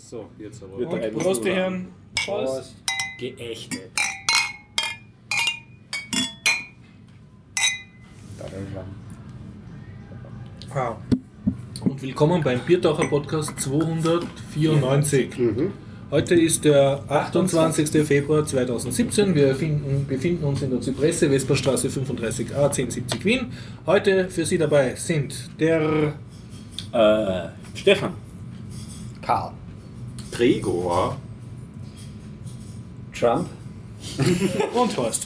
So, jetzt aber. Und Prost, die Herren. Prost. Geächtet. Und willkommen beim Biertaucher Podcast 294. Heute ist der 28. Februar 2017. Wir befinden uns in der Zypresse, Vesperstraße 35a, 1070 Wien. Heute für Sie dabei sind der Stefan, Karl, Gregor, Trump und Horst.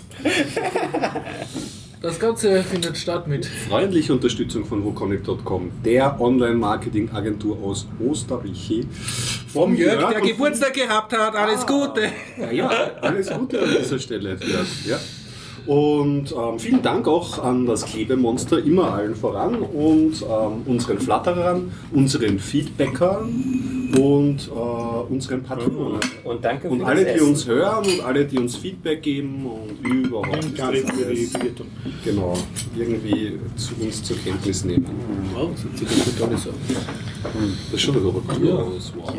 Das Ganze findet statt mit freundliche Unterstützung von woconnect.com, der Online-Marketing-Agentur aus Österreich. vom Jörg, der Geburtstag gehabt hat. Alles Gute. Ja, alles Gute an dieser Stelle, Jörg. Ja. Und vielen Dank auch an das Klebemonster, immer allen voran, und unseren Flatterern, unseren Feedbackern und unseren Patronen. und danke Und für alle, das die Essen. uns hören und alle, die uns Feedback geben und überhaupt ist das alles, genau, irgendwie zu uns zur Kenntnis nehmen. Wow, das sieht das toll aus. Das schaut aber cool Ja. aus. Wow.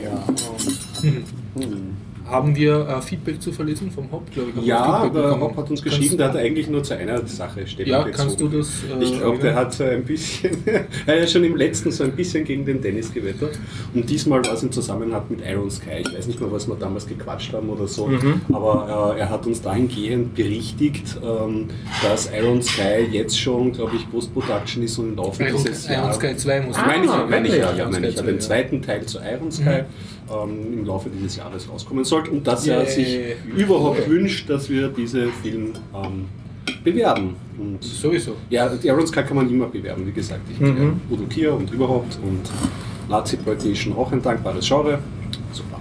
Haben wir Feedback zu verlesen vom Hop, glaube ich? Ja, Feedback der bekommen. Hop hat uns geschrieben, der hat eigentlich nur zu einer Sache Stellung Ja, bezogen. kannst du das? Ich glaube, der hat so ein bisschen, er hat ja schon im letzten so ein bisschen gegen den Dennis gewettert. Und diesmal war es im Zusammenhang mit Iron Sky. Ich weiß nicht mehr, was wir damals gequatscht haben oder so. Aber er hat uns dahingehend berichtigt, dass Iron Sky jetzt schon, glaube ich, Post-Production ist und im Laufe dieses Iron Jahres. Sky 2 muss Meine ich ja, Iron meine Sky ich ja. 2, Den zweiten Teil zu Iron Sky im Laufe dieses Jahres rauskommen sollte. Und dass er sich überhaupt wünscht, dass wir diese Film bewerben. Und Sowieso. ja, die Iron Sky kann man immer bewerben, wie gesagt. Ich bin Udo Kier und überhaupt. Und Nazi-Poetry ist schon auch ein dankbares Genre. Super.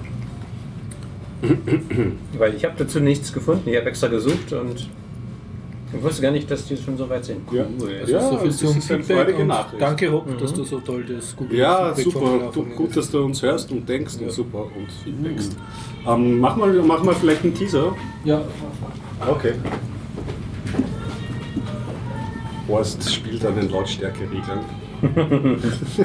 Weil ich habe dazu nichts gefunden. Ich habe extra gesucht und ich wusste gar nicht, dass die schon so weit sind. Ja, Also so viel das zum ist eine Feedback freudige und Nachricht. danke Hop, dass du so toll das gute Ja, Feedback super. von mir Gut, dass du uns hörst und denkst und super und feedbackst. Mach mal vielleicht einen Teaser. Ja, Okay. Horst spielt an den Lautstärkeregeln.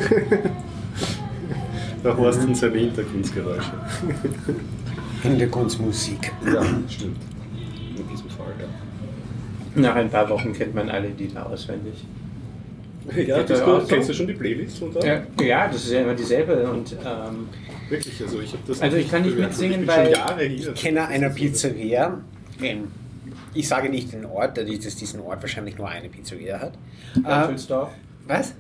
Der Horst und seine Hintergrundgeräusche. Hintergrundmusik. Ja, stimmt. In diesem Fall, ja. Nach ein paar Wochen kennt man alle Lieder auswendig. Ja, das auch so? kennst du schon die Playlist? Und Ja, das ist ja immer dieselbe. Und, Wirklich, also ich habe das. Also ich kann nicht gehört. mitsingen, Ich bin weil- schon Jahre hier. Ich kenne eine Pizzeria. Ich sage nicht den Ort, da diesen Ort wahrscheinlich nur eine Pizzeria hat. Apfelsdorf. Was?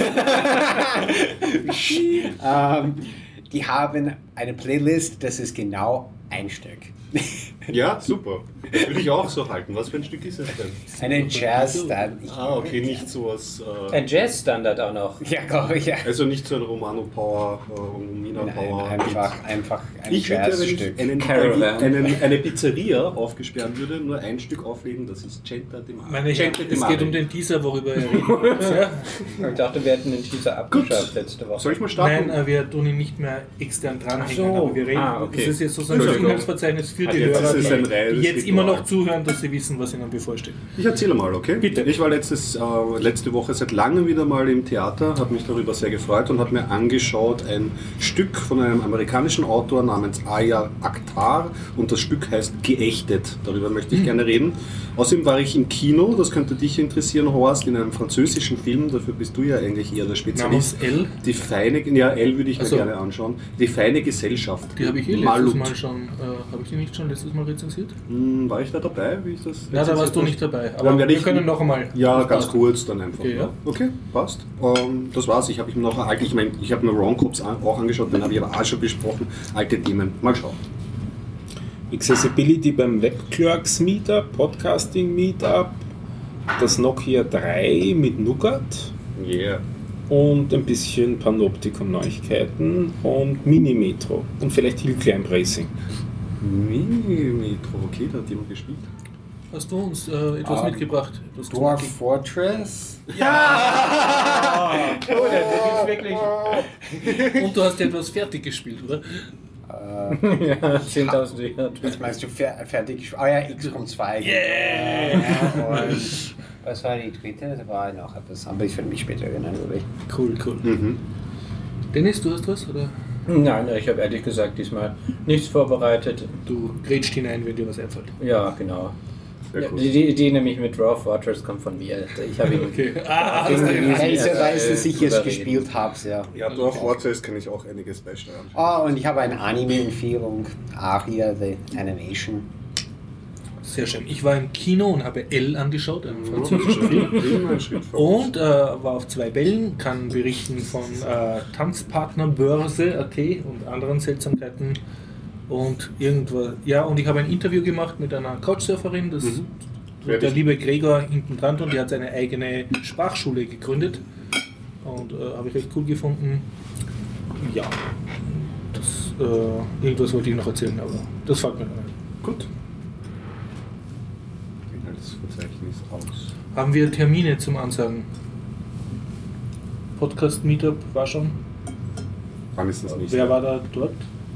Die haben eine Playlist, das ist genau ein Stück. Ja, super. Das würde ich auch so halten. Was für ein Stück ist es denn? Einen Jazz, dann. Okay, nicht so was. Ein Jazzstandard auch noch. Ja, glaube ich, ja. Also nicht so ein Romano Power, Romina Power. Einfach ein Ich würde, wenn Jazzstück. ich eine Pizzeria aufgesperren würde, nur ein Stück auflegen, das ist Centa de Mare. meine Herren, es geht um den Teaser, worüber wir reden. Ja? Ich dachte, wir hätten den Teaser abgeschafft letzte Woche. Soll ich mal starten? Nein, wir tun ihn nicht mehr extern dranhängen, Ach so. aber wir reden. Okay. Das ist jetzt sozusagen das Entschuldigung. Inhaltsverzeichnis für die jetzt Hörer, ist es ein reines die jetzt Ritual. immer noch zuhören, dass sie wissen, was ihnen bevorsteht. Ich erzähle mal, okay? Bitte. Ich war letzte Woche seit langem wieder mal im Theater, habe mich darüber sehr gefreut und habe mir angeschaut ein Stück von einem amerikanischen Autor namens Aya Akhtar und das Stück heißt Geächtet. Darüber möchte ich gerne reden. Außerdem war ich im Kino, das könnte dich interessieren, Horst, in einem französischen Film, dafür bist du ja eigentlich eher der Spezialist. Namens L. Die feine, ja, L würde ich mir Ach so. gerne anschauen. Die feine Gesellschaft. Die habe ich letztes Malut. Mal schon, habe ich die nicht schon letztes Mal rezensiert? War ich da dabei, wie ich das? Ja, da warst du nicht dabei, aber Dann werde wir ich- können noch einmal. Ja, Das ganz passt. kurz dann einfach. Okay, ja. Okay, passt. Das war's. Ich habe mir noch ich habe mir Wrong Cops auch angeschaut, den habe ich aber auch schon besprochen. Alte Themen. Mal schauen. Accessibility beim Webclerks Meetup, Podcasting Meetup, das Nokia 3 mit Nougat Yeah. und ein bisschen Panoptikum-Neuigkeiten und Mini-Metro und vielleicht Hill Climb Racing. Mini-Metro, okay, da hat jemand gespielt. Hast du uns etwas mitgebracht? Das Dwarf Fortress. Oh, der ist wirklich. Und du hast etwas fertig gespielt, oder? Ja, 10.000 Jahre. Was meinst du, fertig? Ah ja, XCOM 2. Yeah! Ja, und was war die dritte? Da war noch etwas, aber ich werde mich später erinnern, glaube ich. Cool. Dennis, du hast was? Oder? Nein, ich habe ehrlich gesagt diesmal nichts vorbereitet. Du grätscht hinein, wenn dir was einfällt. Ja, genau. Sehr Ja, gut. die Idee nämlich mit Dwarf Fortress kommt von mir. Ich habe ihn Okay. Heißerweise ich es souverän. gespielt habe, ja. Ja, Dwarf Fortress kann ich auch einiges beisteuern. Und ich habe eine Anime-Empfehlung, Aria, The Animation. Sehr schön. Ich war im Kino und habe Elle angeschaut, einen französischen Film. Immer ein Schritt voraus. Und war auf 2 Bällen, kann berichten von Tanzpartnerbörse.at und anderen Seltsamkeiten. Und irgendwas. Ja, und ich habe ein Interview gemacht mit einer Couchsurferin, das der liebe Gregor hinten dran, und die hat seine eigene Sprachschule gegründet. Und habe ich recht cool gefunden. Ja, das, irgendwas wollte ich noch erzählen, aber das fällt mir noch ein. Gut. Inhaltsverzeichnis aus. Haben wir Termine zum Ansagen? Podcast-Meetup war schon. Wann ist das nicht? Wer war da dort?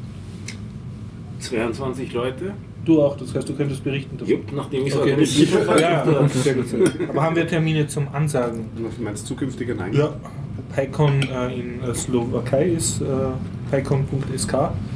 22 Leute. Du auch, das heißt, du könntest berichten davon. Jupp, nachdem ich es Okay. organisiert habe. Ja, sehr gut. Sehr gut. Aber haben wir Termine zum Ansagen? Du meinst zukünftige? Nein? Ja. PyCon in Slowakei ist pycon.sk.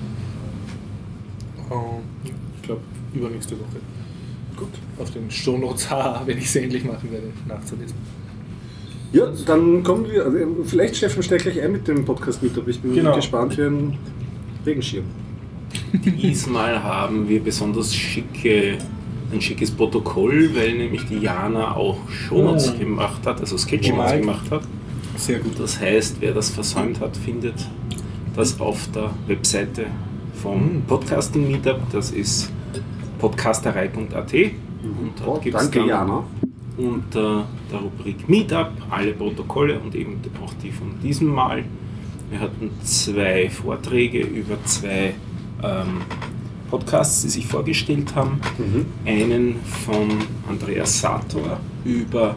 Ich glaube, übernächste Woche. Gut. Auf den Shownotes, wenn ich es endlich machen werde, nachzulesen. Ja, dann kommen wir. Also, vielleicht Steffen steigt gleich ein mit dem Podcast-Meetup. Ich bin Genau. gespannt wie ein Regenschirm. Diesmal haben wir besonders ein schickes Protokoll, weil nämlich die Jana auch Shownotes gemacht hat, also Sketchnotes gemacht hat. Sehr gut. Das heißt, wer das versäumt hat, findet das auf der Webseite vom Podcasting Meetup. Das ist podcasterei.at und dort gibt es Danke, dann Jana. unter der Rubrik Meetup alle Protokolle und eben auch die von diesem Mal. Wir hatten 2 Vorträge über 2 Podcasts, die sich vorgestellt haben. Einen von Andreas Sator über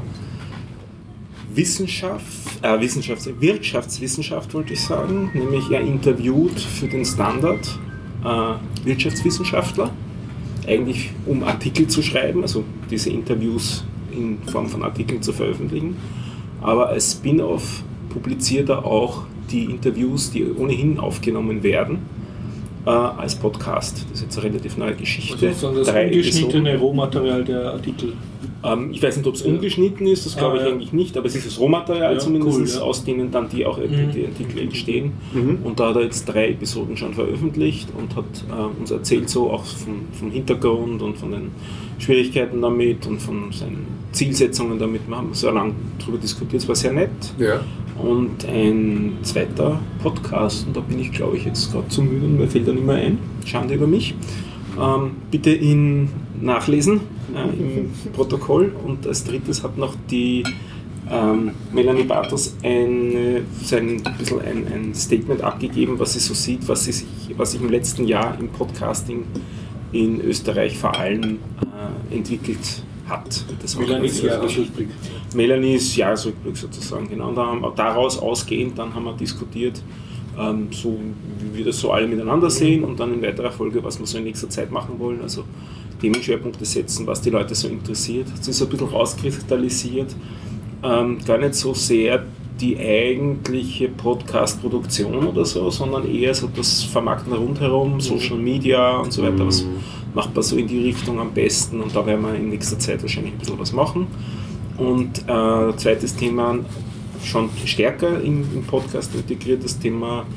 Wirtschaftswissenschaft wollte ich sagen, nämlich er interviewt für den Standard Wirtschaftswissenschaftler, eigentlich um Artikel zu schreiben, also diese Interviews in Form von Artikeln zu veröffentlichen, aber als Spin-off publiziert er auch die Interviews, die ohnehin aufgenommen werden, als Podcast. Das ist jetzt eine relativ neue Geschichte. Also das 3 ungeschnittene Episoden. Rohmaterial der Artikel. Ich weiß nicht, ob es ungeschnitten ist, das glaube ich ja. eigentlich nicht, aber es ist das Rohmaterial Ja, zumindest, cool, ja. aus denen dann die Artikel entstehen. Und da hat er jetzt 3 Episoden schon veröffentlicht und hat uns erzählt, so auch vom Hintergrund und von den Schwierigkeiten damit und von seinen Zielsetzungen damit. Wir haben so lange darüber diskutiert, es war sehr nett. Ja. Und ein zweiter Podcast, und da bin ich, glaube ich, jetzt gerade zu müde und mir fällt da nicht mehr ein. Schande über mich. Bitte ihn nachlesen im Protokoll. Und als drittes hat noch die Melanie Bartos ein Statement abgegeben, was sie so sieht, was sich im letzten Jahr im Podcasting in Österreich vor allem entwickelt hat. Das Melanies Jahresrückblick. Melanies Jahresrückblick sozusagen, genau. Und daraus ausgehend, dann haben wir diskutiert, so wie wir das so alle miteinander sehen und dann in weiterer Folge, was wir so in nächster Zeit machen wollen, also Themenschwerpunkte setzen, was die Leute so interessiert. Es ist ein bisschen rauskristallisiert, gar nicht so sehr die eigentliche Podcast-Produktion oder so, sondern eher so das Vermarkten rundherum, Social Media und so weiter, was macht man so in die Richtung am besten, und da werden wir in nächster Zeit wahrscheinlich ein bisschen was machen. Und zweites Thema, schon stärker im Podcast integriert, das Thema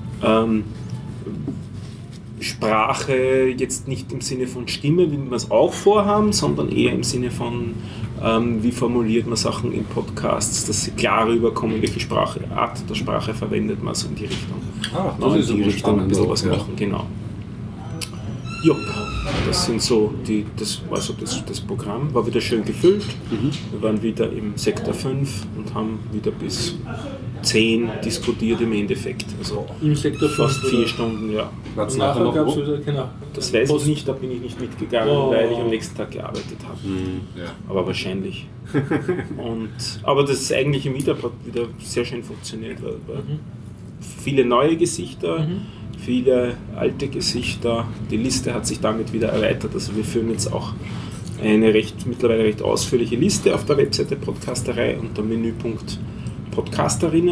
Sprache, jetzt nicht im Sinne von Stimme, wie wir es auch vorhaben, sondern eher im Sinne von, wie formuliert man Sachen in Podcasts, dass sie klar rüberkommen, welche Art der Sprache verwendet man, so in die Richtung. Das ist in die aber Richtung ein bisschen spannend, was ja. machen, genau. Jupp, das sind so das war so das Programm, war wieder schön gefüllt. Wir waren wieder im Sektor 5 und haben wieder bis 10 diskutiert im Endeffekt. Also Im Sektor fast 5 4 oder? Stunden, ja. War's Und nachher nachher noch gab es wo? wieder, genau. Das weiß ich nicht, da bin ich nicht mitgegangen, weil ich am nächsten Tag gearbeitet habe. Ja. Aber wahrscheinlich. Aber das eigentliche Meetup hat wieder sehr schön funktioniert. Weil viele neue Gesichter, viele alte Gesichter. Die Liste hat sich damit wieder erweitert. Also wir führen jetzt auch eine mittlerweile recht ausführliche Liste auf der Webseite Podcasterei unter Menüpunkt Podcasterinnen.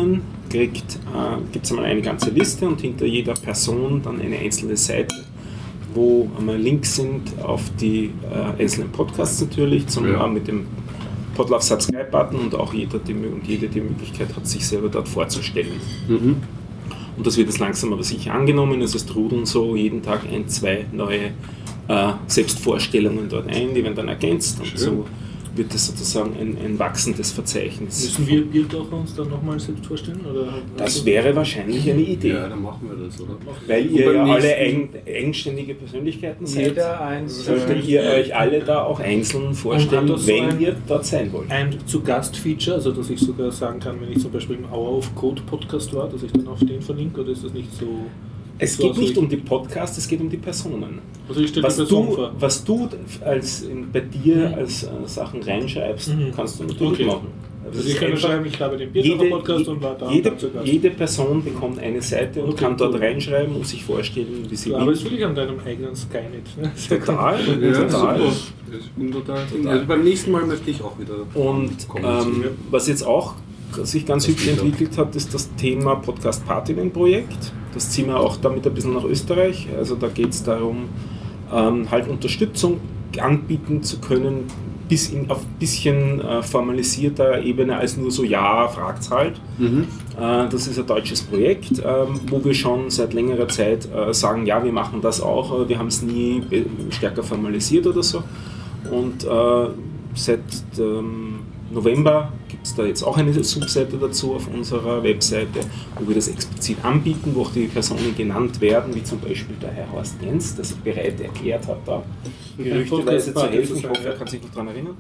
kriegt, gibt es einmal eine ganze Liste und hinter jeder Person dann eine einzelne Seite, wo einmal Links sind auf die einzelnen Podcasts natürlich, mit dem Podlove Subscribe-Button und auch jede die Möglichkeit hat, sich selber dort vorzustellen. Und das wird jetzt langsam aber sicher angenommen, also es trudeln so jeden Tag 1-2 neue Selbstvorstellungen dort ein, die werden dann ergänzt und so wird das sozusagen ein wachsendes Verzeichnis. Müssen wir Biertaucher uns dann nochmal selbst vorstellen? Oder das wäre wahrscheinlich eine Idee. Ja, dann machen wir das, oder? Weil ihr ja alle eigenständige Persönlichkeiten seid, Jeder eins. solltet ihr euch alle da auch einzeln vorstellen, Und hat das wenn so ihr dort sein wollt. ein Zu-Gast-Feature, also dass ich sogar sagen kann, wenn ich zum Beispiel im Hour of Code Podcast war, dass ich dann auf den verlinke, oder ist das nicht so? Es geht nicht um die Podcasts, es geht um die Personen. Also ich stelle die Person vor. Was du bei dir als Sachen reinschreibst, kannst du natürlich machen. Also ich kann schreiben, ich habe den Biertaucher-Podcast und war da zu Gast. Jede Person bekommt eine Seite und kann dort reinschreiben und sich vorstellen, wie sie will. Aber das will ich an deinem eigenen Skynet. Total. Total. Ich bin total. Also beim nächsten Mal möchte ich auch wieder. Und was jetzt auch sich ganz hübsch entwickelt hat, ist das Thema Podcast-Partinnen-Projekt. Das ziehen wir auch damit ein bisschen nach Österreich. Also da geht es darum, halt Unterstützung anbieten zu können, auf ein bisschen formalisierter Ebene als nur so, ja, fragt's halt. Das ist ein deutsches Projekt, wo wir schon seit längerer Zeit sagen, ja, wir machen das auch, aber wir haben es nie stärker formalisiert oder so. Und seit November gibt es da jetzt auch eine Subseite dazu auf unserer Webseite, wo wir das explizit anbieten, wo auch die Personen genannt werden, wie zum Beispiel der Herr Horst Jens, der sich bereit erklärt hat, da gerüchteweise zu helfen. Ich hoffe, er kann sich noch daran erinnern.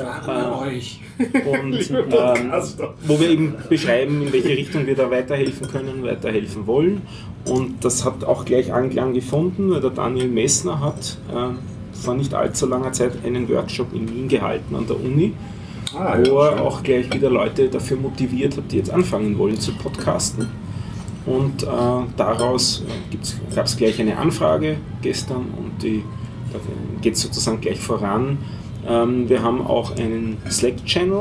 Und wo wir eben beschreiben, in welche Richtung wir da weiterhelfen können, weiterhelfen wollen. Und das hat auch gleich Anklang gefunden, weil der Daniel Messner hat vor nicht allzu langer Zeit einen Workshop in Wien gehalten an der Uni, wo er auch gleich wieder Leute dafür motiviert hat, die jetzt anfangen wollen zu podcasten. Und daraus gab es gleich eine Anfrage gestern und da geht es sozusagen gleich voran. Wir haben auch einen Slack-Channel,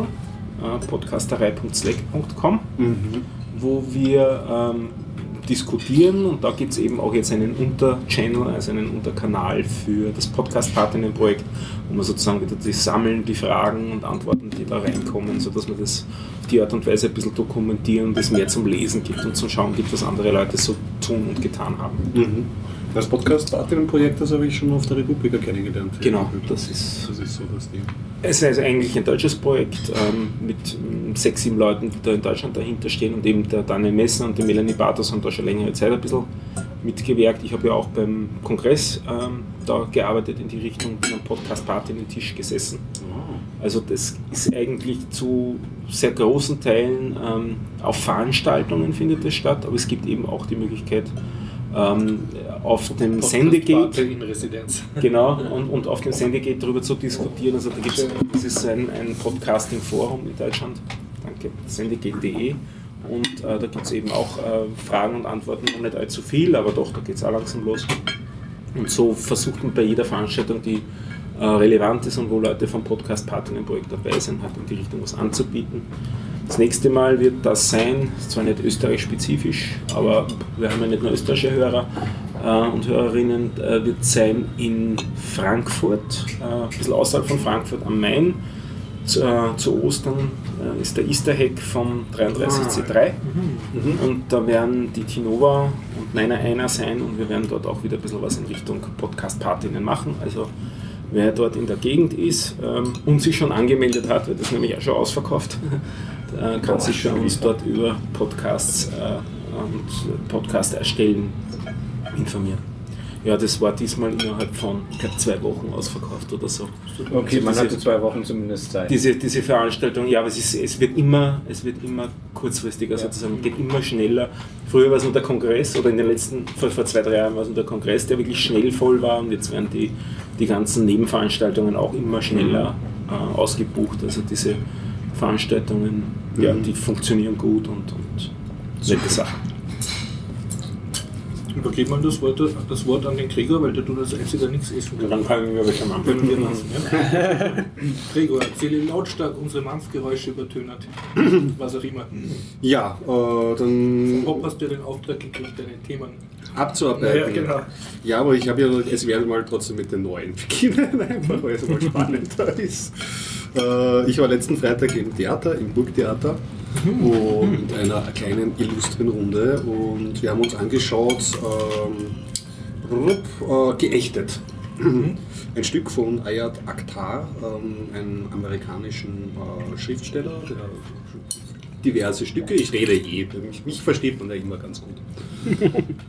podcasterei.slack.com, wo wir diskutieren und da gibt es eben auch jetzt einen Unterchannel, also einen Unterkanal für das Podcast-Partinnen-Projekt, wo man sozusagen wieder die Fragen und Antworten, die da reinkommen, sodass man das auf die Art und Weise ein bisschen dokumentieren und es mehr zum Lesen gibt und zum Schauen gibt, was andere Leute so tun und getan haben. Das Podcast-Partinnen-Projekt, das habe ich schon auf der Republika kennengelernt. Genau, das ist so das Ding. Es ist also eigentlich ein deutsches Projekt mit 6-7 Leuten, die da in Deutschland dahinter stehen und eben der Daniel Messner und die Melanie Bartos haben da schon längere Zeit ein bisschen mitgewirkt. Ich habe ja auch beim Kongress da gearbeitet in die Richtung, bin am Podcast-Partinnen-Tisch gesessen. Also das ist eigentlich zu sehr großen Teilen auf Veranstaltungen findet es statt, aber es gibt eben auch die Möglichkeit, auf dem Sendegate in Residenz. Genau, und auf dem Sendegate darüber zu diskutieren. Also da gibt es, das ist ein Podcasting-Forum in Deutschland, danke, sendegate.de, und da gibt es eben auch Fragen und Antworten, noch nicht allzu viel, aber doch, da geht es auch langsam los. Und so versucht man bei jeder Veranstaltung, die relevant ist und wo Leute vom Podcast-Partinnen-Projekt dabei sind, halt in die Richtung was anzubieten. Das nächste Mal wird das sein, zwar nicht österreich-spezifisch, aber wir haben ja nicht nur österreichische Hörer und Hörerinnen, wird sein in Frankfurt, ein bisschen außerhalb von Frankfurt am Main. Zu Ostern ist der Easter Hack vom 33C3 und da werden die Tinova und Niner sein und wir werden dort auch wieder ein bisschen was in Richtung Podcast-Partinnen machen. Also wer dort in der Gegend ist und sich schon angemeldet hat, wird das nämlich auch schon ausverkauft, kann sich bei uns dort über Podcasts und Podcast erstellen informieren. Ja, das war diesmal innerhalb von, ich glaube, 2 Wochen ausverkauft oder so. Okay, man hatte 2 Wochen zumindest Zeit. Diese Veranstaltung, ja, aber es wird immer kurzfristiger sozusagen, geht immer schneller. Früher war es nur der Kongress, oder in den letzten, vor 2-3 Jahren war es nur der Kongress, der wirklich schnell voll war, und jetzt werden die ganzen Nebenveranstaltungen auch immer schneller ausgebucht. Also diese Veranstaltungen, ja, die funktionieren gut und nette Sachen. Übergebe mal das Wort an den Gregor, weil der tut als einziger nichts essen Und kann. dann können wir welche Mampf Können wir lassen, ja? Gregor, erzähle lautstark unsere Mampfgeräusche übertönert. Was auch immer. Ja, dann Hopp, hast du ja den Auftrag gekriegt, deine Themen abzuarbeiten. Ja, genau. Ja, aber ich habe ja, es werden mal trotzdem mit den neuen beginnen, einfach weil es mal spannender ist. Ich war letzten Freitag im Theater, im Burgtheater, und einer kleinen illustren Runde, und wir haben uns angeschaut, Geächtet. Ein Stück von Ayad Akhtar, einem amerikanischen Schriftsteller, der diverse Stücke, ich rede mich versteht man ja immer ganz gut.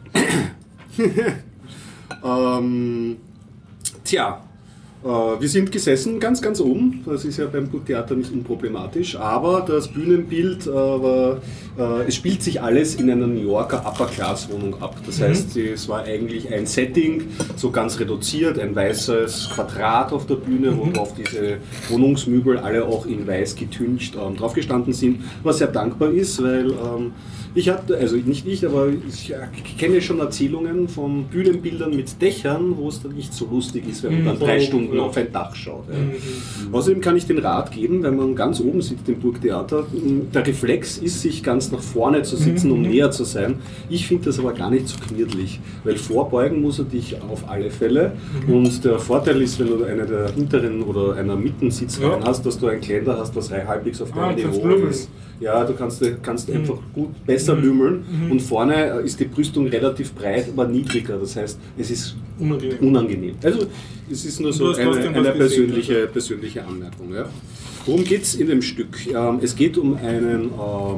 Wir sind gesessen ganz oben, das ist ja beim Burgtheater nicht unproblematisch, aber das Bühnenbild, es spielt sich alles in einer New Yorker Upper-Class-Wohnung ab. Das heißt, es war eigentlich ein Setting, so ganz reduziert, ein weißes Quadrat auf der Bühne, worauf diese Wohnungsmöbel alle auch in weiß getüncht draufgestanden sind, was sehr dankbar ist, weil ich hatte, also nicht ich, aber ich kenne schon Erzählungen von Bühnenbildern mit Dächern, wo es dann nicht so lustig ist, wenn man dann 3 Stunden auf ein Dach schaut. Ja. Außerdem kann ich den Rat geben, wenn man ganz oben sitzt im Burgtheater, der Reflex ist, sich ganz nach vorne zu sitzen, um näher zu sein. Ich finde das aber gar nicht so knirschlich, weil vorbeugen muss er dich auf alle Fälle. Und der Vorteil ist, wenn du eine der hinteren oder einer mitten Sitzreihen hast, dass du ein Kleiner hast, was halbwegs auf deinem Niveau ist. Ja, du kannst einfach gut besser lümmeln, und vorne ist die Brüstung relativ breit, aber niedriger, das heißt, es ist unangenehm. Also es ist nur so eine persönliche Anmerkung. Ja. Worum geht es in dem Stück? Es geht um einen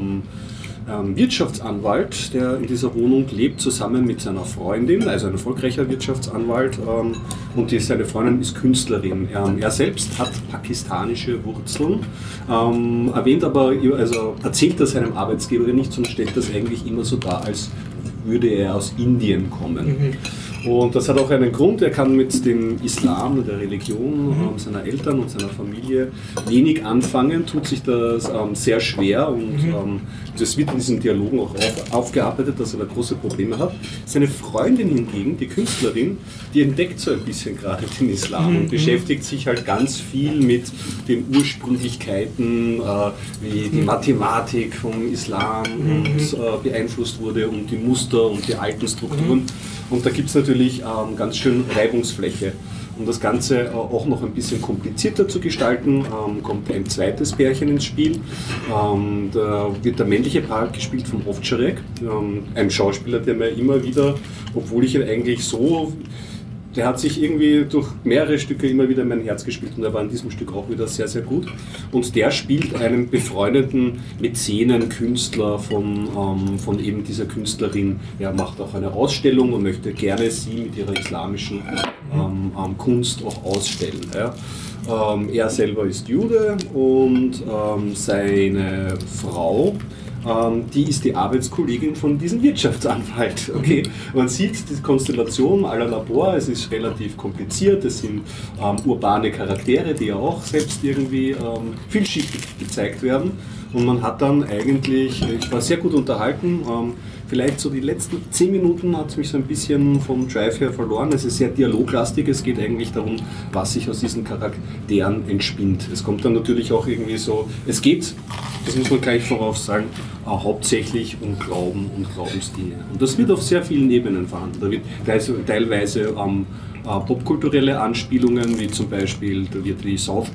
Wirtschaftsanwalt, der in dieser Wohnung lebt, zusammen mit seiner Freundin, also ein erfolgreicher Wirtschaftsanwalt, und seine Freundin ist Künstlerin. Er selbst hat pakistanische Wurzeln, erwähnt aber, also erzählt das seinem Arbeitsgeber nicht, sondern stellt das eigentlich immer so dar, als würde er aus Indien kommen. Und das hat auch einen Grund, er kann mit dem Islam, der Religion seiner Eltern und seiner Familie wenig anfangen, tut sich das sehr schwer, und das wird in diesen Dialogen auch aufgearbeitet, dass er da große Probleme hat. Seine Freundin hingegen, die Künstlerin, die entdeckt so ein bisschen gerade den Islam und beschäftigt sich halt ganz viel mit den Ursprünglichkeiten, wie die Mathematik vom Islam beeinflusst wurde, und die Muster und die alten Strukturen. Und da gibt es natürlich ganz schön Reibungsfläche. Um das Ganze auch noch ein bisschen komplizierter zu gestalten, kommt ein zweites Pärchen ins Spiel. Da wird der männliche Part gespielt von Ovtcharek, ein Schauspieler, der mir immer wieder, obwohl ich ihn eigentlich so... Der hat sich irgendwie durch mehrere Stücke immer wieder in mein Herz gespielt, und er war in diesem Stück auch wieder sehr, sehr gut. Und der spielt einen befreundeten Mäzenen, Künstler von eben dieser Künstlerin. Er macht auch eine Ausstellung und möchte gerne sie mit ihrer islamischen Kunst auch ausstellen. Ja. Er selber ist Jude, und seine Frau, die ist die Arbeitskollegin von diesem Wirtschaftsanwalt. Okay? Man sieht die Konstellation à la Labor, es ist relativ kompliziert, es sind urbane Charaktere, die ja auch selbst irgendwie vielschichtig gezeigt werden, und man hat dann eigentlich, ich war sehr gut unterhalten, vielleicht so die letzten 10 Minuten hat es mich so ein bisschen vom Drive her verloren. Es ist sehr dialoglastig, es geht eigentlich darum, was sich aus diesen Charakteren entspinnt. Es kommt dann natürlich auch irgendwie so, es geht, das muss man gleich voraus sagen, hauptsächlich um Glauben und Glaubensdinge. Und das wird auf sehr vielen Ebenen verhandelt. Da wird teilweise popkulturelle Anspielungen, wie zum Beispiel, da wird die South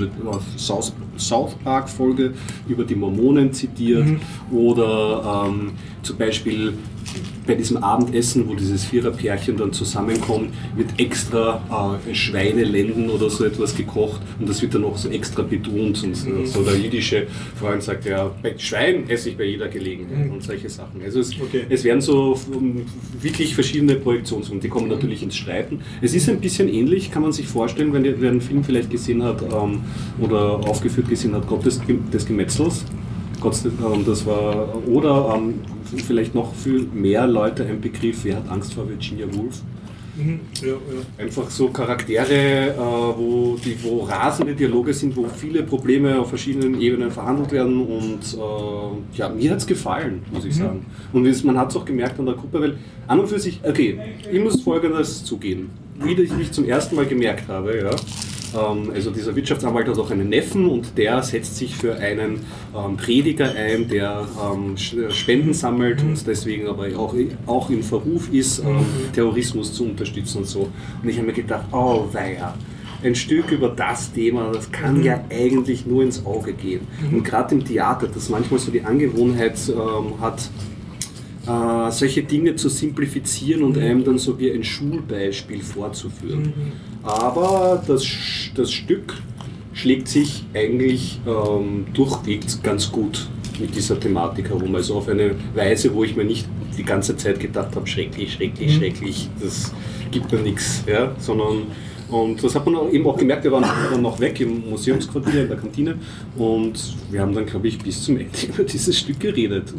Park Folge über die Mormonen zitiert, oder zum Beispiel bei diesem Abendessen, wo dieses Viererpärchen dann zusammenkommt, wird extra Schweinelenden oder so etwas gekocht, und das wird dann auch so extra betont, und so der jüdische Freund sagt, ja, bei Schwein esse ich bei jeder Gelegenheit und solche Sachen. Also es werden so wirklich verschiedene Projektionsformen, die kommen natürlich ins Streiten. Es ist ein bisschen ähnlich, kann man sich vorstellen, wenn ihr einen Film vielleicht gesehen hat oder aufgeführt gesehen hat, Gott des Gemetzels. Das war, oder vielleicht noch für mehr Leute ein Begriff, wer hat Angst vor Virginia Woolf? Einfach so Charaktere, wo rasende Dialoge sind, wo viele Probleme auf verschiedenen Ebenen verhandelt werden und mir hat es gefallen, muss ich sagen. Und man hat es auch gemerkt an der Gruppe, weil an und für sich, okay, ich muss Folgendes zugeben, wie ich zum ersten Mal gemerkt habe, ja. Also dieser Wirtschaftsanwalt hat auch einen Neffen und der setzt sich für einen Prediger ein, der Spenden sammelt und deswegen aber auch in Verruf ist, Terrorismus zu unterstützen und so. Und ich habe mir gedacht, oh weia, ein Stück über das Thema, das kann ja eigentlich nur ins Auge gehen. Und gerade im Theater, das manchmal so die Angewohnheit hat, solche Dinge zu simplifizieren und einem dann so wie ein Schulbeispiel vorzuführen. Aber das Stück schlägt sich eigentlich durchwegs ganz gut mit dieser Thematik herum. Also auf eine Weise, wo ich mir nicht die ganze Zeit gedacht habe, schrecklich, das gibt mir nichts, ja, sondern und das hat man eben auch gemerkt, wir waren dann noch weg im Museumsquartier, in der Kantine und wir haben dann, glaube ich, bis zum Ende über dieses Stück geredet.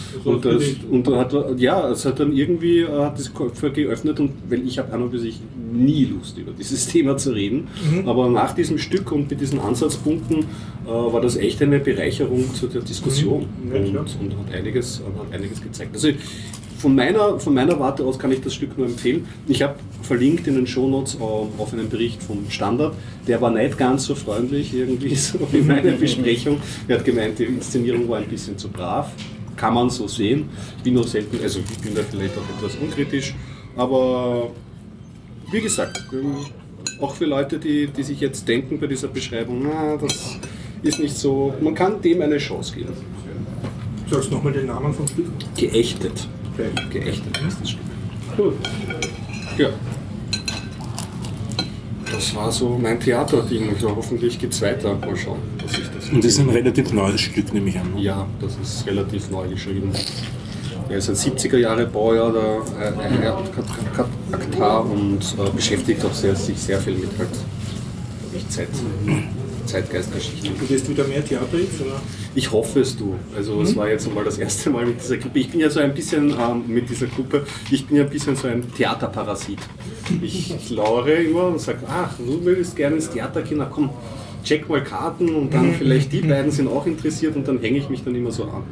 Es hat dann irgendwie das Kopf geöffnet und weil ich habe an und für sich nie Lust, über dieses Thema zu reden, aber nach diesem Stück und mit diesen Ansatzpunkten war das echt eine Bereicherung zu der Diskussion und hat einiges gezeigt. Also von meiner Warte aus kann ich das Stück nur empfehlen. Ich habe verlinkt in den Shownotes auf einen Bericht vom Standard. Der war nicht ganz so freundlich irgendwie so in meiner Besprechung. Er hat gemeint, die Inszenierung war ein bisschen zu brav. Kann man so sehen. Ich bin da vielleicht auch etwas unkritisch. Aber wie gesagt, auch für Leute, die sich jetzt denken bei dieser Beschreibung, das ist nicht so, man kann dem eine Chance geben. Sagst du nochmal den Namen vom Stück? Geächtet. Geächtet ist das Stück. Cool. Ja. Das war so mein Theaterding. Also hoffentlich geht es weiter. Mal schauen, was ich das. Und das ist ein relativ neues Stück, nehme ich an. Ja, das ist relativ neu geschrieben. Er ist ein 70er Jahre Baujahr, der Aktar und beschäftigt auch sich sehr viel mit Zeitgeistgeschichte. Du wirst wieder mehr Theater jetzt, oder? Ich hoffe es, du. Also es war jetzt mal das erste Mal mit dieser Gruppe. Ich bin ja so ein bisschen mit dieser Gruppe, ich bin ja ein bisschen so ein Theaterparasit. Ich laure immer und sage, du würdest gerne ins Theater gehen, komm, check mal Karten und dann vielleicht die beiden sind auch interessiert und dann hänge ich mich dann immer so an.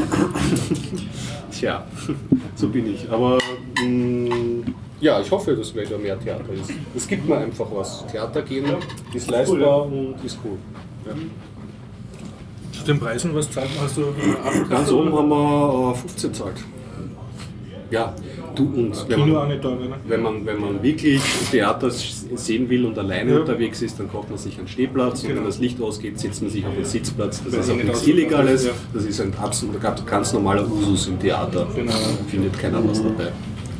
Tja, so bin ich. Aber ich hoffe, dass wieder mehr Theater ist. Es gibt mir einfach was. Theater gehen ist leistbar und ist cool. Ja. Zu den Preisen, was zahlt man? Hast du ganz oben haben wir 15 zahlt. Ja, du und wenn man wirklich Theater sehen will und alleine unterwegs ist, dann kauft man sich einen Stehplatz und wenn das Licht ausgeht, setzt man sich auf den Sitzplatz. Das ist auch nichts Illegales, das ist ein absoluter, ganz normaler Usus im Theater. Genau. Findet keiner was dabei.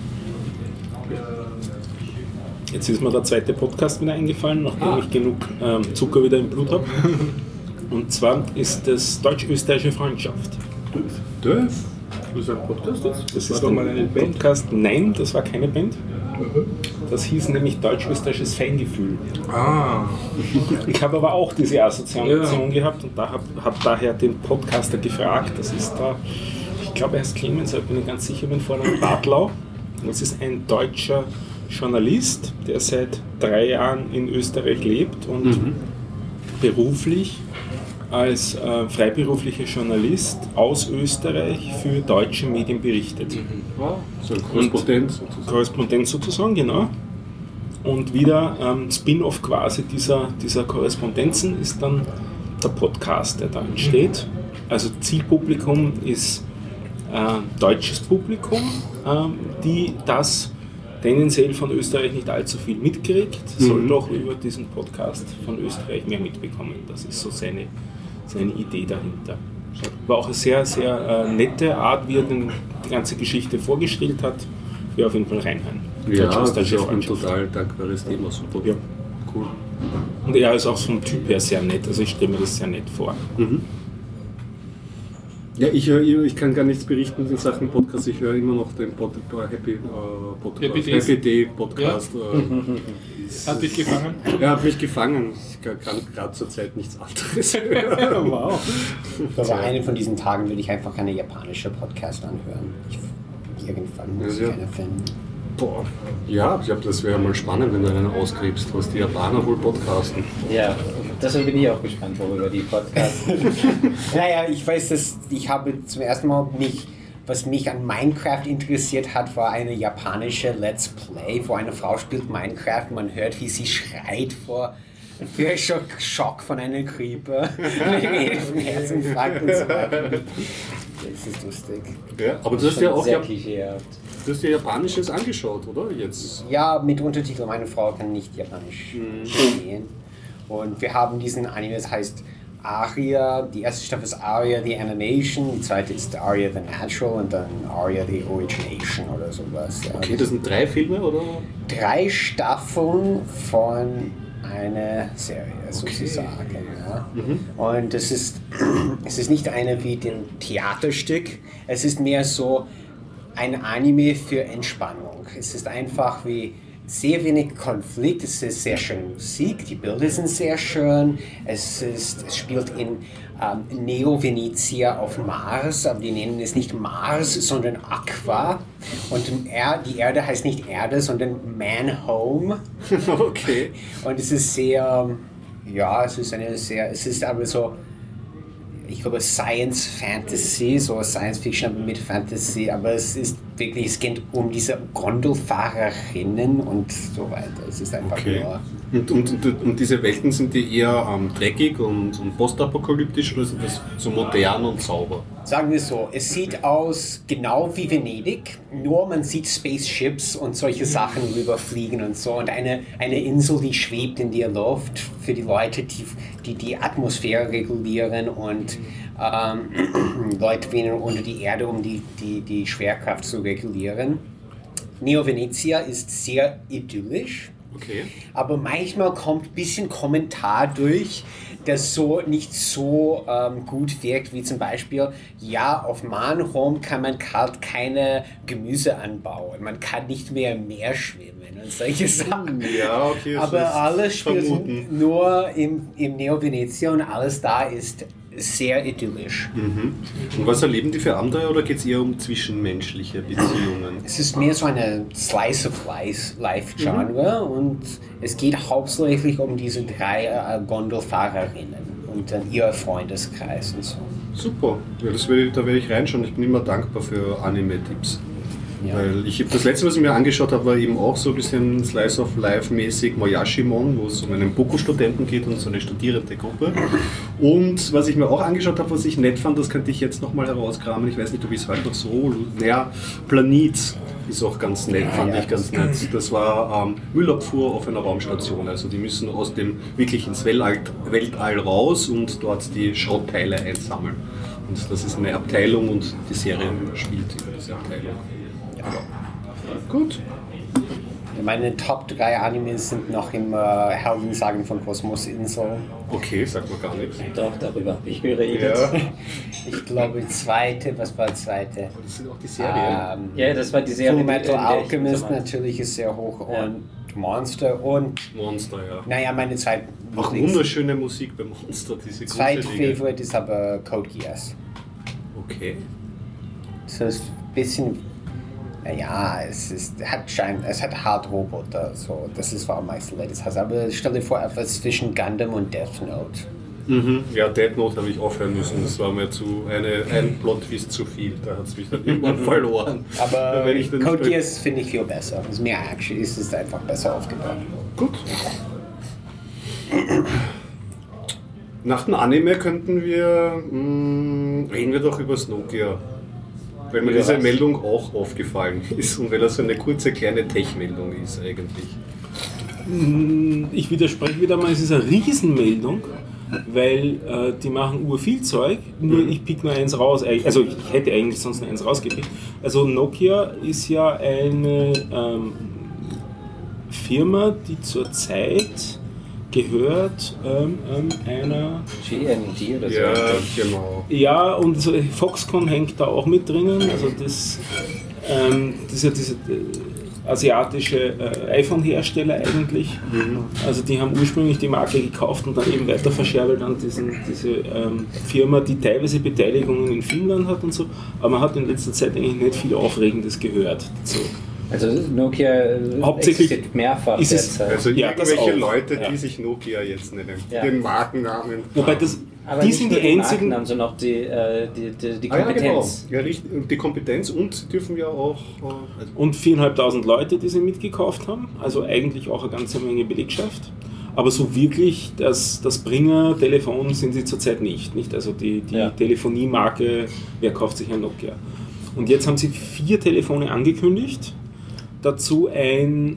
Jetzt ist mir der zweite Podcast wieder eingefallen, nachdem ich genug Zucker wieder im Blut habe. Und zwar ist das Deutsch-Österreichische Freundschaft. Das ist ein Podcast jetzt? Das war doch mal eine Band. Podcast. Nein, das war keine Band. Das hieß nämlich Deutsch-Österreichisches Fangefühl. Ich habe aber auch diese Assoziation gehabt und habe daher den Podcaster gefragt. Das ist da, ich glaube, er heißt Clemens, ich bin mir ganz sicher, bin Vornamen Bartlau. Das ist ein deutscher Journalist, der seit 3 Jahren in Österreich lebt und beruflich als freiberuflicher Journalist aus Österreich für deutsche Medien berichtet. So ein Korrespondent sozusagen. Korrespondent sozusagen, genau. Und wieder Spin-off quasi dieser Korrespondenzen ist dann der Podcast, der da entsteht. Also Zielpublikum ist deutsches Publikum, die das tendenziell von Österreich nicht allzu viel mitkriegt, soll doch über diesen Podcast von Österreich mehr mitbekommen. Das ist so seine Idee dahinter. War auch eine sehr, sehr nette Art, wie er die ganze Geschichte vorgestellt hat. Wir auf jeden Fall reinhören. Ja, das ist auch ein total dankbares Thema, super. Ja. Cool. Und er ist auch vom Typ her sehr nett, also ich stelle mir das sehr nett vor. Ja, ich kann gar nichts berichten in Sachen Podcast. Ich höre immer noch den Happy Day Podcast. Hat dich gefangen? Er hat mich gefangen. Ich kann gerade zur Zeit nichts anderes hören. Wow. Also einen von diesen Tagen würde ich einfach eine japanische Podcast anhören. Irgendwann muss ich eine finden. Boah. Ja, ich glaube, das wäre mal spannend, wenn du einen ausgräbst, was die Japaner wohl podcasten. Ja, deshalb bin ich auch gespannt, worüber die Podcasts. Naja, ich weiß, dass ich habe zum ersten Mal was mich an Minecraft interessiert hat, war eine japanische Let's Play, wo eine Frau spielt Minecraft und man hört, wie sie schreit vor Schock von einer Creeper, von Herzinfarkt und so weiter. Das ist lustig. Ja, aber du hast ja auch sehr klischeehaft. du hast dir Japanisches angeschaut, oder? Jetzt. Ja, mit Untertiteln. Meine Frau kann nicht Japanisch verstehen. Und wir haben diesen Anime, das heißt Aria. Die erste Staffel ist Aria the Animation, die zweite ist Aria the Natural und dann Aria the Origination oder sowas. Ja. Okay, das sind 3 Filme, oder? 3 Staffeln von einer Serie, sozusagen. Ja. Und es ist nicht eine wie ein Theaterstück, es ist mehr so ein Anime für Entspannung. Es ist einfach wie sehr wenig Konflikt, es ist sehr schöne Musik, die Bilder sind sehr schön, es spielt in Neo-Venezia auf Mars, aber die nennen es nicht Mars, sondern Aqua. Und die Erde heißt nicht Erde, sondern Man Home. Okay. Und es ist sehr, es ist aber so, ich glaube Science Fantasy, so Science Fiction aber mit Fantasy, aber es ist wirklich, es geht um diese Gondelfahrerinnen und so weiter. Es ist einfach nur... Und diese Welten, sind die eher dreckig und postapokalyptisch oder sind das so modern und sauber? Sagen wir so, es sieht aus genau wie Venedig, nur man sieht Spaceships und solche Sachen rüberfliegen und so und eine Insel, die schwebt in der Luft für die Leute, die Atmosphäre regulieren und Leute gehen unter die Erde, um die Schwerkraft zu regulieren. Neo-Venezia ist sehr idyllisch. Okay. Aber manchmal kommt ein bisschen Kommentar durch, das so nicht so gut wirkt, wie zum Beispiel, auf Man Home kann man halt keine Gemüse anbauen, man kann nicht mehr im Meer schwimmen und solche Sachen. Ja, okay. Aber alles spielt nur im Neo-Venezia und alles da ist sehr idyllisch. Und was erleben die für Abenteuer oder geht es eher um zwischenmenschliche Beziehungen? Es ist mehr so eine Slice-of-Life-Genre und es geht hauptsächlich um diese 3 Gondelfahrerinnen und dann ihr Freundeskreis und so. Super, ja, da werde ich reinschauen. Ich bin immer dankbar für Anime-Tipps. Ja. Weil das letzte, was ich mir angeschaut habe, war eben auch so ein bisschen Slice of Life mäßig Moyashimon, wo es um einen Boku-Studenten geht und so eine studierende Gruppe. Und was ich mir auch angeschaut habe, was ich nett fand, das könnte ich jetzt nochmal herauskramen, ich weiß nicht, ob ich es heute noch so, Planet ist auch ganz nett, fand ich ganz nett. Das war Müllabfuhr auf einer Raumstation, also die müssen aus dem wirklich ins Weltall raus und dort die Schrottteile einsammeln. Und das ist eine Abteilung und die Serie spielt über diese Abteilung. Ja. Gut. Meine Top 3 Animes sind noch im Heldensagen von Kosmosinsel. Okay, sagt mir gar nichts. Doch, darüber habe ich geredet. Ja. Ich glaube, was war die zweite? Das sind auch die Serien. Ja, das war die Serie. Fullmetal Alchemist natürlich ist sehr hoch und Monster und... Monster, ja. Naja, meine zwei... Auch wunderschöne Musik bei Monster, diese Zweit gruselige. Favorite ist aber Code Geass. Okay. Das ist ein bisschen... Naja, es hat Hard-Roboter, so, das ist, warum ich es hasse. Aber stell dir vor, etwas zwischen Gundam und Death Note. Ja, Death Note habe ich aufhören müssen, das war mir ein Plot-Twist zu viel, da hat es mich dann irgendwann verloren. Aber Code Geass finde ich viel besser, es ist mehr Action, es ist einfach besser aufgebaut. Gut. Nach dem Anime könnten wir, reden wir doch über Nokia. Weil mir diese Meldung auch aufgefallen ist und weil das so eine kurze kleine Tech-Meldung ist eigentlich. Ich widerspreche wieder mal, es ist eine Riesenmeldung, weil die machen urviel Zeug, nur ich pick nur eins raus. Also ich hätte eigentlich sonst nur eins rausgepickt. Also Nokia ist ja eine Firma, die zurzeit gehört einer... GND oder so. Ja, genau. Ja, und so Foxconn hängt da auch mit drinnen. Also das ist ja diese asiatische iPhone-Hersteller eigentlich. Also die haben ursprünglich die Marke gekauft und dann eben weiter verscherbelt an diese Firma, die teilweise Beteiligungen in Finnland hat und so. Aber man hat in letzter Zeit eigentlich nicht viel Aufregendes gehört dazu. Also Nokia Hauptsächlich existiert mehrfach ist es- derzeit. Also Ja, das irgendwelche auch. Leute, Ja. die sich Nokia jetzt nennen, Ja. den Markennamen. Wobei das, Aber die nicht sind nur die einzigen. Markennamen, sondern auch die Ah, ja, genau. Kompetenz. Ja, richtig. Und die Kompetenz und sie dürfen ja auch. Also Und 4.500 Leute, die sie mitgekauft haben. Also eigentlich auch eine ganze Menge Belegschaft. Aber so wirklich das Bringer-Telefon sind sie zurzeit nicht. Also die Ja. Telefoniemarke, wer kauft sich ein Nokia? Und jetzt haben sie 4 Telefone angekündigt. Dazu ein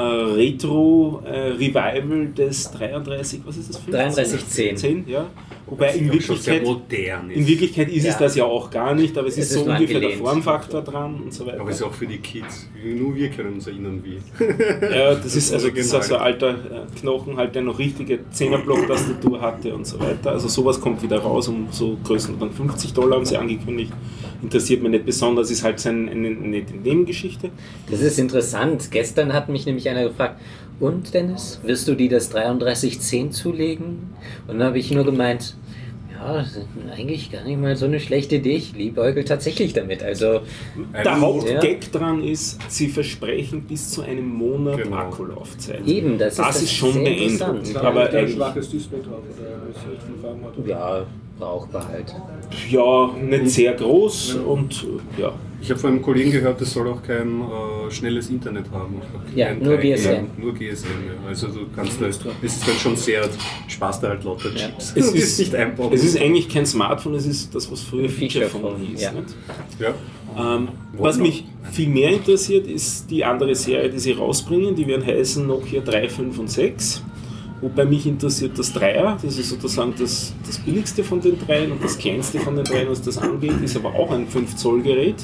Retro-Revival des 33, was ist das? 3310. Ja. Wobei in schon sehr Wirklichkeit, modern in ist. Wirklichkeit ist es Ja. das ja auch gar nicht, aber es ist Es so ist nur ungefähr der angelehnt. Formfaktor dran und so weiter. Aber es ist auch für die Kids. Nur wir können uns erinnern, wie. Ja, das ist also Original. so ein alter Knochen, halt, der noch richtige 10er-Block-Tastatur hatte und so weiter. Also sowas kommt wieder raus um so Größen dann $50 haben sie angekündigt. Interessiert mich nicht besonders, ist halt eine nette Nebengeschichte. Das ist interessant. Gestern hat mich nämlich einer gefragt, und Dennis, wirst du dir das 3310 zulegen? Und dann habe ich nur gemeint, ja, das ist eigentlich gar nicht mal so eine schlechte Idee. Ich liebäugel tatsächlich damit. Also, Der Hauptgag Ja. dran ist, sie versprechen bis zu einem Monat Genau. Akkulaufzeit. eben, das ist schon sehr beeindruckend. interessant. Aber ein eigentlich- schwaches Display drauf oder ist echt viel Farben hat. Ja, brauchbar halt. Ja, nicht sehr groß und ja. Ich habe von einem Kollegen gehört, es soll auch kein schnelles Internet haben. Ja, Kein nur 3G, GSM. Nur GSM, ja. Also du kannst da, es ist dann schon sehr, Spaß da halt lauter Chips. Es Die ist, nicht einbauen. es ist eigentlich kein Smartphone, es ist das, was früher Feature Feature-Phone Phone, hieß. ja. Nicht? Ja. Was mich viel mehr interessiert, ist die andere Serie, die sie rausbringen. Die werden heißen Nokia 3, 5 und 6. Wobei mich interessiert das 3er, das ist sozusagen das billigste von den dreien und das kleinste von den dreien, was das angeht, ist aber auch ein 5-Zoll-Gerät.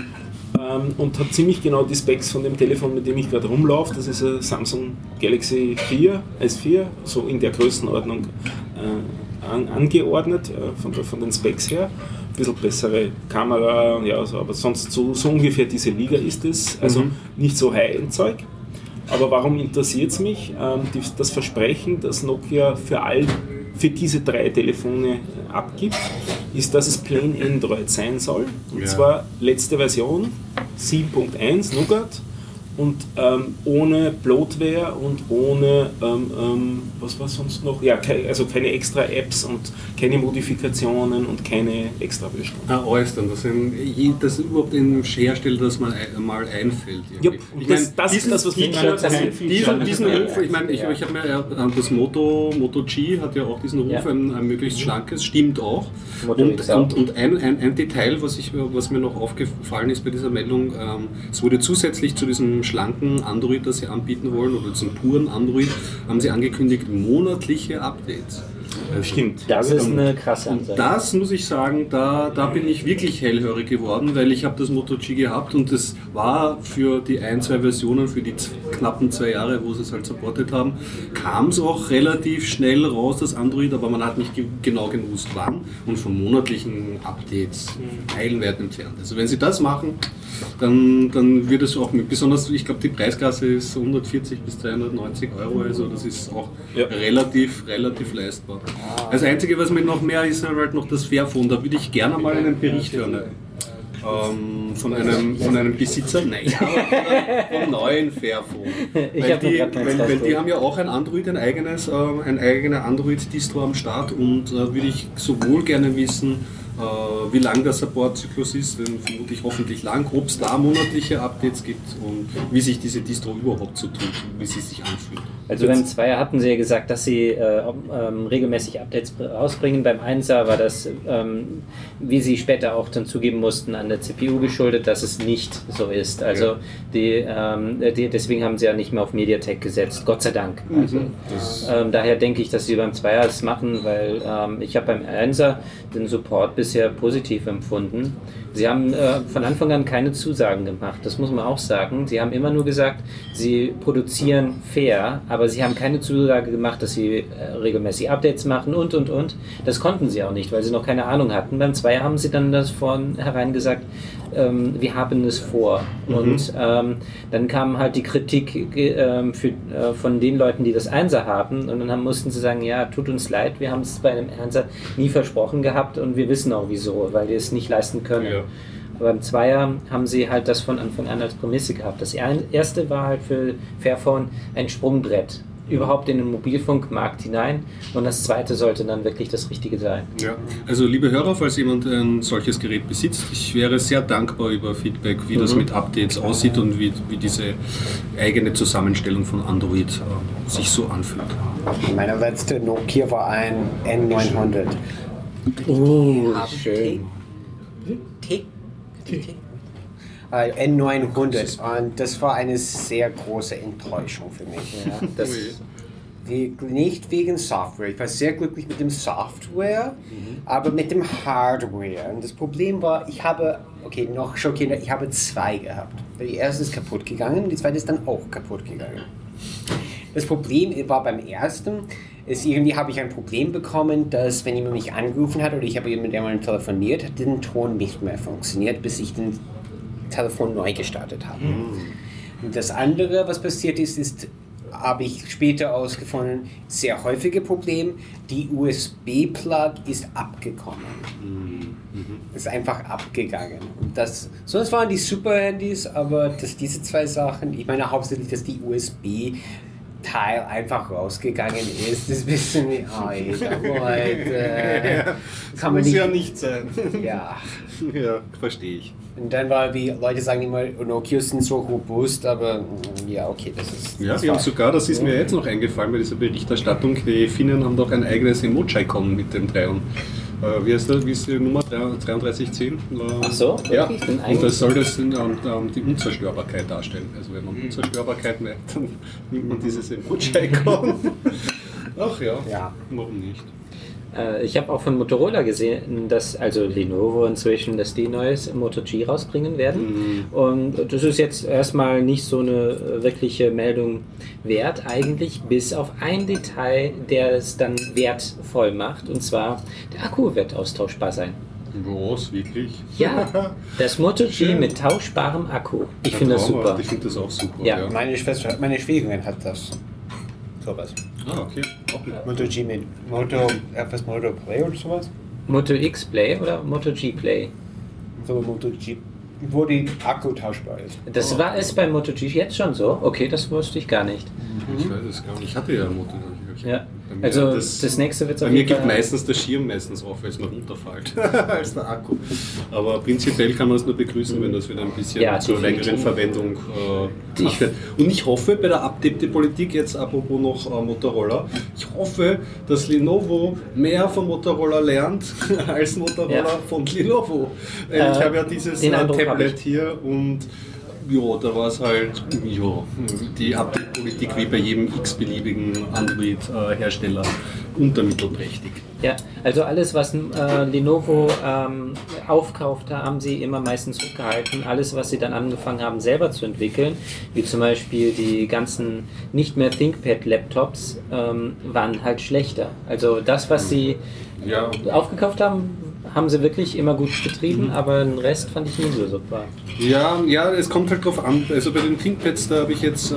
Und hat ziemlich genau die Specs von dem Telefon, mit dem ich gerade rumlaufe. Das ist ein Samsung Galaxy 4, S4, so in der Größenordnung angeordnet, von den Specs her. Ein bisschen bessere Kamera, ja, so, aber sonst so ungefähr diese Liga ist es. Also nicht so High-End-Zeug. Aber warum interessiert es mich? Das Versprechen, das Nokia für diese 3 Telefone abgibt, ist, dass es plain Android sein soll. Und Ja. zwar letzte Version 7.1 Nougat und ohne Bloatware und ohne, was war sonst noch? Ja, also keine extra Apps und keine Modifikationen und keine extra Bestellungen. Alles dann, das überhaupt dem Hersteller das mal einfällt. Ja, Ich das meine, ist das, was mich Feature- stört. diesen Ruf, ich meine, ich habe mir das Moto G hat ja auch diesen Ruf, Ja. ein möglichst schlankes, stimmt auch. Moto X auch. Und ein Detail, was mir noch aufgefallen ist bei dieser Meldung, es wurde zusätzlich zu diesem schlanken Android, das sie anbieten wollen, oder zum puren Android, haben sie angekündigt, monatliche Updates. Also, Stimmt. Das ist eine krasse und Ansage. das muss ich sagen, da bin ich wirklich hellhörig geworden, weil ich habe das Moto G gehabt und das war für die 1-2 Versionen, für die knappen 2 Jahre, wo sie es halt supportet haben, kam es auch relativ schnell raus, das Android, aber man hat nicht genau gewusst, wann, und von monatlichen Updates meilenweit entfernt. Also wenn sie das machen, dann wird es auch besonders, ich glaube die Preisklasse ist 140 bis 390 Euro, also das ist auch Ja. relativ leistbar. Das Einzige, was mir noch mehr ist, halt noch das Fairphone. Da würde ich gerne mal einen Bericht hören. Von einem Besitzer, nein, aber vom neuen Fairphone. Ich hab noch grad keins Weil die rausgeholt. haben ja auch ein Android, ein eigener Android-Distro am Start, und würde ich sowohl gerne wissen, wie lang der Support-Zyklus ist, denn vermutlich hoffentlich lang, ob es da monatliche Updates gibt und wie sich diese Distro überhaupt so tut, wie sie sich anfühlt. Also beim 2er hatten sie ja gesagt, dass sie regelmäßig Updates rausbringen. Beim 1er war das, wie sie später auch dann zugeben mussten, an der CPU geschuldet, dass es nicht so ist. Also deswegen haben sie ja nicht mehr auf MediaTek gesetzt, Gott sei Dank. Also, daher denke ich, dass sie beim 2er es machen, weil ich habe beim 1er den Support bisher positiv empfunden. Sie haben von Anfang an keine Zusagen gemacht, das muss man auch sagen. Sie haben immer nur gesagt, sie produzieren fair, aber sie haben keine Zusage gemacht, dass sie regelmäßig Updates machen und. Das konnten sie auch nicht, weil sie noch keine Ahnung hatten. Beim 2 haben sie dann das vornherein gesagt, wir haben es vor. Und dann kam halt die Kritik von den Leuten, die das 1er haben, und dann mussten sie sagen, ja, tut uns leid, wir haben es bei einem 1er nie versprochen gehabt und wir wissen auch wieso, weil wir es nicht leisten können. Ja. Beim Zweier haben sie halt das von Anfang an als Prämisse gehabt. Das erste war halt für Fairphone ein Sprungbrett überhaupt in den Mobilfunkmarkt hinein und das zweite sollte dann wirklich das Richtige sein. Ja, also liebe Hörer, falls jemand ein solches Gerät besitzt, ich wäre sehr dankbar über Feedback, wie das mit Updates aussieht und wie diese eigene Zusammenstellung von Android sich so anfühlt. Meine letzte Nokia war ein N900. Oh, schön. N900 und das war eine sehr große Enttäuschung für mich. Ja, das Nicht wegen Software. Ich war sehr glücklich mit dem Software, aber mit dem Hardware. Und das Problem war, ich habe zwei gehabt. Die erste ist kaputt gegangen, die zweite ist dann auch kaputt gegangen. Das Problem war beim ersten, irgendwie habe ich ein Problem bekommen, dass wenn jemand mich angerufen hat oder ich habe mit jemandem telefoniert, hat der Ton nicht mehr funktioniert, bis ich den Telefon neu gestartet habe. Und das andere, was passiert ist, habe ich später ausgefunden, sehr häufige Problem, die USB-Plug ist abgekommen. Ist einfach abgegangen. Und sonst waren die Super-Handys, aber diese zwei Sachen, ich meine hauptsächlich, dass die USB-Teil einfach rausgegangen ist, das ist ein bisschen wie, kann man nicht sein. Ja. Ja, verstehe ich. Und dann war wie, Leute sagen immer, Nokias sind so robust, aber ja, okay, das ist... Ja, wir haben sogar, das ist mir jetzt noch eingefallen bei dieser Berichterstattung, die Finnen haben doch ein eigenes Emoji-Icon mit dem 3. Wie ist die Nummer? 3310? Ach so? Ja, wirklich? und das soll das die Unzerstörbarkeit darstellen. Also wenn man Unzerstörbarkeit merkt, dann nimmt man dieses Emoji-Icon. Ach ja, warum nicht? Ich habe auch von Motorola gesehen, also Lenovo inzwischen, dass die neues Moto G rausbringen werden. Und das ist jetzt erstmal nicht so eine wirkliche Meldung wert, eigentlich, bis auf ein Detail, der es dann wertvoll macht. Und zwar, der Akku wird austauschbar sein. Was, wirklich? Ja, das Moto G mit tauschbarem Akku. Ich finde das super. Ich finde das auch super. Ja. Meine Schwiegerin hat das. Sowas. Ah, okay. Auch nicht. Moto G mit Moto Play oder sowas? Moto X Play oder Moto G Play? So Moto G, wo die Akku tauschbar ist. Das war es bei Moto G jetzt schon so? Okay, das wusste ich gar nicht. Ich weiß es gar nicht. Ich hatte ja ein Moto. Ja. Also das nächste wird es auf jeden Fall. Bei mir geht meistens der Schirm auf, weil es mir runterfällt, als der Akku. Aber prinzipiell kann man es nur begrüßen, wenn das wieder ein bisschen zur längeren Verwendung wird. Und ich hoffe, bei der Update-Politik, jetzt apropos noch Motorola, ich hoffe, dass Lenovo mehr von Motorola lernt, als Motorola von Lenovo. Ich habe ja dieses Tablet hier und ja, da war es halt die Update-Politik wie bei jedem x-beliebigen Android-Hersteller untermittelprächtig. Ja, also alles, was Lenovo aufkaufte, haben sie immer meistens hochgehalten. Alles, was sie dann angefangen haben, selber zu entwickeln, wie zum Beispiel die ganzen nicht mehr ThinkPad-Laptops, waren halt schlechter. Also das, was sie aufgekauft haben, haben sie wirklich immer gut betrieben, aber den Rest fand ich nie so super. Ja, es kommt halt drauf an. Also bei den ThinkPads, da habe ich jetzt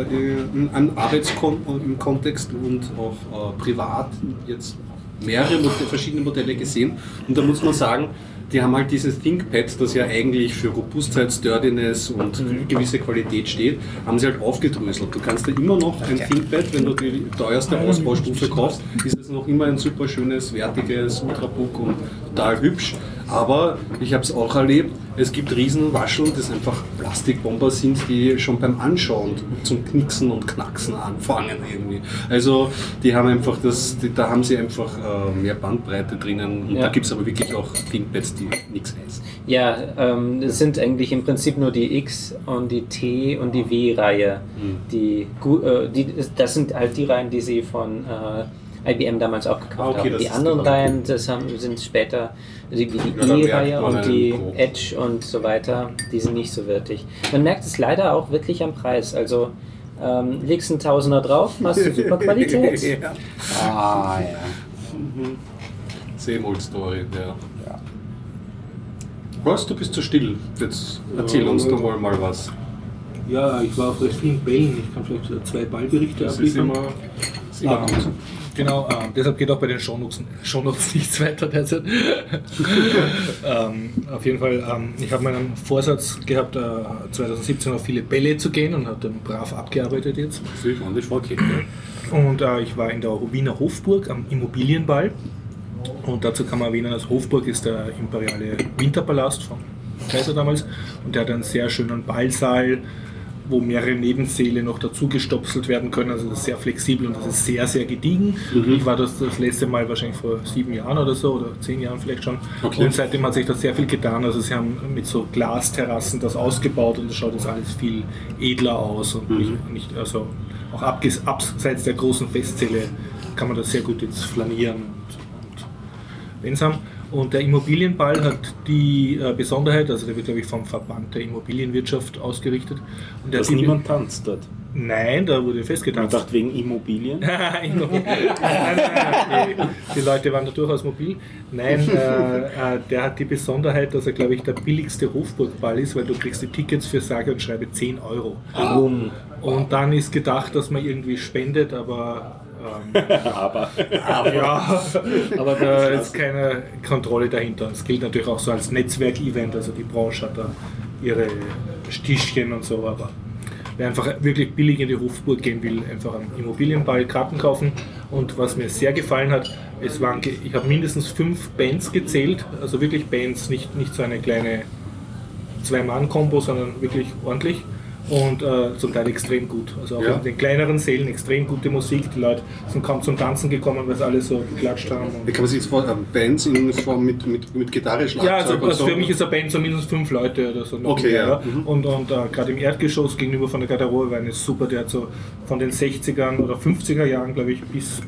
an Arbeitskontext und auch privat jetzt mehrere verschiedene Modelle gesehen. Und da muss man sagen, die haben halt dieses ThinkPad, das ja eigentlich für Robustheit, Sturdiness und gewisse Qualität steht, haben sie halt aufgedröselt. Du kannst ja immer noch ein ThinkPad, wenn du die teuerste Ausbaustufe kaufst, ist es noch immer ein super schönes, wertiges Ultrabook und total hübsch. Aber ich habe es auch erlebt, es gibt riesen Wascheln, das einfach Plastikbomber sind, die schon beim Anschauen zum Knicksen und Knacksen anfangen irgendwie. Also die haben einfach da haben sie einfach mehr Bandbreite drinnen und da gibt es aber wirklich auch ThinkPads, die nichts heißen. Ja, es sind eigentlich im Prinzip nur die X und die T und die W-Reihe. Das sind halt die Reihen, die sie von IBM damals auch gekauft haben. Die anderen Reihen, sind später wie die E-Reihe und die Edge und so weiter, die sind nicht so wertig. Man merkt es leider auch wirklich am Preis. Also legst einen Tausender drauf, hast du super Qualität. Same old story, ja. Was, du bist so still. Jetzt erzähl uns doch mal was. Ja, ich war auf recht vielen Bällen. Ich kann vielleicht 2 Ballberichte abliefern. Ist immer gut. Genau, deshalb geht auch bei den Shownotes nichts weiter derzeit. Auf jeden Fall, ich habe meinen Vorsatz gehabt, 2017 auf viele Bälle zu gehen und habe dann brav abgearbeitet jetzt. Ich fand das vorgehen. Und ich war in der Wiener Hofburg am Immobilienball. Und dazu kann man erwähnen, also Hofburg ist der imperiale Winterpalast vom Kaiser damals. Und der hat einen sehr schönen Ballsaal, wo mehrere Nebensäle noch dazu gestopselt werden können. Also das ist sehr flexibel und das ist sehr, sehr gediegen. Ich war das letzte Mal wahrscheinlich vor 7 Jahren oder so, oder 10 Jahren vielleicht schon. Okay. Und seitdem hat sich da sehr viel getan. Also sie haben mit so Glasterrassen das ausgebaut und das schaut jetzt alles viel edler aus. Und nicht, also auch abseits der großen Festsäle kann man das sehr gut jetzt flanieren und einsam. Und der Immobilienball hat die Besonderheit, also der wird, glaube ich, vom Verband der Immobilienwirtschaft ausgerichtet. Und der Dass niemand tanzt dort. Nein, da wurde Ich festgetanzt. dachte wegen Immobilien. Nein, die Leute waren da durchaus mobil. Nein, der hat die Besonderheit, dass er, glaube ich, der billigste Hofburgball ist, weil du kriegst die Tickets für sage und schreibe 10 Euro. Und dann ist gedacht, dass man irgendwie spendet, aber da ist keine Kontrolle dahinter. Es gilt natürlich auch so als Netzwerkevent, also die Branche hat da ihre Stichchen und so, aber wer einfach wirklich billig in die Hofburg gehen will, einfach am Immobilienball Karten kaufen. Und was mir sehr gefallen hat, ich habe mindestens 5 Bands gezählt, also wirklich Bands, nicht so eine kleine 2-Mann-Kombo, sondern wirklich ordentlich. Und zum Teil extrem gut. Also auch in den kleineren Sälen extrem gute Musik. Die Leute sind kaum zum Tanzen gekommen, weil sie alle so geklatscht haben. Wie kann man sich jetzt vorstellen, Bands in Form mit Gitarre, Schlagzeug? Ja, also und so? für mich ist eine Band so mindestens 5 Leute oder so. Okay, ja. Und gerade im Erdgeschoss gegenüber von der Garderobe war eine super, der hat so von den 60er oder 50er Jahren, glaube ich, bis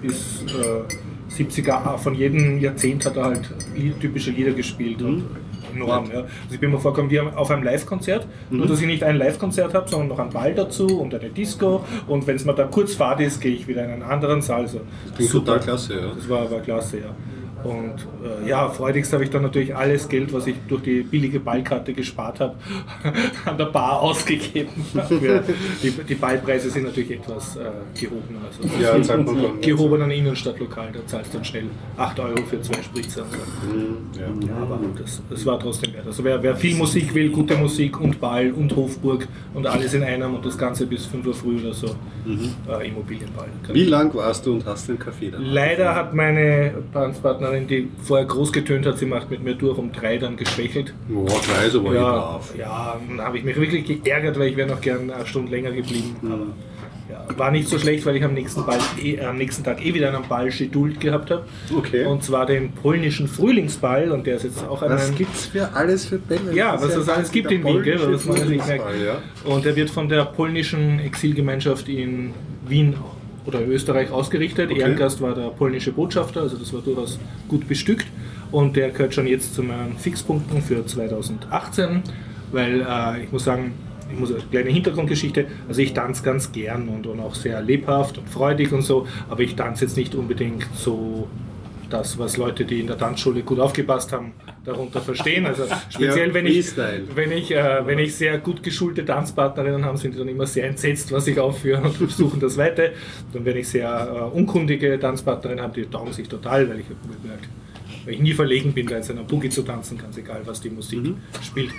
70er, von jedem Jahrzehnt hat er halt typische Lieder gespielt. Und enorm, ja. Also ich bin mir vorgekommen wie auf einem Live-Konzert, nur dass ich nicht ein Live-Konzert habe, sondern noch einen Ball dazu und eine Disco, und wenn es mir da kurz Fahrt ist, gehe ich wieder in einen anderen Saal. Also, das klingt total klasse, ja. Das war klasse, ja. Und freudigst habe ich dann natürlich alles Geld, was ich durch die billige Ballkarte gespart habe, an der Bar ausgegeben. Die Ballpreise sind natürlich etwas gehobener. Also Ja, zahlt man dann. gehobener Innenstadtlokal, da zahlst du dann schnell 8 Euro für 2 Spritzer. Ja. Aber das war trotzdem wert. Also wer viel Musik will, gute Musik und Ball und Hofburg und alles in einem und das Ganze bis 5 Uhr früh oder so, Immobilienball. Wie lang warst du und hast den Kaffee dann? Leider hat meine Tanzpartnerin, die vorher groß getönt hat, sie macht mit mir durch, um 3 dann geschwächelt. Oh, 3 ist aber brav. Ja, dann habe ich mich wirklich geärgert, weil ich wäre noch gern eine Stunde länger geblieben. Aber war nicht so schlecht, weil ich am nächsten Tag wieder einen Ball schedult gehabt habe. Okay. Und zwar den polnischen Frühlingsball, und der ist jetzt auch Was gibt's für alles für Bälle? Ja, was es alles gibt in Wien, gell? Was man nicht merkt. Und der wird von der polnischen Exilgemeinschaft in Wien oder Österreich ausgerichtet. Okay. Ehrengast war der polnische Botschafter, also das war durchaus gut bestückt. Und der gehört schon jetzt zu meinen Fixpunkten für 2018, weil ich muss sagen, eine kleine Hintergrundgeschichte, also ich tanze ganz gern und auch sehr lebhaft und freudig und so, aber ich tanze jetzt nicht unbedingt so das, was Leute, die in der Tanzschule gut aufgepasst haben, darunter verstehen. Also speziell wenn ich sehr gut geschulte Tanzpartnerinnen habe, sind die dann immer sehr entsetzt, was ich aufführe, und versuchen das weiter. Und wenn ich sehr unkundige Tanzpartnerinnen habe, die taugen sich total, weil ich nie verlegen bin, da jetzt einer Boogie zu tanzen, ganz egal, was die Musik spielt.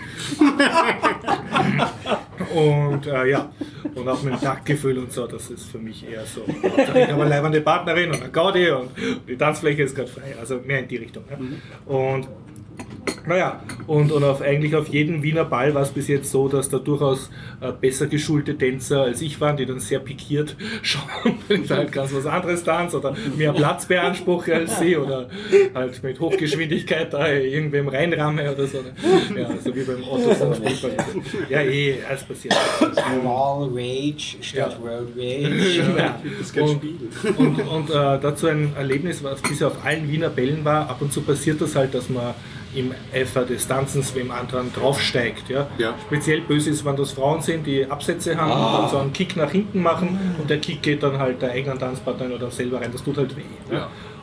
Und und auch mit dem Taktgefühl und so, das ist für mich eher so. Ich habe eine leibende Partnerin und eine Gaudi und die Tanzfläche ist gerade frei, also mehr in die Richtung. Ja. Und eigentlich auf jedem Wiener Ball war es bis jetzt so, dass da durchaus besser geschulte Tänzer als ich waren, die dann sehr pikiert schauen, wenn ich halt ganz was anderes tanze oder mehr Platz beanspruche als sie oder halt mit Hochgeschwindigkeit da irgendwem reinramme oder so. Ja, so wie beim Otto vom Fußball. Ja, alles passiert. Wall Rage statt Road Rage. Das kann spielen. Und dazu ein Erlebnis, was bisher auf allen Wiener Bällen war. Ab und zu passiert das halt, dass man im Eifer des Tanzens wem anderen draufsteigt. Ja? Ja. Speziell böse ist, wenn das Frauen sind, die Absätze haben und dann so einen Kick nach hinten machen und der Kick geht dann halt der eigenen Tanzpartnerin oder selber rein. Das tut halt weh. Ja?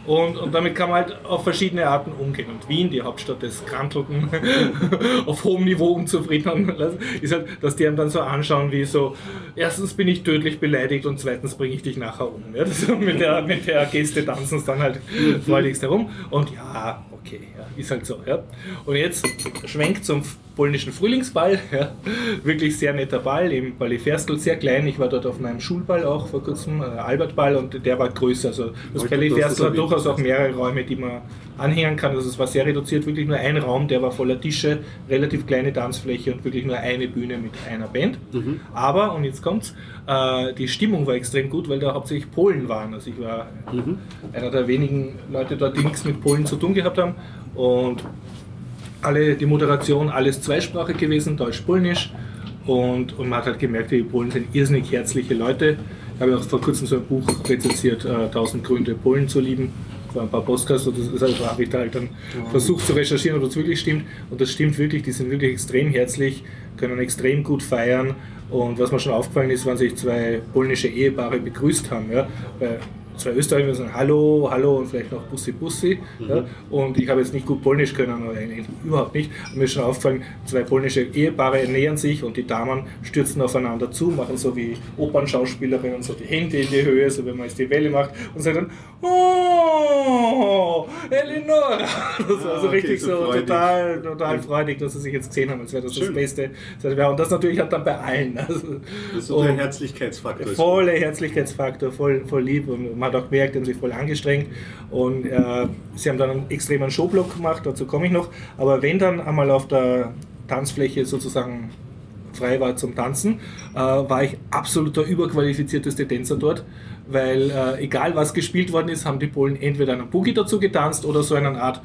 Und damit kann man halt auf verschiedene Arten umgehen. Und Wien, die Hauptstadt des Krantelten, auf hohem Niveau unzufrieden ist halt, dass die einem dann so anschauen wie so, erstens bin ich tödlich beleidigt und zweitens bringe ich dich nachher um. Ja, das mit der Geste tanzen es dann halt freudigst herum. Und ja, okay, ja, ist halt so. Ja. Und jetzt schwenkt zum polnischen Frühlingsball, ja, wirklich sehr netter Ball, im Ballet Ferstl, sehr klein. Ich war dort auf meinem Schulball auch vor kurzem, Albertball, und der war größer. Also das Ballet Ferstl hat durchaus auch mehrere Räume, die man anhängen kann. Also es war sehr reduziert, wirklich nur ein Raum, der war voller Tische, relativ kleine Tanzfläche und wirklich nur eine Bühne mit einer Band. Aber, und jetzt kommt's, die Stimmung war extrem gut, weil da hauptsächlich Polen waren. Also ich war einer der wenigen Leute dort, die nichts mit Polen zu tun gehabt haben. Und die Moderation, alles zweisprachig gewesen, Deutsch-Polnisch, und man hat halt gemerkt, die Polen sind irrsinnig herzliche Leute. Ich habe auch vor kurzem so ein Buch rezensiert, 1000 Gründe, Polen zu lieben, vor ein paar Podcasts, und das habe ich da halt dann versucht zu recherchieren, ob das wirklich stimmt, und das stimmt wirklich, die sind wirklich extrem herzlich, können extrem gut feiern, und was mir schon aufgefallen ist, wenn sich zwei polnische Ehepaare begrüßt haben, ja, weil zwei Österreicher sagen Hallo, Hallo und vielleicht noch Bussi, Bussi. Ja. Und ich habe jetzt nicht gut Polnisch können, oder eigentlich überhaupt nicht. Und mir ist schon aufgefallen, zwei polnische Ehepaare nähern sich und die Damen stürzen aufeinander zu, machen so wie Opernschauspielerinnen so die Hände in die Höhe, so wenn man jetzt die Welle macht, und sagen dann Oh, Eleonora! Also richtig so total freudig, dass sie sich jetzt gesehen haben, als wäre das das Beste. Und das natürlich hat dann bei allen. Also, das ist so der Herzlichkeitsfaktor. Voller Herzlichkeitsfaktor, voll lieb, und man hat auch gemerkt, die haben sich voll angestrengt, und sie haben dann einen extremen Showblock gemacht, dazu komme ich noch, aber wenn dann einmal auf der Tanzfläche sozusagen frei war zum Tanzen, war ich absolut der überqualifizierteste Tänzer dort, weil egal was gespielt worden ist, haben die Polen entweder einen Boogie dazu getanzt oder so eine Art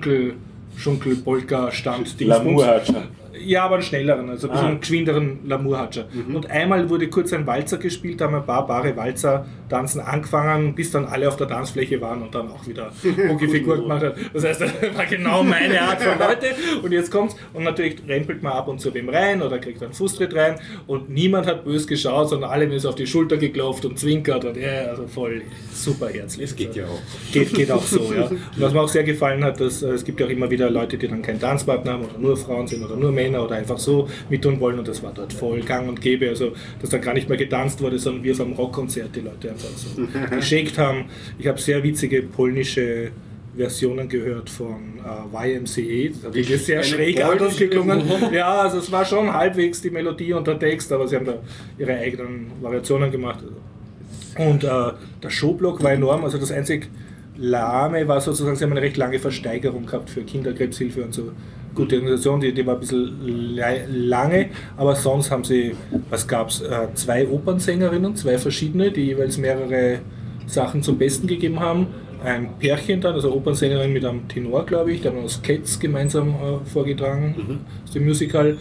Schunkel-Polka-Stand. Lamour-Hatscha. Ja, aber einen schnelleren, also ein bisschen geschwinderen Lamour-Hatscha. Und einmal wurde kurz ein Walzer gespielt, da haben ein paar Paare Walzer tanzen angefangen, bis dann alle auf der Tanzfläche waren und dann auch wieder Boogie-Figur gemacht hat. Das heißt, das war genau meine Art von Leute. Und jetzt kommt's, und natürlich rempelt man ab und zu wem rein oder kriegt einen Fußtritt rein, und niemand hat böse geschaut, sondern alle ist auf die Schulter geklopft und zwinkert, und also voll super herzlich. Das geht ja auch. Geht auch so, ja. Und was mir auch sehr gefallen hat, dass es gibt ja auch immer wieder Leute, die dann keinen Tanzpartner haben oder nur Frauen sind oder nur Männer oder einfach so mit tun wollen, und das war dort voll gang und gäbe, also dass da gar nicht mehr getanzt wurde, sondern wie auf einem Rockkonzert die Leute einfach so geschakt haben. Ich habe sehr witzige polnische Versionen gehört von YMCA, das hat wirklich sehr schräg anders geklungen. Ja, also es war schon halbwegs die Melodie und der Text, aber sie haben da ihre eigenen Variationen gemacht. Und der Showblock war enorm, also das einzig Lahme war sozusagen, sie haben eine recht lange Versteigerung gehabt für Kinderkrebshilfe und so. Gute Organisation, die war ein bisschen lange, aber sonst haben sie, was gab es, zwei Opernsängerinnen, zwei verschiedene, die jeweils mehrere Sachen zum Besten gegeben haben. Ein Pärchen dann, also Opernsängerin mit einem Tenor, glaube ich, die haben aus Cats gemeinsam vorgetragen, aus dem Musical.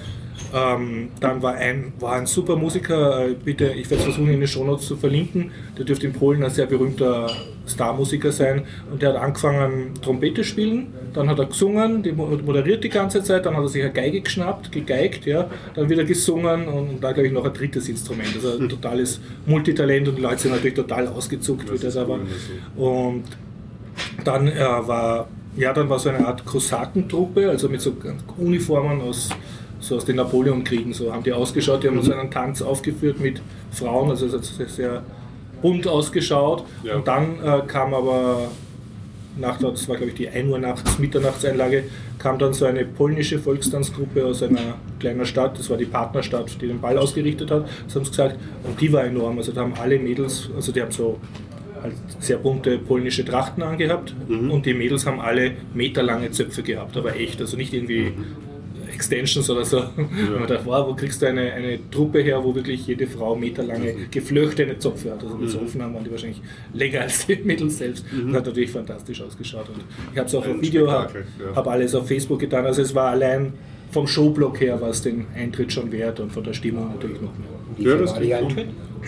Dann war ein super Musiker, bitte, ich werde es versuchen in den Shownotes zu verlinken, der dürfte in Polen ein sehr berühmter Starmusiker sein, und der hat angefangen Trompete spielen, dann hat er gesungen, moderiert die ganze Zeit, dann hat er sich eine Geige geschnappt, gegeigt, ja, dann wieder gesungen, und da glaube ich noch ein drittes Instrument, also ein totales Multitalent, und die Leute sind natürlich total ausgezuckt, wie das aber. Und dann war so eine Art Kosakentruppe, also mit so Uniformen aus den Napoleonkriegen, so haben die ausgeschaut, die haben so einen Tanz aufgeführt mit Frauen, also es hat sehr bunt ausgeschaut, ja. Und dann kam aber, das war glaube ich die 1 Uhr nachts, Mitternachtseinlage, kam dann so eine polnische Volkstanzgruppe aus einer kleinen Stadt, das war die Partnerstadt, die den Ball ausgerichtet hat, das haben sie gesagt, und die war enorm, also da haben alle Mädels, also die haben so halt sehr bunte polnische Trachten angehabt, und die Mädels haben alle meterlange Zöpfe gehabt, aber echt, also nicht irgendwie Extensions oder so. Ja. Und man dachte, wow, wo kriegst du eine Truppe her, wo wirklich jede Frau meterlange geflochtene Zöpfe hat. Also mit so Aufnahmen waren die wahrscheinlich länger als die Mädels selbst. Und hat natürlich fantastisch ausgeschaut. Und ich habe es auch auf Video, habe alles auf Facebook getan. Also es war allein vom Showblock her war es den Eintritt schon wert, und von der Stimmung natürlich noch mehr. Wie viel war die Eintritt?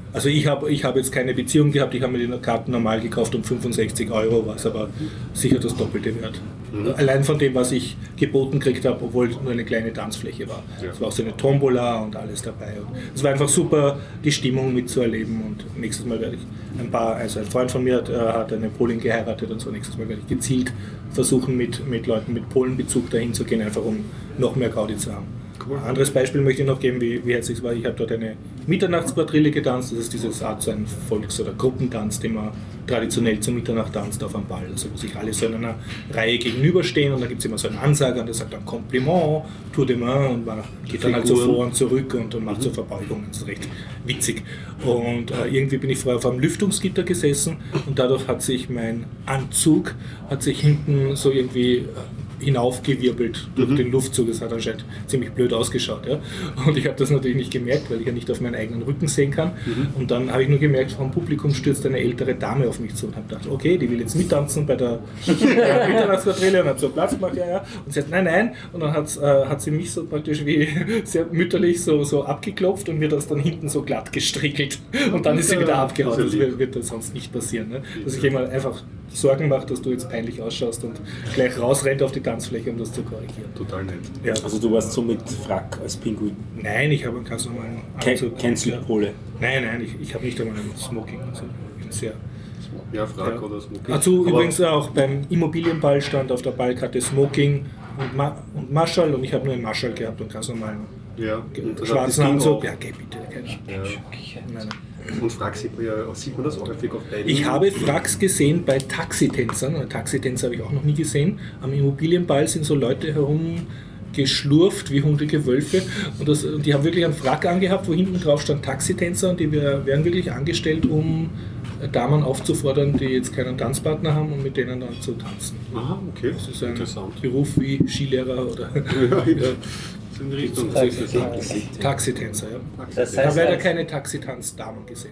Also ich hab jetzt keine Beziehung gehabt, ich habe mir die Karten normal gekauft um 65 €, war es aber sicher das Doppelte wert. Allein von dem, was ich geboten gekriegt habe, obwohl es nur eine kleine Tanzfläche war. Es war auch so eine Tombola und alles dabei. Und es war einfach super, die Stimmung mitzuerleben, und nächstes Mal werde ich ein Freund von mir hat eine Polin geheiratet und so, nächstes Mal werde ich gezielt versuchen, mit Leuten mit Polenbezug dahin zu gehen, einfach um noch mehr Gaudi zu haben. Cool. Ein anderes Beispiel möchte ich noch geben, wie herzlich es war. Ich habe dort eine Mitternachtsquadrille getanzt. Das ist dieses Art so ein Volks- oder Gruppentanz, den man traditionell zur Mitternacht tanzt auf einem Ball. Also wo sich alle so in einer Reihe gegenüberstehen, und da gibt es immer so einen Ansager, und der sagt dann Compliment, Tour de main, und man geht dann halt so vor und zurück und macht so Verbeugungen. Das ist recht witzig. Und irgendwie bin ich vorher auf einem Lüftungsgitter gesessen, und dadurch hat sich mein Anzug hinten so irgendwie hinaufgewirbelt durch den Luftzug. Das hat anscheinend ziemlich blöd ausgeschaut. Ja? Und ich habe das natürlich nicht gemerkt, weil ich ja nicht auf meinen eigenen Rücken sehen kann. Und dann habe ich nur gemerkt, vom Publikum stürzt eine ältere Dame auf mich zu, und habe gedacht, okay, die will jetzt mittanzen bei der Mitternachtsquadrille, und hat so Platz gemacht, und sie hat nein. Und dann hat sie mich so praktisch wie sehr mütterlich so abgeklopft und mir das dann hinten so glatt gestrickelt. Und dann ist sie wieder abgehauen. Das wird dann sonst nicht passieren. Ne? Dass ich jemand einfach Sorgen macht, dass du jetzt peinlich ausschaust und gleich rausrennt auf die Tanzfläche, um das zu korrigieren. Total nett. Ja. Also du warst so mit Frack als Pinguin? Nein, ich habe einen ganz normalen Anzug. Kein Südpole? Nein, ich habe nicht einmal einen Smoking. Also sehr Frack oder Smoking. Dazu übrigens auch beim Immobilienball stand auf der Ballkarte Smoking und Marschall, und ich habe nur einen Marschall gehabt und ganz normalen schwarzen Anzug. Ja, okay, bitte. Nein. Und Frack sieht man das auch häufig auf beiden? Ich habe Fracks gesehen bei Taxitänzern. Taxitänzer habe ich auch noch nie gesehen. Am Immobilienball sind so Leute herumgeschlurft wie hungrige Wölfe. Und die haben wirklich einen Frack angehabt, wo hinten drauf stand Taxitänzer. Und die werden wirklich angestellt, um Damen aufzufordern, die jetzt keinen Tanzpartner haben, und mit denen dann zu tanzen. Aha, okay. Das ist ein Beruf wie Skilehrer oder... in Richtung Taxitänzer, ja. Das heißt, ich habe leider keine Taxitanz-Damen gesehen.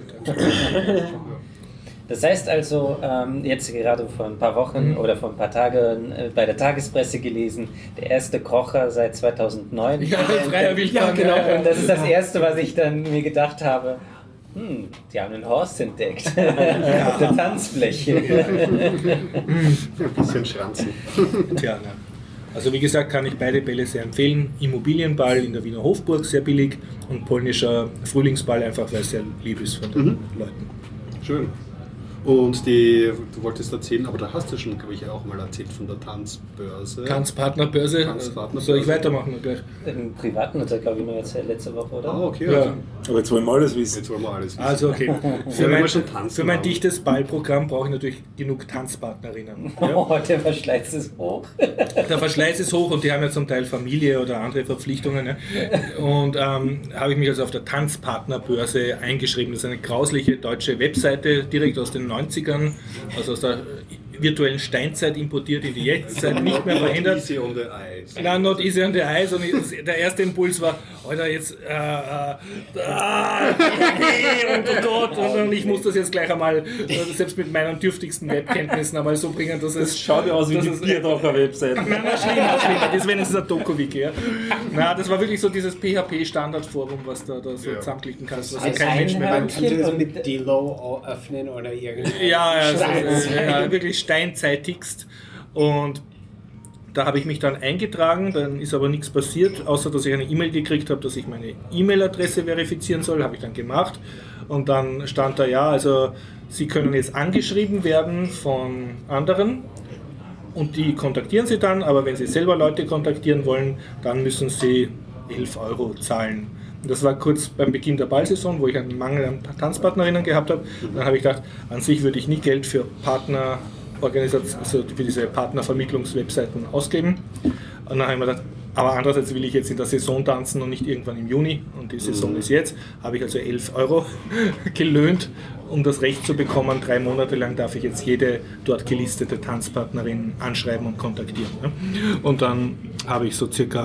Das heißt also, jetzt gerade vor ein paar Wochen oder vor ein paar Tagen bei der Tagespresse gelesen, der erste Kocher seit 2009. Ja, freier Wildbahn. Genau. Und das ist das Erste, was ich dann mir gedacht habe. Die haben einen Horst entdeckt. Auf der Tanzfläche. Ein bisschen schranzen. Tja, na. Also wie gesagt, kann ich beide Bälle sehr empfehlen. Immobilienball in der Wiener Hofburg, sehr billig, und polnischer Frühlingsball, einfach weil es sehr lieb ist von den Leuten. Schön. Und du wolltest erzählen, aber da hast du schon, glaube ich, auch mal erzählt von der Tanzbörse. Tanzpartnerbörse. Soll ich weitermachen gleich? Im Privaten hat er, glaube ich, nur erzählt letzte Woche, oder? Ah, okay. Ja. Aber jetzt wollen wir alles wissen. Also okay. Für mein haben. dichtes Ballprogramm brauche ich natürlich genug Tanzpartnerinnen. Ja? Oh, der Verschleiß ist hoch. Der Verschleiß ist hoch, und die haben ja zum Teil Familie oder andere Verpflichtungen. Ne? Und habe ich mich also auf der Tanzpartnerbörse eingeschrieben. Das ist eine grausliche deutsche Webseite, direkt aus den 90ern, also aus der virtuellen Steinzeit importiert in die Jetztzeit, nicht mehr verändert. Not easy on the eyes. Nein, not easy on the eyes. Und der erste Impuls war, Alter, jetzt und ich muss das jetzt gleich einmal, selbst mit meinen dürftigsten Webkenntnissen, einmal so bringen, dass es... Das schaut ja aus wie die Bierdacher-Webseite. Nein, schlimmer. Das ist wenigstens ein Doku-Wiki. Ja. Na, das war wirklich so dieses PHP-Standardforum, was da so zusammenklicken kannst, was kein Mensch mehr Man kann das mit Dilo öffnen oder irgendwie. Ja, wirklich steinzeitigst. Und da habe ich mich dann eingetragen, dann ist aber nichts passiert, außer dass ich eine E-Mail gekriegt habe, dass ich meine E-Mail-Adresse verifizieren soll, habe ich dann gemacht. Und dann stand da, also Sie können jetzt angeschrieben werden von anderen, und die kontaktieren Sie dann, aber wenn Sie selber Leute kontaktieren wollen, dann müssen Sie 11 € zahlen. Und das war kurz beim Beginn der Ballsaison, wo ich einen Mangel an Tanzpartnerinnen gehabt habe. Dann habe ich gedacht, an sich würde ich nie Geld für also für diese Partnervermittlungswebseiten ausgeben. Und dann habe ich mir gedacht, aber andererseits will ich jetzt in der Saison tanzen und nicht irgendwann im Juni, und die Saison ist jetzt, habe ich also 11 € gelöhnt, um das Recht zu bekommen. 3 Monate lang darf ich jetzt jede dort gelistete Tanzpartnerin anschreiben und kontaktieren. Und dann habe ich so circa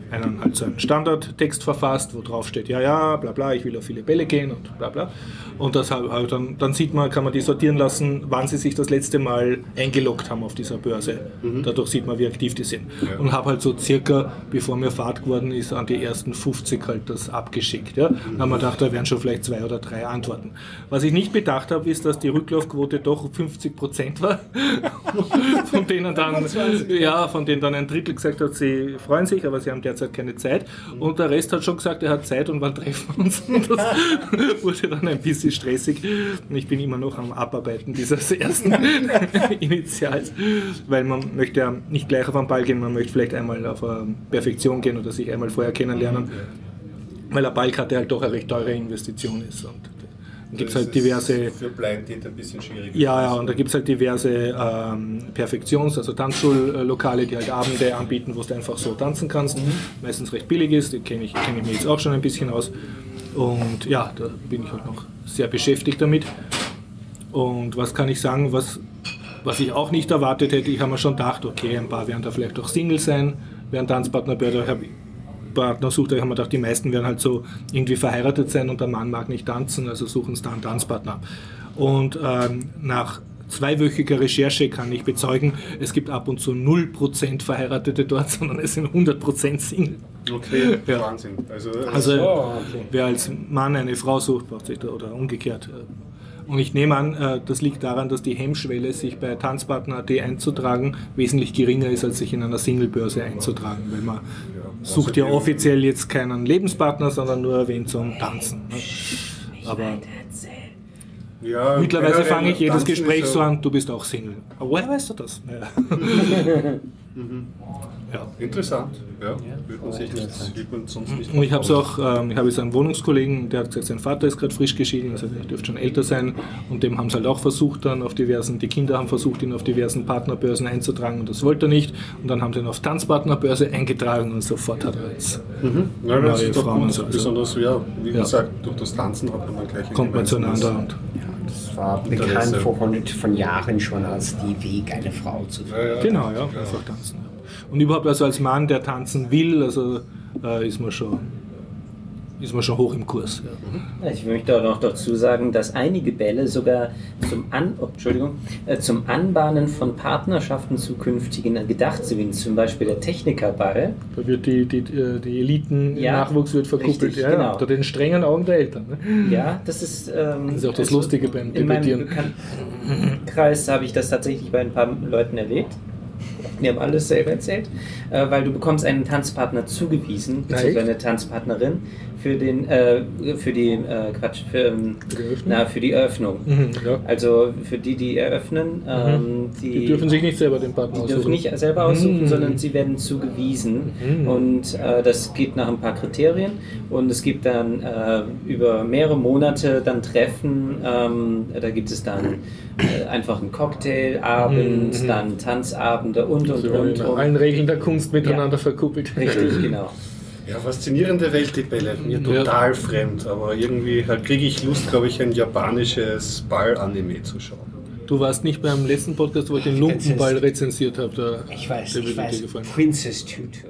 halt so einen Standardtext verfasst, wo drauf steht, ja, bla bla, ich will auf viele Bälle gehen und bla bla. Und das halt dann sieht man, kann man die sortieren lassen, wann sie sich das letzte Mal eingeloggt haben auf dieser Börse. Dadurch sieht man, wie aktiv die sind. Ja. Und habe halt so circa, bevor mir Fahrt geworden ist, an die ersten 50 halt das abgeschickt. Ja. Dann haben wir gedacht, da wären schon vielleicht 2 oder 3 Antworten. Was ich nicht bedacht habe, ist, dass die Rücklaufquote doch 50% war. von denen dann ein Drittel gesagt hat, sie freuen sich, aber sie haben derzeit keine Zeit. Und der Rest hat schon gesagt, er hat Zeit und wann treffen wir uns. Und das wurde dann ein bisschen stressig. Und ich bin immer noch am Abarbeiten dieses ersten Initials, weil man möchte ja nicht gleich auf den Ball gehen, man möchte vielleicht einmal auf Perfektion gehen oder sich einmal vorher kennenlernen, weil eine Ballkarte halt doch eine recht teure Investition ist. Und gibt es halt diverse. Für Blind-Date ein bisschen schwierig. Ja, und da gibt es halt diverse also Tanzschullokale, die halt Abende anbieten, wo du einfach so tanzen kannst. Meistens recht billig ist, die kenne ich mir jetzt auch schon ein bisschen aus. Und ja, da bin ich halt noch sehr beschäftigt damit. Und was kann ich sagen, was ich auch nicht erwartet hätte, ich habe mir schon gedacht, okay, ein paar werden da vielleicht auch Single sein, werden Tanzpartner sucht, ich habe mir gedacht, die meisten werden halt so irgendwie verheiratet sein und der Mann mag nicht tanzen, also suchen es da einen Tanzpartner. Und nach 2-wöchiger Recherche kann ich bezeugen, es gibt ab und zu 0% Verheiratete dort, sondern es sind 100% Single. Okay, ja. Wahnsinn. Also wer als Mann eine Frau sucht, braucht sich da, oder umgekehrt. Und ich nehme an, das liegt daran, dass die Hemmschwelle, sich bei Tanzpartner.at einzutragen, wesentlich geringer ist, als sich in einer Singlebörse einzutragen, weil man sucht ja offiziell jetzt keinen Lebenspartner, sondern nur wen zum Tanzen. Ne? Aber mittlerweile fange ich jedes Gespräch so an, du bist auch Single. Aber woher weißt du das? Ja. Interessant. Ja. Wird man sonst nicht. Und ich habe jetzt einen Wohnungskollegen, der hat gesagt, sein Vater ist gerade frisch geschieden, also der dürfte schon älter sein, und dem haben sie halt auch versucht, die Kinder haben versucht, ihn auf diversen Partnerbörsen einzutragen, und das wollte er nicht, und dann haben sie ihn auf Tanzpartnerbörse eingetragen und sofort hat er jetzt ja, das ist doch gut. Besonders, wie gesagt, durch das Tanzen hat man dann gleich kommt man zueinander. Und das war bekannt vor Hunderten von Jahren schon als die Weg, eine Frau zu finden. Genau, einfach tanzen. Und überhaupt, also als Mann, der tanzen will, also ist man schon hoch im Kurs. Ja. Ich möchte auch noch dazu sagen, dass einige Bälle sogar zum Anbahnen von Partnerschaften zukünftigen gedacht sind, wie zum Beispiel der Technikerball. Da wird die Eliten-Nachwuchs wird verkuppelt, richtig, genau. Unter den strengen Augen der Eltern. Ne? Ja, das ist auch das Lustige beim Debattieren. In meinem Bekanntenkreis habe ich das tatsächlich bei ein paar Leuten erlebt. Die haben alles selber erzählt, weil du bekommst einen Tanzpartner zugewiesen, beziehungsweise eine Tanzpartnerin für die Eröffnung. Ja. Also für die eröffnen, die dürfen sich nicht selber den Partner aussuchen. Die dürfen nicht selber aussuchen, sondern sie werden zugewiesen. Und das geht nach ein paar Kriterien, und es gibt dann über mehrere Monate dann Treffen, da gibt es dann einfach einen Cocktailabend, dann Tanzabende und. In allen Regeln der Kunst miteinander verkuppelt. Richtig, genau. Ja, faszinierende Welt, die Bälle. Mir total fremd, aber irgendwie halt kriege ich Lust, glaube ich, ein japanisches Ball-Anime zu schauen. Du warst nicht beim letzten Podcast, wo ich den Lumpenball rezensiert habe. Ich weiß, Princess Tutu.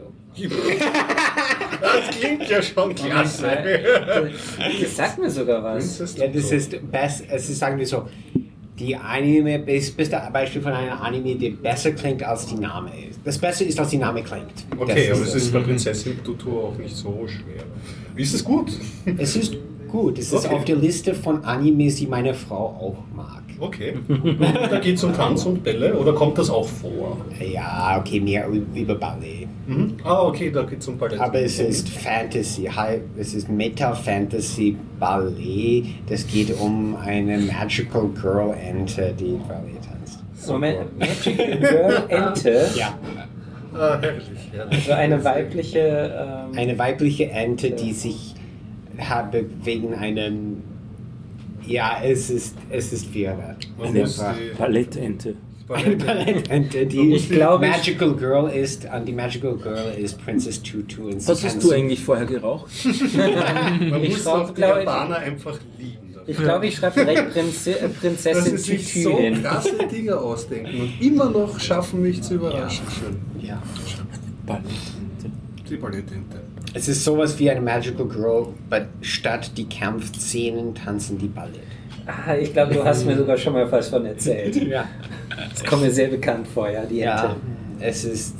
Das klingt ja schon klasse. Das sagt mir sogar was. Ja, das ist best, es ist, sagen wir so, die Anime, beste Beispiel von einem Anime, der besser klingt als die Name ist. Das Beste ist, als die Name klingt. Okay, aber es ist bei Prinzessin Tutu auch nicht so schwer. Ist es gut? Es ist gut. Es ist auf der Liste von Animes, die meine Frau auch mag. Okay. Da geht es um Tanz und Bälle, oder kommt das auch vor? Ja, okay, mehr über Ballett. Okay, da geht es um Ballett. Aber es ist Fantasy, es ist Meta-Fantasy-Ballett. Das geht um eine Magical Girl-Ente, die Ballett tanzt. Moment, Magical Girl-Ente? Ja. Herrlich. Also eine weibliche... Eine weibliche Ente, die sich wegen einem... Ja, es ist wirre. Eine Ballettente. Eine Ballettente, die Magical Girl ist, und die Magical Girl ist Princess Tutu. Was hast du eigentlich vorher geraucht? Man muss doch die Japaner einfach lieben. Ich glaube, ich schreibe direkt Prinzessin Tutu sich so krasse Dinge ausdenken und immer noch schaffen, mich zu überraschen. Ja. Ballettente. Die Ballettente. Es ist sowas wie eine Magical Girl, aber statt die Kampfszenen tanzen die Ballett. Ah, ich glaube, du hast mir sogar schon mal was von erzählt. Ja. Das kommt mir sehr bekannt vor, ja, die Ente. Ja, es ist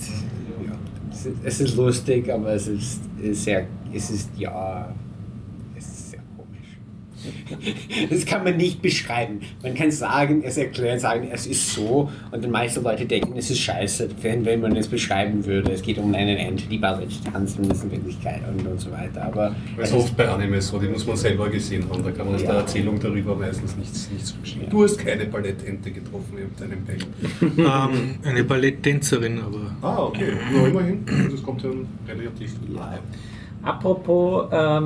lustig, aber es ist sehr komisch. Das kann man nicht beschreiben. Man kann sagen, es ist so, und dann meiste Leute denken, es ist scheiße, wenn man es beschreiben würde. Es geht um eine Ente, die Ballett tanzen muss in Wirklichkeit und so weiter. Aber es ist oft bei Animes so, die muss man selber gesehen haben, da kann man aus der Erzählung darüber meistens nichts verstehen. Du hast keine Ballettente getroffen mit deinem Pech. Eine Balletttänzerin, aber... Ah, okay, nur immerhin. Das kommt ja relativ nahe. Apropos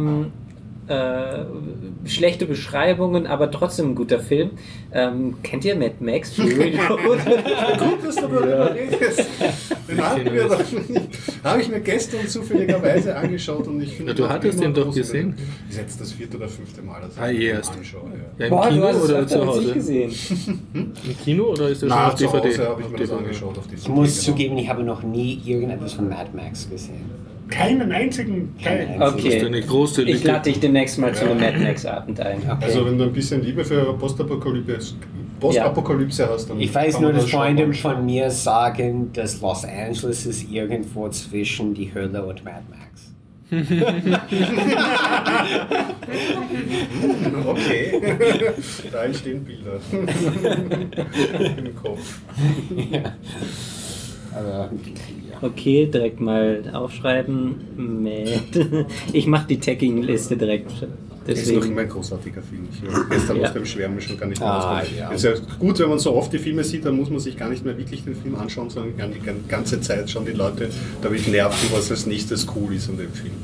schlechte Beschreibungen, aber trotzdem ein guter Film. Kennt ihr Mad Max Fury Road? Gut, dass du darüber redest. Den habe ich mir gestern zufälligerweise angeschaut und ich finde... Ja, du hattest den doch gesehen. Das ist jetzt das 4. oder 5. Mal, dass ich den erst. anschaue. Ja, im Kino oder zu Hause? Gesehen. Im Kino oder ist der schon auf Zu DVD? Hause habe ich mir das angeschaut auf DVD. ich muss zugeben, ich habe noch nie irgendetwas von Mad Max gesehen. Keinen einzigen Teil. Das ist Okay, eine große Lücke. ich lade dich demnächst mal zu einem Mad Max Abend ein. Okay. Also wenn du ein bisschen Liebe für Postapokalypse hast, dann... Ich weiß kann nur, man dass schon Freunde mal von mir sagen, dass Los Angeles ist irgendwo zwischen die Hölle und Mad Max. Okay, da entstehen Bilder im Kopf. Ja. Aber, Okay, direkt mal aufschreiben. Ich mache die Tagging-Liste direkt. Das ist noch Deswegen. immer ein großartiger Film. Ich war gestern aus dem Schwärmen schon gar nicht mehr rauskommen. ja. Es ist ja gut, wenn man so oft die Filme sieht, dann muss man sich gar nicht mehr wirklich den Film anschauen, sondern die ganze Zeit schauen die Leute damit nerven, was als nächstes cool ist an dem Film.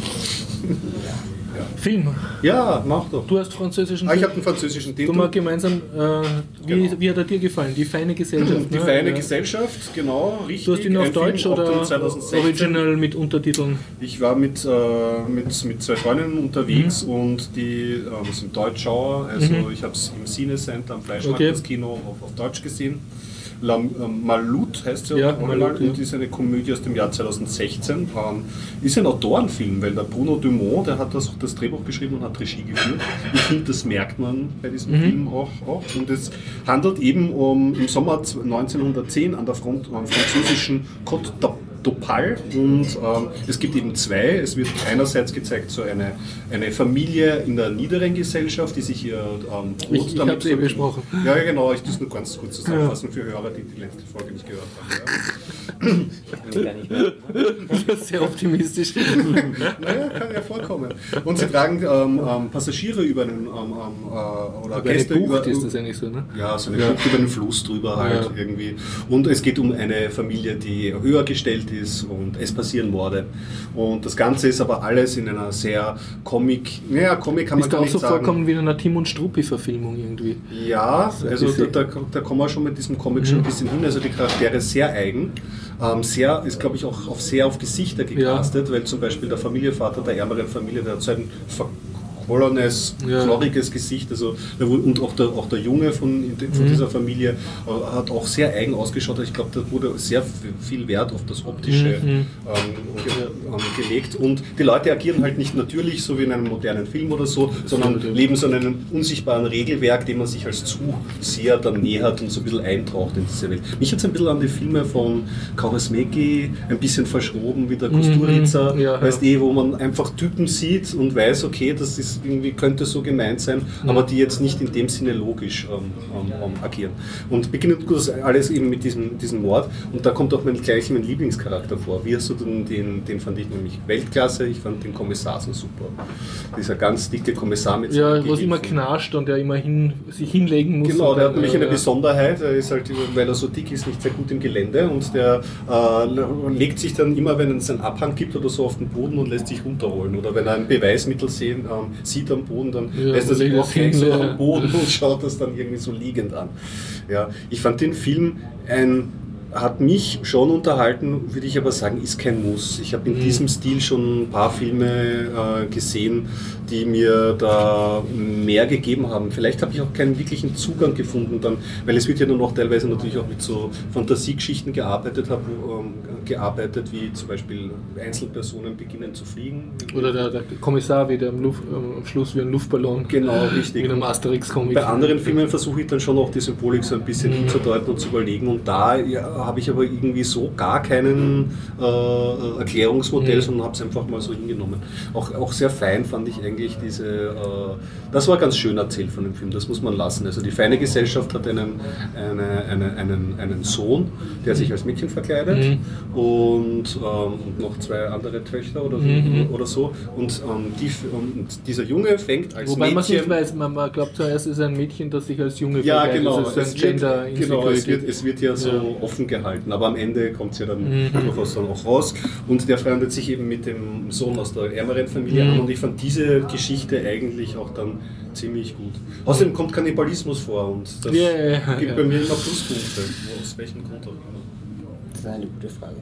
Film. Ja, mach doch. Du hast französischen Ich Film. habe den französischen Titel. Du mal gemeinsam, wie hat er dir gefallen? Die feine Gesellschaft. Die ne? feine Gesellschaft, genau, richtig. Du hast ihn auf Ein Film Deutsch ab dem oder 2016. Original mit Untertiteln? Ich war mit zwei Freundinnen unterwegs und die sind Deutschschauer. Also ich habe es im Cinecenter am Fleischmarkt, das Kino auf Deutsch gesehen. Malut heißt sie original Malut, und ist eine Komödie aus dem Jahr 2016. Ist ein Autorenfilm, weil der Bruno Dumont, der hat das Drehbuch geschrieben und hat Regie geführt. Ich finde, das merkt man bei diesem Film auch. Und es handelt eben im Sommer 1910 an der Front am französischen Côte d'Opale und es gibt eben zwei. Es wird einerseits gezeigt so eine Familie in der niederen Gesellschaft, die sich ihr Brot Ich habe es besprochen. Ja, genau, ich das nur ganz kurz zusammenfassen für Hörer, die die letzte Folge nicht gehört haben. Gar nicht mehr. Das ist sehr optimistisch. Naja, kann ja vorkommen. Und sie tragen Passagiere über einen oder Aber Gäste eine Bucht über... ist das eigentlich so, ne? Ja, so eine Bucht über einen Fluss drüber halt irgendwie. Und es geht um eine Familie, die höher gestellt ist und es passieren Morde. Und das Ganze ist aber alles in einer sehr Comic kann man Ist gar da auch nicht so sagen. vorkommen wie in einer Tim und Struppi-Verfilmung irgendwie? Ja, also bisschen- da kommen wir schon mit diesem Comic schon ein bisschen hin. Also die Charaktere sehr eigen. Ist, glaube ich, auch sehr auf Gesichter gecastet, weil zum Beispiel der Familienvater der ärmeren Familie, der hat so ein verquollenes, chloriges Gesicht, also, und auch der Junge von dieser Familie hat auch sehr eigen ausgeschaut. Ich glaube, da wurde sehr viel Wert auf das Optische gelegt und die Leute agieren halt nicht natürlich, so wie in einem modernen Film oder so, sondern leben so in einem unsichtbaren Regelwerk, dem man sich als Zuseher dann nähert und so ein bisschen eintaucht in diese Welt. Mich hat es ein bisschen an die Filme von Kaurismäki ein bisschen verschroben, wie der Kusturica, wo man einfach Typen sieht und weiß, okay, das ist irgendwie, könnte so gemeint sein, aber die jetzt nicht in dem Sinne logisch agieren. Und beginnt alles eben mit diesem Mord und da kommt auch gleich mein Lieblingscharakter vor. Wie hast du den fand ich nämlich Weltklasse, ich fand den Kommissar so super. Dieser ganz dicke Kommissar mit Ja, was immer knascht und der immer sich hinlegen muss. Genau, der hat nämlich eine Besonderheit, er ist halt, weil er so dick ist, nicht sehr gut im Gelände und der legt sich dann immer, wenn es einen Abhang gibt oder so, auf den Boden und lässt sich runterholen. Oder wenn er ein Beweismittel sieht am Boden, dann lässt er sich auch gleich so am Boden und schaut das dann irgendwie so liegend an. Ja, ich fand den Film hat mich schon unterhalten, würde ich aber sagen, ist kein Muss. Ich habe in diesem Stil schon ein paar Filme gesehen, die mir da mehr gegeben haben. Vielleicht habe ich auch keinen wirklichen Zugang gefunden dann, weil es wird ja dann auch teilweise natürlich auch mit so Fantasiegeschichten gearbeitet, wie zum Beispiel Einzelpersonen beginnen zu fliegen. Oder der Kommissar wieder am Schluss wie ein Luftballon. Genau, richtig. Wie einem Asterix-Comic. Bei anderen Filmen versuche ich dann schon auch die Symbolik so ein bisschen hinzudeuten und zu überlegen, und da habe ich aber irgendwie so gar keinen Erklärungsmodell, sondern habe es einfach mal so hingenommen. Auch sehr fein fand ich eigentlich das war ganz schön erzählt von dem Film, das muss man lassen. Also die feine Gesellschaft hat einen Sohn, der sich als Mädchen verkleidet und noch 2 andere Töchter oder so. Und dieser Junge fängt als Wobei Mädchen... man nicht weiß, man glaubt zuerst, es ist ein Mädchen, das sich als Junge Ja, verkleidet. genau. Das ist ein Es wird ja so offen gehalten, aber am Ende kommt es ja dann durchaus dann auch raus. Und der freundet sich eben mit dem Sohn aus der ärmeren Familie an, und ich fand diese Geschichte eigentlich auch dann ziemlich gut. Außerdem kommt Kannibalismus vor, und das gibt bei mir immer Pluspunkte. Aus welchem Grund auch immer. Das ist eine gute Frage.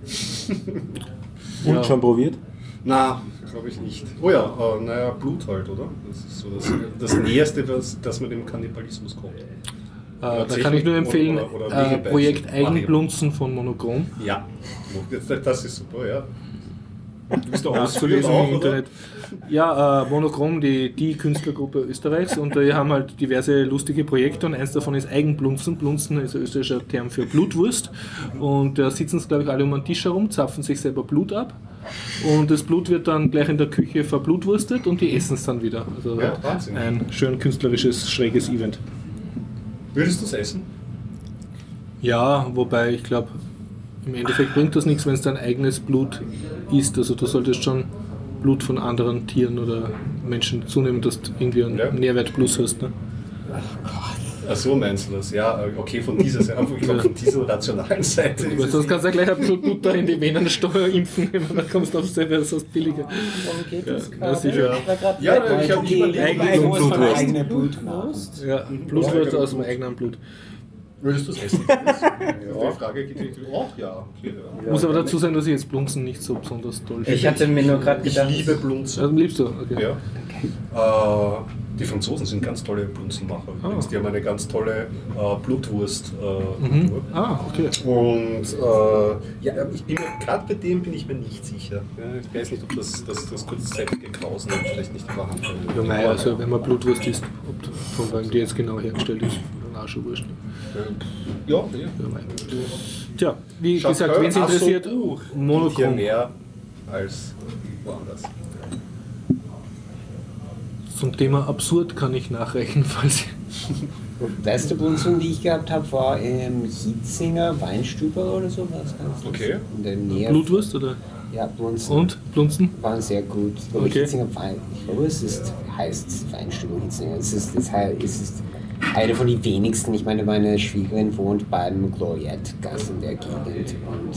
Und schon probiert? Na, glaube ich nicht. Oh ja, Blut halt, oder? Das ist so das Näherste, dass man dem Kannibalismus kommt. Da kann ich nur empfehlen, oder Projekt Eigenblunzen von Monochrom. Ja, das ist super, ja. Du bist doch Auszulesen auch, im Internet. Ja, Monochrom, die Künstlergruppe Österreichs, und die haben halt diverse lustige Projekte, und eins davon ist Eigenblunzen. Blunzen ist ein österreichischer Term für Blutwurst, und da sitzen es, glaube ich, alle um einen Tisch herum, zapfen sich selber Blut ab, und das Blut wird dann gleich in der Küche verblutwurstet und die essen es dann wieder. Also ja, Wahnsinn. Ein schön künstlerisches, schräges Event. Würdest du es essen? Ja, wobei ich glaube, im Endeffekt bringt das nichts, wenn es dein eigenes Blut isst. Also du solltest schon Blut von anderen Tieren oder Menschen zunehmen, dass du irgendwie einen Nährwert plus hast. Ne? Ach so, meinst du das? Ja, okay, von dieser Seite, ich glaube, von dieser rationalen Seite. Sonst kannst du ja gleich ein bisschen Butter in die Venensteuer impfen, dann kommst du aufs selber, das ist billiger. Warum geht das Ja, sicher. Ja, ich habe überlegt, eigene Blutwurst. Ja, Blutwurst aus dem eigenen Blut. Würdest du es essen? Die Frage geht auch, ja. Okay, Ich muss aber dazu sagen, dass ich jetzt Blunzen nicht so besonders toll finde. Ich hatte mir nur gerade Ich gedacht, liebe Blunzen. Also liebst du? Okay. Ja. Die Franzosen sind ganz tolle Blunzenmacher. Übrigens. Die haben eine ganz tolle Blutwurst. Okay. Und gerade bei dem bin ich mir nicht sicher. Ja, ich weiß nicht, ob das kurzzeitige Grausen vielleicht nicht überhand hat. Ja, nein, also wenn man Blutwurst isst, von wem die jetzt genau hergestellt ist, dann auch schon wurscht. Ja. Tja, wie gesagt, wen es interessiert, Monochrom. Hier mehr als woanders. Zum Thema absurd kann ich nachreichen, falls Die beste Blunzung, die ich gehabt habe, war im Hietzinger Weinstüber oder so. Okay. In der Nähe. Blutwurst oder? Ja, Blunzen. Und? Blunzen? Waren sehr gut. Aber Okay. Hietzinger Wein, ich glaube, heißt Weinstüber Hietzinger. Es ist eine von den wenigsten. Ich meine, meine Schwiegerin wohnt beim Gloriette-Gas in der Gegend.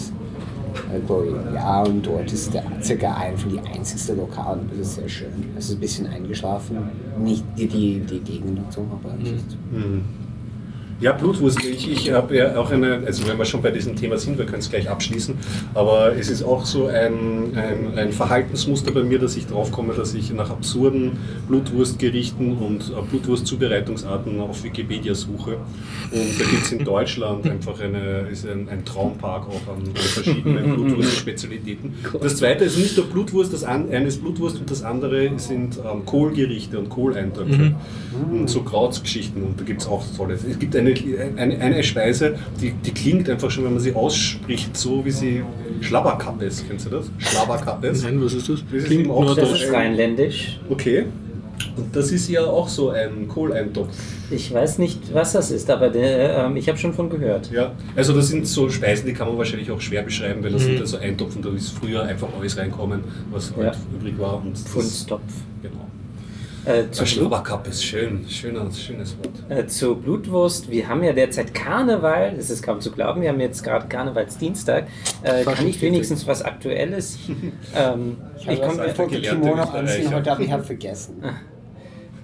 Und dort ist der circa ein von die einzigsten Lokalen. Das ist sehr schön. Es ist ein bisschen eingeschlafen. Nicht die Gegend und so, aber nicht. Ja, Blutwurst. Ich habe ja auch also wenn wir schon bei diesem Thema sind, wir können es gleich abschließen, aber es ist auch so ein Verhaltensmuster bei mir, dass ich drauf komme, dass ich nach absurden Blutwurstgerichten und Blutwurstzubereitungsarten auf Wikipedia suche. Und da gibt es in Deutschland einfach ein Traumpack auch an verschiedenen Blutwurstspezialitäten. Das zweite ist nicht nur Blutwurst, das eine ist Blutwurst und das andere sind Kohlgerichte und Kohleintopfe und so Krautsgeschichten, und da gibt es auch Tolles. Es gibt eine Speise, die klingt einfach schon, wenn man sie ausspricht, so wie sie Schlabberkappes. Kennst du das? Schlabberkappes. Nein, was ist das? Das ist Klingt eben auch nur so das ist rheinländisch. Okay. Und das ist ja auch so ein Kohleintopf. Ich weiß nicht, was das ist, aber ich habe schon von gehört. Ja, also das sind so Speisen, die kann man wahrscheinlich auch schwer beschreiben, weil das sind also Eintopf, und da ist früher einfach alles reinkommen, was halt übrig war. Und Pfundstopf. Genau. Zu Schlabberkappes, schönes Wort. Zur Blutwurst, wir haben ja derzeit Karneval, das ist kaum zu glauben, wir haben jetzt gerade Karnevalsdienstag. Kann ich wenigstens was Aktuelles? Ich komme einfach Kimono anziehen heute, aber ich habe vergessen.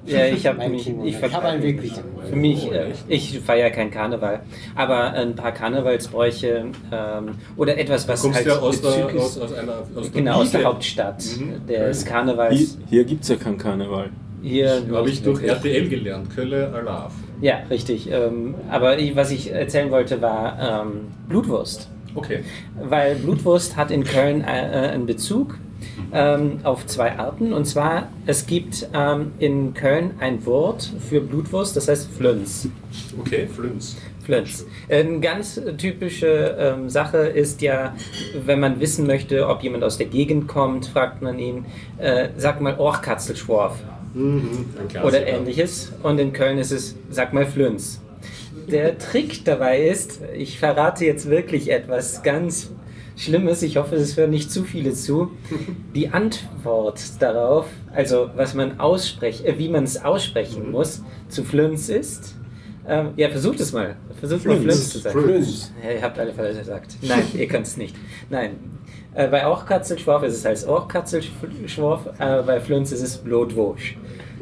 Ja, ich habe Mein mich. Kimono. Ich Ich habe einen wirklichen. Für mich, ich feiere kein Karneval, aber ein paar Karnevalsbräuche oder etwas, was Du kommst halt ja aus Bezug der genau, aus der Wiege. Hauptstadt des Hier, Karnevals. hier gibt es ja keinen Karneval. Hier Habe ich durch wirklich. RTL gelernt, Kölle Alaf. Ja, richtig. Aber was ich erzählen wollte, war Blutwurst. Okay. Weil Blutwurst hat in Köln einen Bezug auf zwei Arten. Und zwar, es gibt in Köln ein Wort für Blutwurst, das heißt Flöns. Okay, Flöns. Flöns. Eine ganz typische Sache ist ja, wenn man wissen möchte, ob jemand aus der Gegend kommt, fragt man ihn, sag mal Orchkatzelschworf Ein Klassiker. oder ähnliches. Und in Köln ist es, sag mal Flöns. Der Trick dabei ist, ich verrate jetzt wirklich etwas ganz Schlimmes, ich hoffe, es hören nicht zu viele zu. Die Antwort darauf, also was man wie man es aussprechen muss, zu Flöns ist. Ja, versucht es mal. Versucht mal Flöns zu sagen. Flöns. Ja, ihr habt alle falsch gesagt. Nein, ihr könnt es nicht. Nein. Bei Orchkatzelschworf ist es als Orchkatzelschworf, bei Flöns ist es Blutwursch.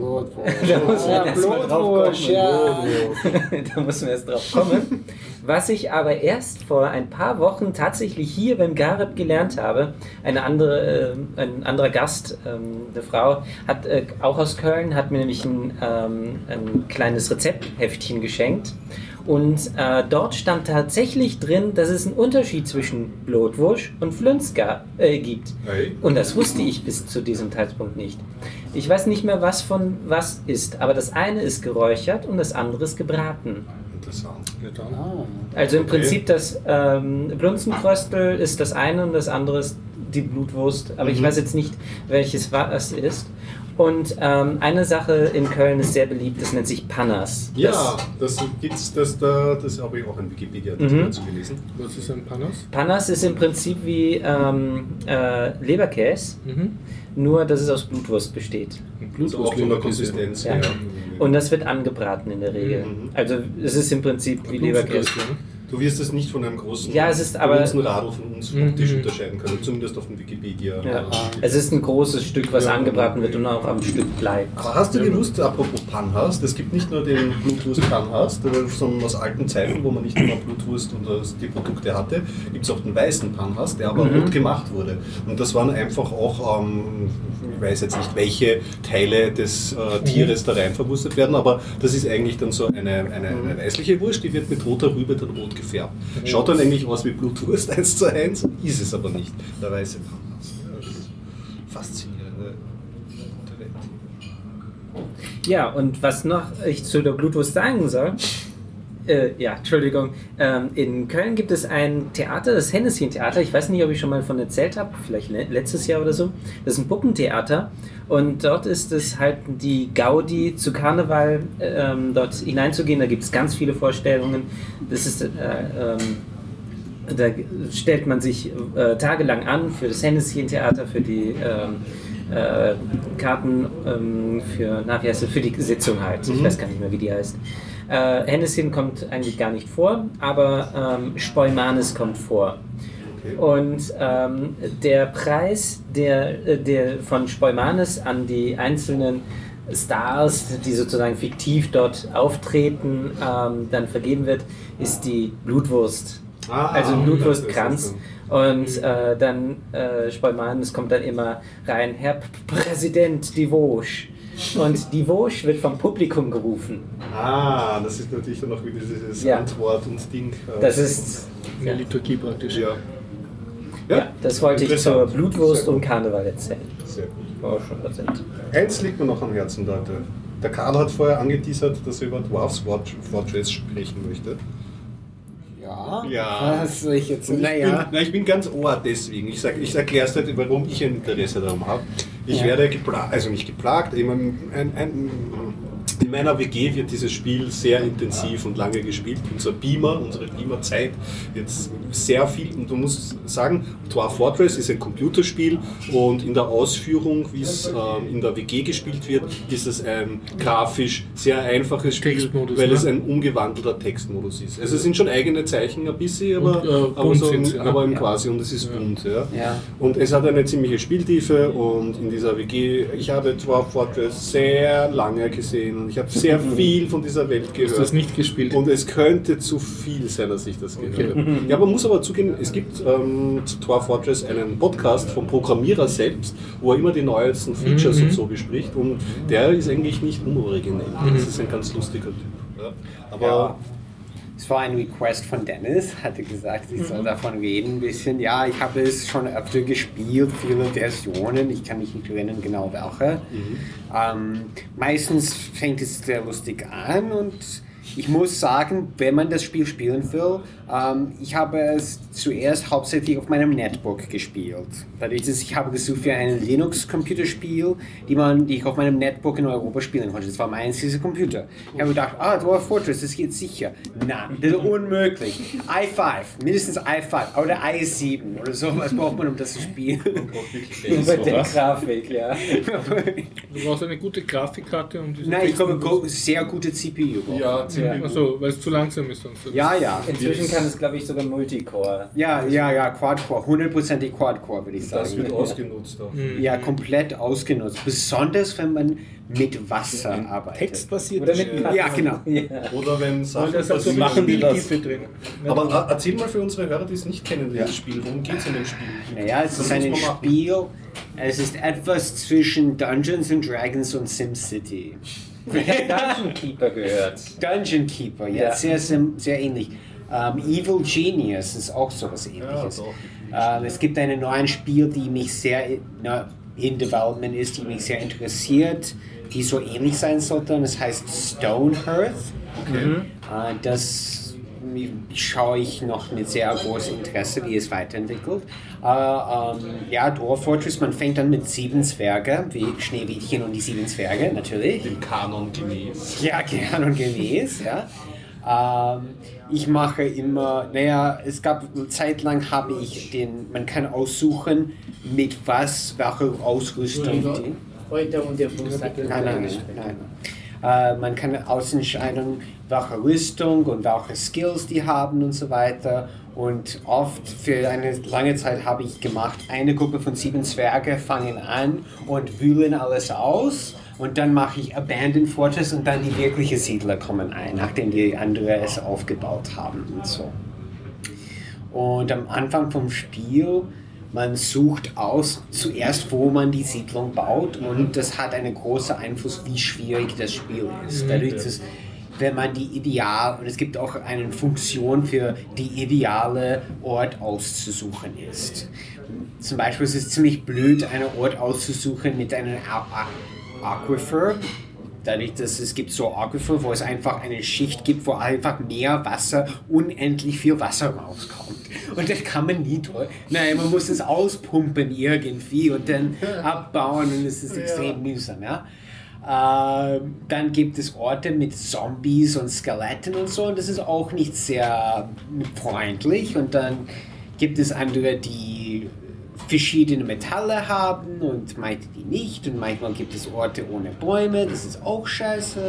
Da muss man erst mal drauf Blutwurst, kommen. ja. Da muss man erst drauf kommen. Was ich aber erst vor ein paar Wochen tatsächlich hier beim Gareb gelernt habe, ein anderer Gast, eine Frau, hat auch aus Köln, hat mir nämlich ein kleines Rezeptheftchen geschenkt. Und dort stand tatsächlich drin, dass es einen Unterschied zwischen Blutwurst und Flöns gibt. Hey. Und das wusste ich bis zu diesem Zeitpunkt nicht. Ich weiß nicht mehr, was von was ist, aber das eine ist geräuchert und das andere ist gebraten. Interessant. Also im Prinzip das Blunzenkröstel ist das eine und das andere ist die Blutwurst, aber ich weiß jetzt nicht, welches was ist. Und eine Sache in Köln ist sehr beliebt, das nennt sich Panas. Ja, das gibt's, das habe ich auch in Wikipedia dazu gelesen. Was ist ein Panas? Panas ist im Prinzip wie Leberkäse, nur dass es aus Blutwurst besteht. Also auch von der Konsistenz Ja. her. Und das wird angebraten in der Regel. Also es ist im Prinzip wie Leberkäse. Du wirst es nicht von einem großen Ja, es ist aber- Radl von uns optisch unterscheiden können, zumindest auf dem Wikipedia. Ja. Es ist ein großes Stück, was angebraten wird und auch am Stück bleibt. Aber hast du gewusst, apropos Panhast, es gibt nicht nur den Blutwurst-Panhast, sondern aus alten Zeiten, wo man nicht immer Blutwurst und die Produkte hatte, gibt es auch den weißen Panhast, der aber rot gemacht wurde. Und das waren einfach auch, ich weiß jetzt nicht, welche Teile des Tieres da rein verwurstet werden, aber das ist eigentlich dann so eine weißliche Wurst, die wird mit roter Rübe dann rot gefärbt. Schaut dann eigentlich aus wie Blutwurst 1:1, ist es aber nicht. Der weiße Panhast. Ja, das ist faszinierende Welt. Ja, und was noch ich zu der Blutwurst sagen soll, in Köln gibt es ein Theater, das Hennessy-Theater, ich weiß nicht, ob ich schon mal davon erzählt habe, vielleicht letztes Jahr oder so, das ist ein Puppentheater und dort ist es halt die Gaudi zu Karneval, dort hineinzugehen, da gibt es ganz viele Vorstellungen, das ist, da stellt man sich tagelang an für das Hennessy-Theater, für die Karten für die Sitzung halt, ich weiß gar nicht mehr, wie die heißt. Hennessy kommt eigentlich gar nicht vor, aber Spoimanes kommt vor. Okay. Und der Preis, der von Spoimanes an die einzelnen Stars, die sozusagen fiktiv dort auftreten, dann vergeben wird, ist die Blutwurst. Also ein Blutwurstkranz. Und dann Spoimanes kommt dann immer rein, Herr Präsident, die Vosges. Und die Vosges wird vom Publikum gerufen. Das ist natürlich dann auch wieder dieses Antwort und Ding. Das ist Eine Liturgie praktisch. Ja. ja, das wollte ich zur Interessant. Blutwurst Sehr gut. und Karneval erzählen. Sehr gut. War schon präsent. Eins liegt mir noch am Herzen, Leute. Der Karl hat vorher angeteasert, dass er über Dwarfs Fortress sprechen möchte. Ja. Was soll ich jetzt? Und Naja. ich bin ganz ohr deswegen. Ich erkläre es halt, warum ich ein Interesse daran habe. Ich werde geplagt, also nicht geplagt, eben In meiner WG wird dieses Spiel sehr intensiv und lange gespielt. Unsere Beamer-Zeit wird sehr viel. Und du musst sagen, Dwarf Fortress ist ein Computerspiel und in der Ausführung, wie es in der WG gespielt wird, ist es ein grafisch sehr einfaches Spiel, weil es ein umgewandelter Textmodus ist. Also es sind schon eigene Zeichen ein bisschen, aber im Quasi, und es ist bunt. Ja. Ja. Und es hat eine ziemliche Spieltiefe, und in dieser WG, ich habe Dwarf Fortress sehr lange gesehen und ich habe sehr viel von dieser Welt gehört. Hast du das nicht gespielt? Und es könnte zu viel sein, dass ich das gehört habe. Ja, man muss aber zugeben, es gibt zu Dwarf Fortress einen Podcast vom Programmierer selbst, wo er immer die neuesten Features und so bespricht, und der ist eigentlich nicht unoriginell. Das ist ein ganz lustiger Typ. Ja. Aber es war ein Request von Dennis, hatte gesagt, ich soll davon reden ein bisschen. Ja, ich habe es schon öfter gespielt, viele Versionen, ich kann mich nicht erinnern genau welche. Meistens fängt es sehr lustig an, und ich muss sagen, wenn man das Spiel spielen will, ich habe es zuerst hauptsächlich auf meinem Netbook gespielt. Ich habe gesucht für ein Linux-Computerspiel, die ich auf meinem Netbook in Europa spielen konnte. Das war mein einziger Computer. Ich habe gedacht, Dwarf Fortress, das geht sicher. Nein, das ist unmöglich. i5, mindestens i5 oder i7 oder sowas braucht man, um das zu spielen. Über der Grafik, ja. Du brauchst eine gute Grafikkarte, um diese. Nein, ich glaube, sehr gute CPU. Ja, Achso, weil es zu langsam ist sonst. Ja. Inzwischen kann es, glaube ich, sogar Multicore. Ja, Quad-Core, 100% Quad-Core, würde ich sagen. Das wird ausgenutzt auch. Ja, komplett ausgenutzt. Besonders, wenn man mit Wasser arbeitet. Textbasiert. Oder mit Ja, genau. Ja. Oder wenn Sachen so machen die das drin. Aber erzähl mal für unsere Hörer, die es nicht kennen, dieses Spiel. Worum geht es in dem Spiel? Naja, es ist ein Spiel, es ist etwas zwischen Dungeons and Dragons und SimCity. Ich habe Dungeon Keeper gehört. Dungeon Keeper, ja. Sehr ähnlich. Evil Genius ist auch so was Ähnliches. Es gibt ein neues Spiel, die mich sehr in Development ist, die mich sehr interessiert, die so ähnlich sein sollte, und es heißt Stonehearth. Okay. Das schaue ich noch mit sehr großem Interesse, wie es weiterentwickelt. Dwarf Fortress, man fängt an mit 7 Zwerge, wie Schneewittchen und die 7 Zwerge, natürlich. Dem Kanon gemäß. Ja, Kanon gemäß, ja. Ich mache immer, es gab eine Zeit lang, habe ich man kann aussuchen, mit welche Ausrüstung Heute und der Bus. Nein. Man kann ausentscheiden, welche Rüstung und welche Skills die haben und so weiter. Und oft für eine lange Zeit habe ich gemacht, eine Gruppe von 7 Zwerge fangen an und wühlen alles aus. Und dann mache ich Abandoned Fortress, und dann die wirklichen Siedler kommen ein, nachdem die anderen es aufgebaut haben und so. Und am Anfang vom Spiel, man sucht aus zuerst, wo man die Siedlung baut, und das hat einen großen Einfluss, wie schwierig das Spiel ist. Dadurch, dass wenn man und es gibt auch eine Funktion für die ideale Ort auszusuchen ist. Zum Beispiel ist es ziemlich blöd, einen Ort auszusuchen mit einem Aquifer. Dadurch, dass es gibt so Aquifer, wo es einfach eine Schicht gibt, wo einfach mehr Wasser, unendlich viel Wasser rauskommt. Und das kann man nie tun. Nein, man muss es auspumpen irgendwie und dann abbauen, und es ist extrem mühsam. Ja? Dann gibt es Orte mit Zombies und Skeletten und so, und das ist auch nicht sehr freundlich. Und dann gibt es andere, die verschiedene Metalle haben und manche die nicht, und manchmal gibt es Orte ohne Bäume, das ist auch scheiße.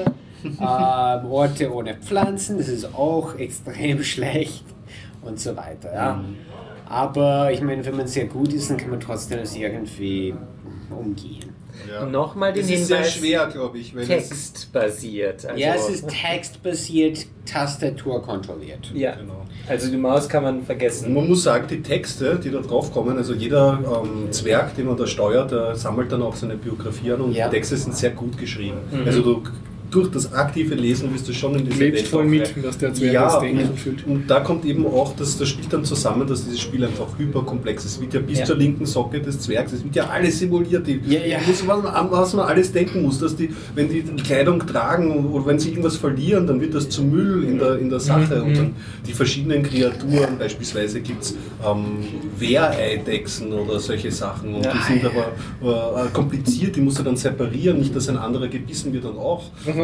Orte ohne Pflanzen, das ist auch extrem schlecht, und so weiter. Ja. Aber ich meine, wenn man sehr gut ist, dann kann man trotzdem das irgendwie umgehen. Ja. Nochmal den Hinweis. Das ist sehr schwer, glaube ich. Textbasiert. Also es ist textbasiert, Tastatur kontrolliert. Ja, genau. Also die Maus kann man vergessen. Und man muss sagen, die Texte, die da drauf kommen, also jeder Zwerg, den man da steuert, der sammelt dann auch seine Biografie an, und die Texte sind sehr gut geschrieben. Also durch das aktive Lesen wirst du schon in diese Welt voll mit, dass der Zwerg das denkt und fühlt. Und da kommt eben auch das Spiel dann zusammen, dass dieses Spiel einfach hyperkomplex ist. Es wird ja bis zur linken Socke des Zwergs, es wird ja alles simuliert. Was man alles denken muss, dass wenn die Kleidung tragen oder wenn sie irgendwas verlieren, dann wird das zu Müll in der Sache. Und dann die verschiedenen Kreaturen, beispielsweise gibt es Wehreidechsen oder solche Sachen, und die sind aber kompliziert, die musst du dann separieren, nicht dass ein anderer gebissen wird dann auch.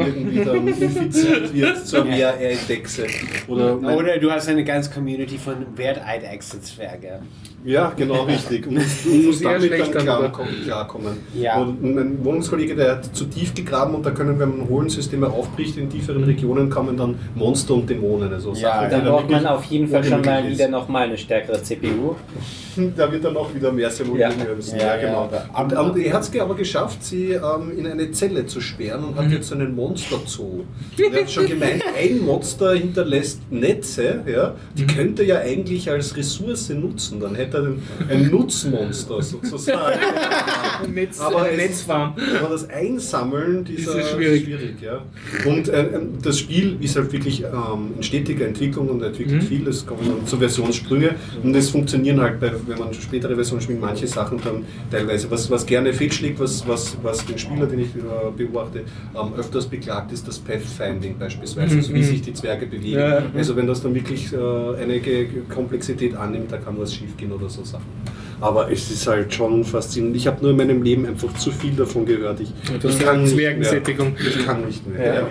irgendwie dann infiziert wird zur Meereidechse. Oder du hast eine ganze Community von Werteidechse-Zwerge. ja, genau, richtig. Und muss Sehr damit schlecht dann dann, klarkommen. Ja. Und mein Wohnungskollege, der hat zu tief gegraben und da können, wenn man Hohlensysteme aufbricht, in tieferen Regionen kommen dann Monster und Dämonen. Also Sachen, Da die braucht man wirklich auf jeden Fall schon mal ungemütlich wieder nochmal eine stärkere CPU. Da wird dann auch wieder mehr simulieren müssen. Ja, genau. ja. Und er hat es aber geschafft, sie in eine Zelle zu sperren und hat jetzt einen Monsterzoo. Er hat schon gemeint, ein Monster hinterlässt Netze, ja, die könnte er ja eigentlich als Ressource nutzen. Dann hätte er ein Nutzmonster sozusagen. Aber das Einsammeln dieser ist schwierig. ja. Und das Spiel ist halt wirklich in stetiger Entwicklung und entwickelt viel. Es kommen dann zu Versionssprünge und es funktionieren halt, wenn man spätere Versionen spielt, manche Sachen dann teilweise, was gerne fehlschlägt, was den Spieler, den ich beobachte, öfters beklagt, ist das Pathfinding beispielsweise, also wie sich die Zwerge bewegen. Ja. Also wenn das dann wirklich eine Komplexität annimmt, da kann was schief gehen oder so Sachen. Aber es ist halt schon faszinierend. Ich habe nur in meinem Leben einfach zu viel davon gehört. Ich kann Zwergensättigung. Ich kann nicht mehr.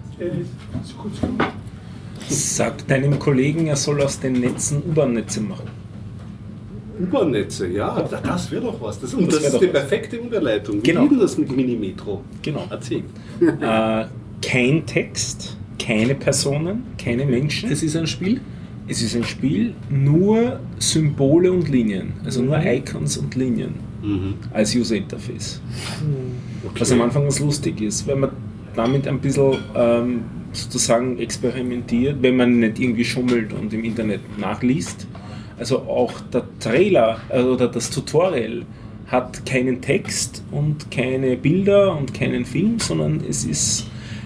Sag deinem Kollegen, er soll aus den Netzen U-Bahn-Netze machen. U-Bahn-Netze, ja, das wäre doch was. Das wär ist doch die was. perfekte Überleitung. Genau. Wie lieben das mit Mini-Metro? Genau. Erzähl. Kein Text, keine Personen, keine Menschen. Es ist ein Spiel. Es ist ein Spiel, nur Symbole und Linien, also nur Icons und Linien als User Interface. Okay. Was am Anfang ganz lustig ist, weil man damit ein bisschen sozusagen experimentiert, wenn man nicht irgendwie schummelt und im Internet nachliest. Also auch der Trailer oder das Tutorial hat keinen Text und keine Bilder und keinen Film, sondern es ist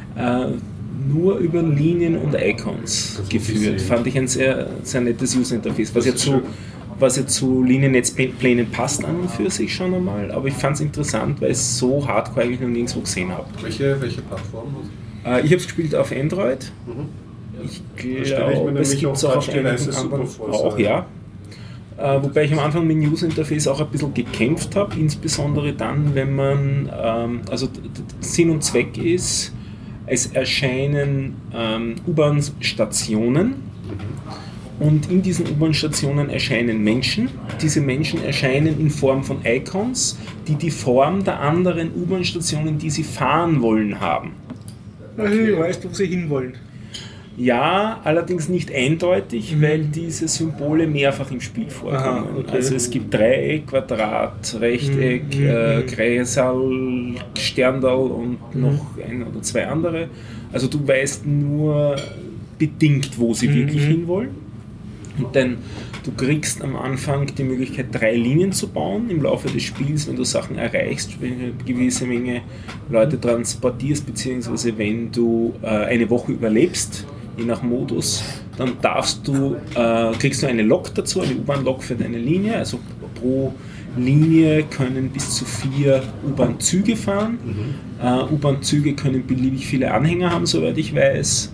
nur über Linien und Icons geführt. Fand ich ein sehr, sehr nettes User-Interface, was ja zu Liniennetzplänen passt an und für sich schon einmal, aber ich fand es interessant, weil ich es so hardcore eigentlich noch nirgendwo gesehen habe. Welche Plattform? Ich habe es gespielt auf Android. Ich glaube, es gibt es auch auf einigen anderen auch, ja. Wobei ich am Anfang mit dem User-Interface auch ein bisschen gekämpft habe, insbesondere dann, wenn man, also Sinn und Zweck ist, es erscheinen U-Bahn-Stationen und in diesen U-Bahn-Stationen erscheinen Menschen. Diese Menschen erscheinen in Form von Icons, die die Form der anderen U-Bahn-Stationen, die sie fahren wollen, haben. Also ich weiß, wo sie hinwollen. Ja, allerdings nicht eindeutig, weil diese Symbole mehrfach im Spiel vorkommen. Aha, okay. Also es gibt Dreieck, Quadrat, Rechteck, Kreisal, Sterndal und noch ein oder zwei andere. Also du weißt nur bedingt, wo sie wirklich hinwollen. Und dann du kriegst am Anfang die Möglichkeit, 3 Linien zu bauen im Laufe des Spiels, wenn du Sachen erreichst, wenn du eine gewisse Menge Leute transportierst, beziehungsweise wenn du eine Woche überlebst, je nach Modus, dann kriegst du eine Lok dazu, eine U-Bahn-Lok für deine Linie, also pro Linie können bis zu 4 U-Bahn-Züge fahren. U-Bahn-Züge können beliebig viele Anhänger haben, soweit ich weiß.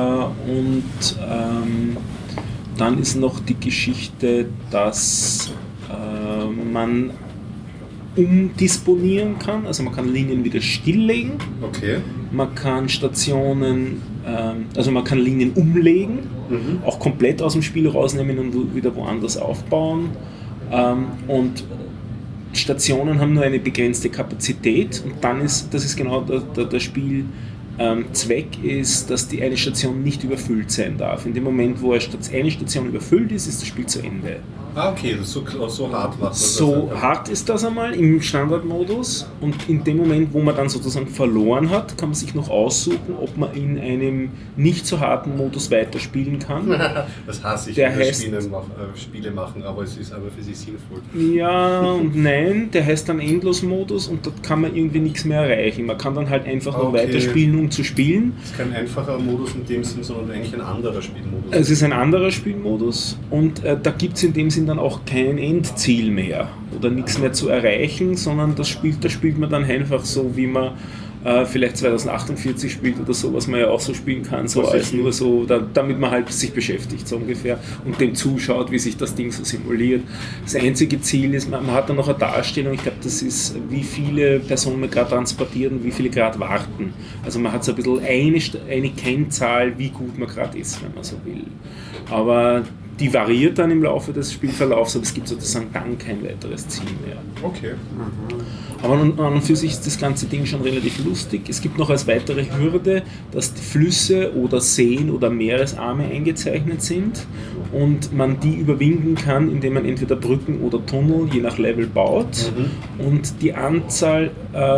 Dann ist noch die Geschichte, dass man umdisponieren kann, also man kann Linien wieder stilllegen. Okay. Man kann Stationen, also man kann Linien umlegen, auch komplett aus dem Spiel rausnehmen und wieder woanders aufbauen. Und Stationen haben nur eine begrenzte Kapazität und dann das ist genau der Spielzweck ist, dass die eine Station nicht überfüllt sein darf. In dem Moment, wo eine Station überfüllt ist, ist das Spiel zu Ende. Ah, okay, so hart war das. So hart ist das einmal im Standardmodus und in dem Moment, wo man dann sozusagen verloren hat, kann man sich noch aussuchen, ob man in einem nicht so harten Modus weiterspielen kann. Das hasse ich, der wenn heißt, Spiele machen, aber es ist aber für sich sinnvoll. Ja und nein, der heißt dann Endlos-Modus und dort kann man irgendwie nichts mehr erreichen. Man kann dann halt einfach noch weiterspielen, um zu spielen. Es ist kein einfacher Modus in dem Sinn, sondern eigentlich ein anderer Spielmodus. Es ist ein anderer Spielmodus und da gibt es in dem Sinn dann auch kein Endziel mehr oder nichts mehr zu erreichen, sondern da spielt man dann einfach so, wie man vielleicht 2048 spielt oder so, was man ja auch so spielen kann, so als nur so, damit man halt sich beschäftigt, so ungefähr, und dem zuschaut, wie sich das Ding so simuliert. Das einzige Ziel ist, man hat dann noch eine Darstellung, ich glaube, das ist, wie viele Personen man gerade transportiert und wie viele gerade warten. Also man hat so ein bisschen eine Kennzahl, wie gut man gerade ist, wenn man so will. Aber die variiert dann im Laufe des Spielverlaufs, aber es gibt sozusagen dann kein weiteres Ziel mehr. Okay. Aber an und für sich ist das ganze Ding schon relativ lustig. Es gibt noch als weitere Hürde, dass die Flüsse oder Seen oder Meeresarme eingezeichnet sind und man die überwinden kann, indem man entweder Brücken oder Tunnel je nach Level baut. Und die Anzahl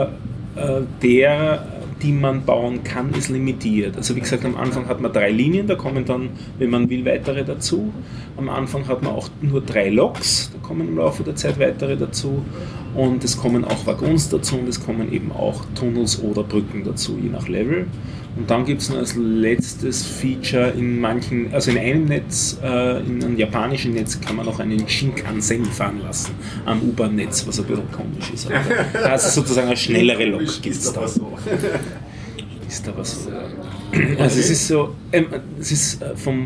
der, die man bauen kann, ist limitiert. Also wie gesagt, am Anfang hat man 3 Linien, da kommen dann, wenn man will, weitere dazu. Am Anfang hat man auch nur 3 Loks, da kommen im Laufe der Zeit weitere dazu. Und es kommen auch Waggons dazu und es kommen eben auch Tunnels oder Brücken dazu, je nach Level. Und dann gibt es noch als letztes Feature in manchen, also in einem Netz, in einem japanischen Netz kann man noch einen Shinkansen fahren lassen, am U-Bahn-Netz, was ein bisschen komisch ist. Aber da ist sozusagen eine schnellere Lok. Ist aber so. Ist aber so. Also es ist so, es ist vom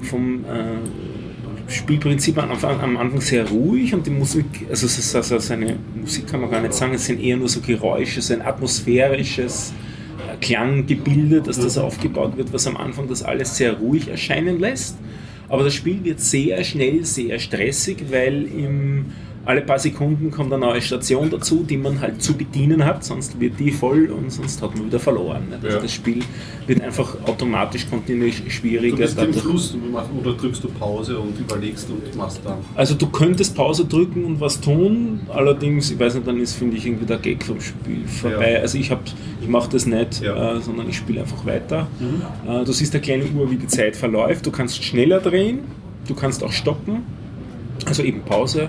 Spielprinzip am Anfang sehr ruhig und die Musik, also es ist also seine Musik kann man gar nicht sagen, es sind eher nur so Geräusche, so ein atmosphärisches Klanggebilde, dass das aufgebaut wird, was am Anfang das alles sehr ruhig erscheinen lässt. Aber das Spiel wird sehr schnell, sehr stressig, weil alle paar Sekunden kommt eine neue Station dazu, die man halt zu bedienen hat, sonst wird die voll und sonst hat man wieder verloren. Also das Spiel wird einfach automatisch kontinuierlich schwieriger. Du bist im Fluss oder drückst du Pause und überlegst und machst dann. Also du könntest Pause drücken und was tun, allerdings, ich weiß nicht, dann ist, finde ich, irgendwie der Gag vom Spiel vorbei. Ja. Also ich mache das nicht, sondern ich spiele einfach weiter. Du siehst eine kleine Uhr, wie die Zeit verläuft, du kannst schneller drehen, du kannst auch stoppen, also eben Pause.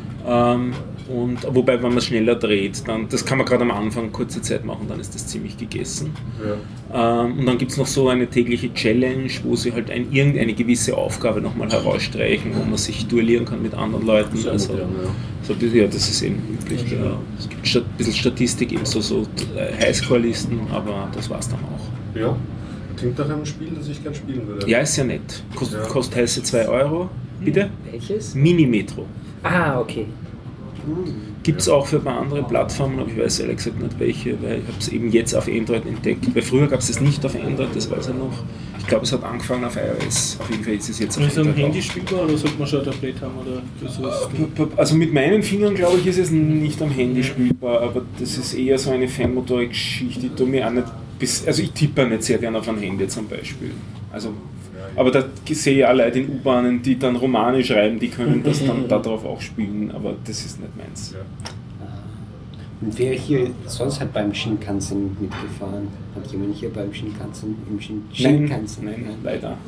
Und wobei, wenn man schneller dreht, dann, das kann man gerade am Anfang kurze Zeit machen, dann ist das ziemlich gegessen. Ja. Und dann gibt es noch so eine tägliche Challenge, wo sie halt irgendeine gewisse Aufgabe nochmal herausstreichen, wo man sich duellieren kann mit anderen Leuten. Das ist modern, das ist eben üblich. Ja. Es gibt ein bisschen Statistik, eben so Highscore-Listen, aber das war es dann auch. Ja. Klingt nach einem Spiel, das ich gerne spielen würde. Ja, ist ja nett. Kostet heiße 2 Euro. Bitte? Welches? Mini-Metro. Ah, okay. Gibt es auch für ein paar andere Plattformen, aber ich weiß ehrlich gesagt nicht welche, weil ich habe es eben jetzt auf Android entdeckt. Weil früher gab es das nicht auf Android, das weiß ich noch. Ich glaube, es hat angefangen auf iOS. Auf jeden Fall ist es jetzt auf Android. Ist es am Handy auch spielbar oder sollte man schon ein Tablet haben? Oder also mit meinen Fingern, glaube ich, ist es nicht am Handy spielbar, aber das ist eher so eine Feinmotorik-Geschichte, die tut mir auch nicht also ich tippe nicht sehr gerne auf ein Handy zum Beispiel. Also, aber da sehe ich auch Leute in U-Bahnen, die dann Romane schreiben, die können das dann darauf auch spielen, aber das ist nicht meins. Ja. Und wer hier sonst hat beim Shinkansen mitgefahren? Hat jemand hier beim Shinkansen im Shinkansen? Nein, leider.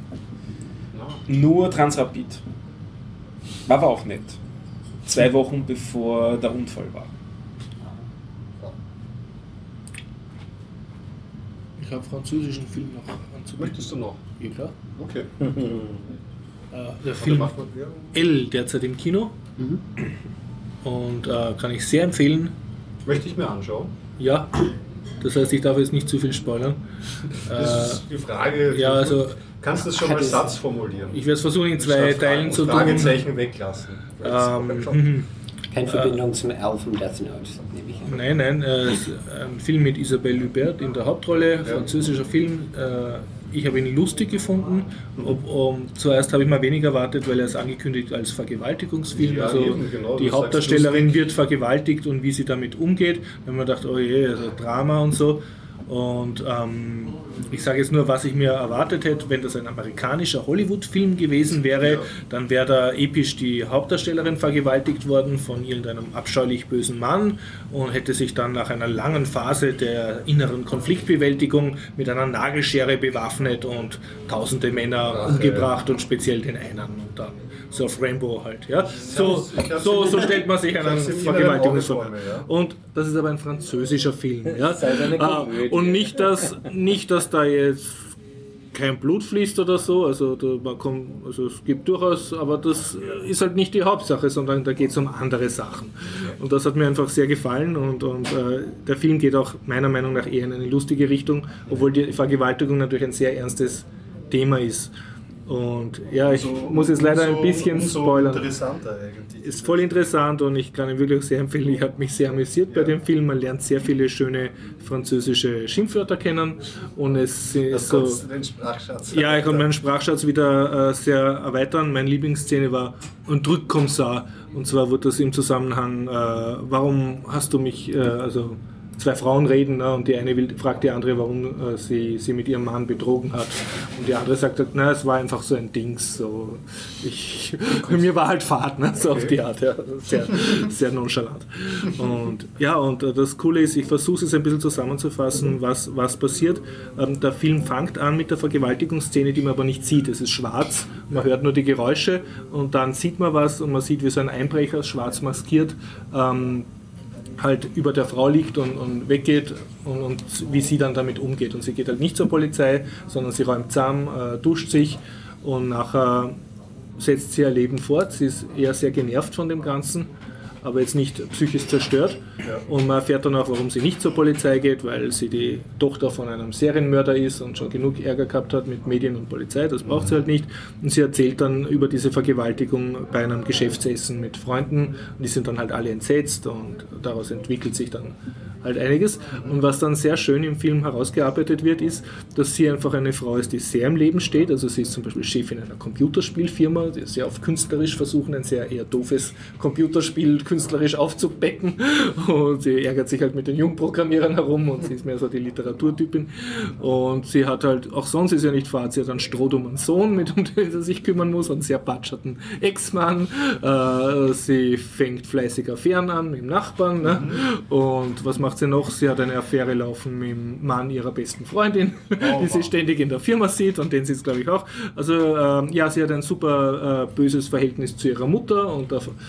Nur Transrapid. War aber auch nett. 2 Wochen bevor der Unfall war. Ich habe französischen Film noch anzubieten. Möchtest du noch? Ja, klar. Okay. Der Film L derzeit im Kino. Und kann ich sehr empfehlen. Möchte ich mir anschauen? Ja. Das heißt, ich darf jetzt nicht zu viel spoilern. Das ist die Frage. Ja, also, kannst du das schon mal Satz formulieren? Ich werde es versuchen, in 2 Teilen zu tun. Fragezeichen weglassen. Keine Verbindung zum L vom Death Note, nehme ich an. Nein, ist ein Film mit Isabelle Huppert in der Hauptrolle, französischer Film. Ich habe ihn lustig gefunden. Zuerst habe ich mal weniger erwartet, weil er ist angekündigt als Vergewaltigungsfilm. Ja, also eben, genau, die Hauptdarstellerin wird vergewaltigt und wie sie damit umgeht. Dann haben wir gedacht, oh je, also Drama und so. Und ich sage jetzt nur, was ich mir erwartet hätte, wenn das ein amerikanischer Hollywood-Film gewesen wäre, dann wäre da episch die Hauptdarstellerin vergewaltigt worden von irgendeinem abscheulich bösen Mann und hätte sich dann nach einer langen Phase der inneren Konfliktbewältigung mit einer Nagelschere bewaffnet und tausende Männer umgebracht und speziell den einen. Und dann so auf Rainbow halt. Ja? So stellt man sich einen Vergewaltigungsfilm vor. Und das ist aber ein französischer Film. Ja? Und nicht, dass da jetzt kein Blut fließt oder so, also es gibt durchaus, aber das ist halt nicht die Hauptsache, sondern da geht es um andere Sachen. Und das hat mir einfach sehr gefallen und der Film geht auch meiner Meinung nach eher in eine lustige Richtung, obwohl die Vergewaltigung natürlich ein sehr ernstes Thema ist. Und ja, ich muss jetzt leider ein bisschen spoilern. Interessanter eigentlich. Ist voll interessant und ich kann ihn wirklich sehr empfehlen. Ich habe mich sehr amüsiert bei dem Film. Man lernt sehr viele schöne französische Schimpfwörter kennen und es ist so. Den Sprachschatz. Ja, ich konnte meinen Sprachschatz wieder sehr erweitern. Meine Lieblingsszene war ein Drückkommissar und zwar wurde das im Zusammenhang, warum hast du mich, also zwei Frauen reden, ne, und die eine fragt die andere, warum sie mit ihrem Mann betrogen hat. Und die andere sagt halt, na, es war einfach so ein Dings. So, mir war halt Fahrt, ne, so auf die Art. Ja, sehr, sehr nonchalant. Und ja, und das Coole ist, ich versuche es ein bisschen zusammenzufassen, was passiert. Der Film fängt an mit der Vergewaltigungsszene, die man aber nicht sieht. Es ist schwarz, man hört nur die Geräusche und dann sieht man was und man sieht, wie so ein Einbrecher, schwarz maskiert, halt über der Frau liegt und weggeht und wie sie dann damit umgeht. Und sie geht halt nicht zur Polizei, sondern sie räumt zusammen, duscht sich und nachher setzt sie ihr Leben fort. Sie ist eher sehr genervt von dem Ganzen, aber jetzt nicht psychisch zerstört. Ja. Und man erfährt dann auch, warum sie nicht zur Polizei geht, weil sie die Tochter von einem Serienmörder ist und schon genug Ärger gehabt hat mit Medien und Polizei, das braucht sie halt nicht. Und sie erzählt dann über diese Vergewaltigung bei einem Geschäftsessen mit Freunden und die sind dann halt alle entsetzt und daraus entwickelt sich dann halt einiges. Und was dann sehr schön im Film herausgearbeitet wird, ist, dass sie einfach eine Frau ist, die sehr im Leben steht. Also sie ist zum Beispiel Chefin einer Computerspielfirma, die sehr auf künstlerisch versuchen, ein sehr eher doofes Computerspiel künstlerisch aufzubecken. Und sie ärgert sich halt mit den Jungprogrammierern herum und sie ist mehr so die Literaturtypin. Und sie hat halt, auch sonst ist ja nicht Fahrt, sie hat einen strohdummen Sohn, um den sie sich kümmern muss, einen sehr batscherten Ex-Mann. Sie fängt fleißig Affären an mit dem Nachbarn. Ne? Und was macht sie noch? Sie hat eine Affäre laufen mit dem Mann ihrer besten Freundin, die sie ständig in der Firma sieht und den sieht es, glaube ich, auch. Also ja, sie hat ein super böses Verhältnis zu ihrer Mutter und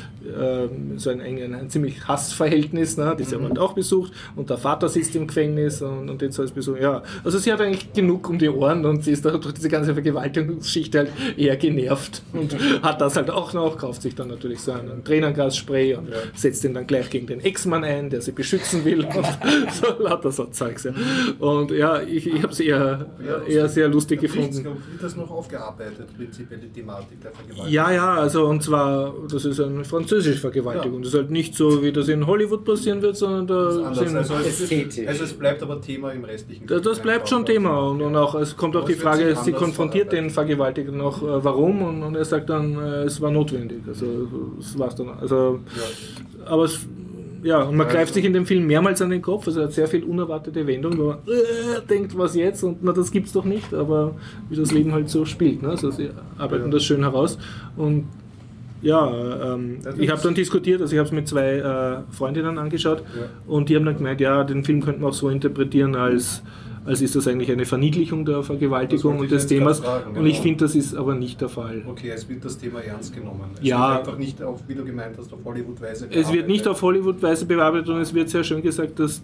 so ein ziemlich Hassverhältnis, ne, die sie aber halt auch besucht und der Vater sitzt im Gefängnis und jetzt alles besucht. Ja, also sie hat eigentlich genug um die Ohren und sie ist da durch diese ganze Vergewaltigungsgeschichte halt eher genervt und hat das halt auch noch, kauft sich dann natürlich so einen Tränengasspray und setzt ihn dann gleich gegen den Ex-Mann ein, der sie beschützen will und so lauter so Zeugs. Ja. Und ja, ich habe es eher sehr lustig gefunden. Wird das noch aufgearbeitet, prinzipiell die Thematik der Vergewaltigung? Ja, also und zwar, das ist eine französische Vergewaltigung. Das ist halt nicht so, wie das in Hollywood passieren wird, sondern da sind... Also es bleibt aber Thema im restlichen Film. Das bleibt schon Thema und auch, es kommt auch die Frage, sie konfrontiert den Vergewaltiger noch, warum, und er sagt dann, es war notwendig. Also das war's dann. Also, aber es... Ja, und man greift sich in dem Film mehrmals an den Kopf, also er hat sehr viel unerwartete Wendungen, wo man denkt, was jetzt, und na, das gibt's doch nicht, aber wie das Leben halt so spielt, ne? Also sie arbeiten das schön heraus und ja, ich habe dann diskutiert, also ich habe es mit zwei Freundinnen angeschaut und die haben dann gemeint, ja, den Film könnte man auch so interpretieren, als ist das eigentlich eine Verniedlichung der Vergewaltigung und des Themas. Fragen, und ich finde, das ist aber nicht der Fall. Okay, es wird das Thema ernst genommen. Es ja, wird einfach nicht auf, wie du gemeint hast, auf Hollywood-Weise bearbeitet. Es wird nicht auf Hollywood-Weise bearbeitet und es wird sehr schön gesagt, dass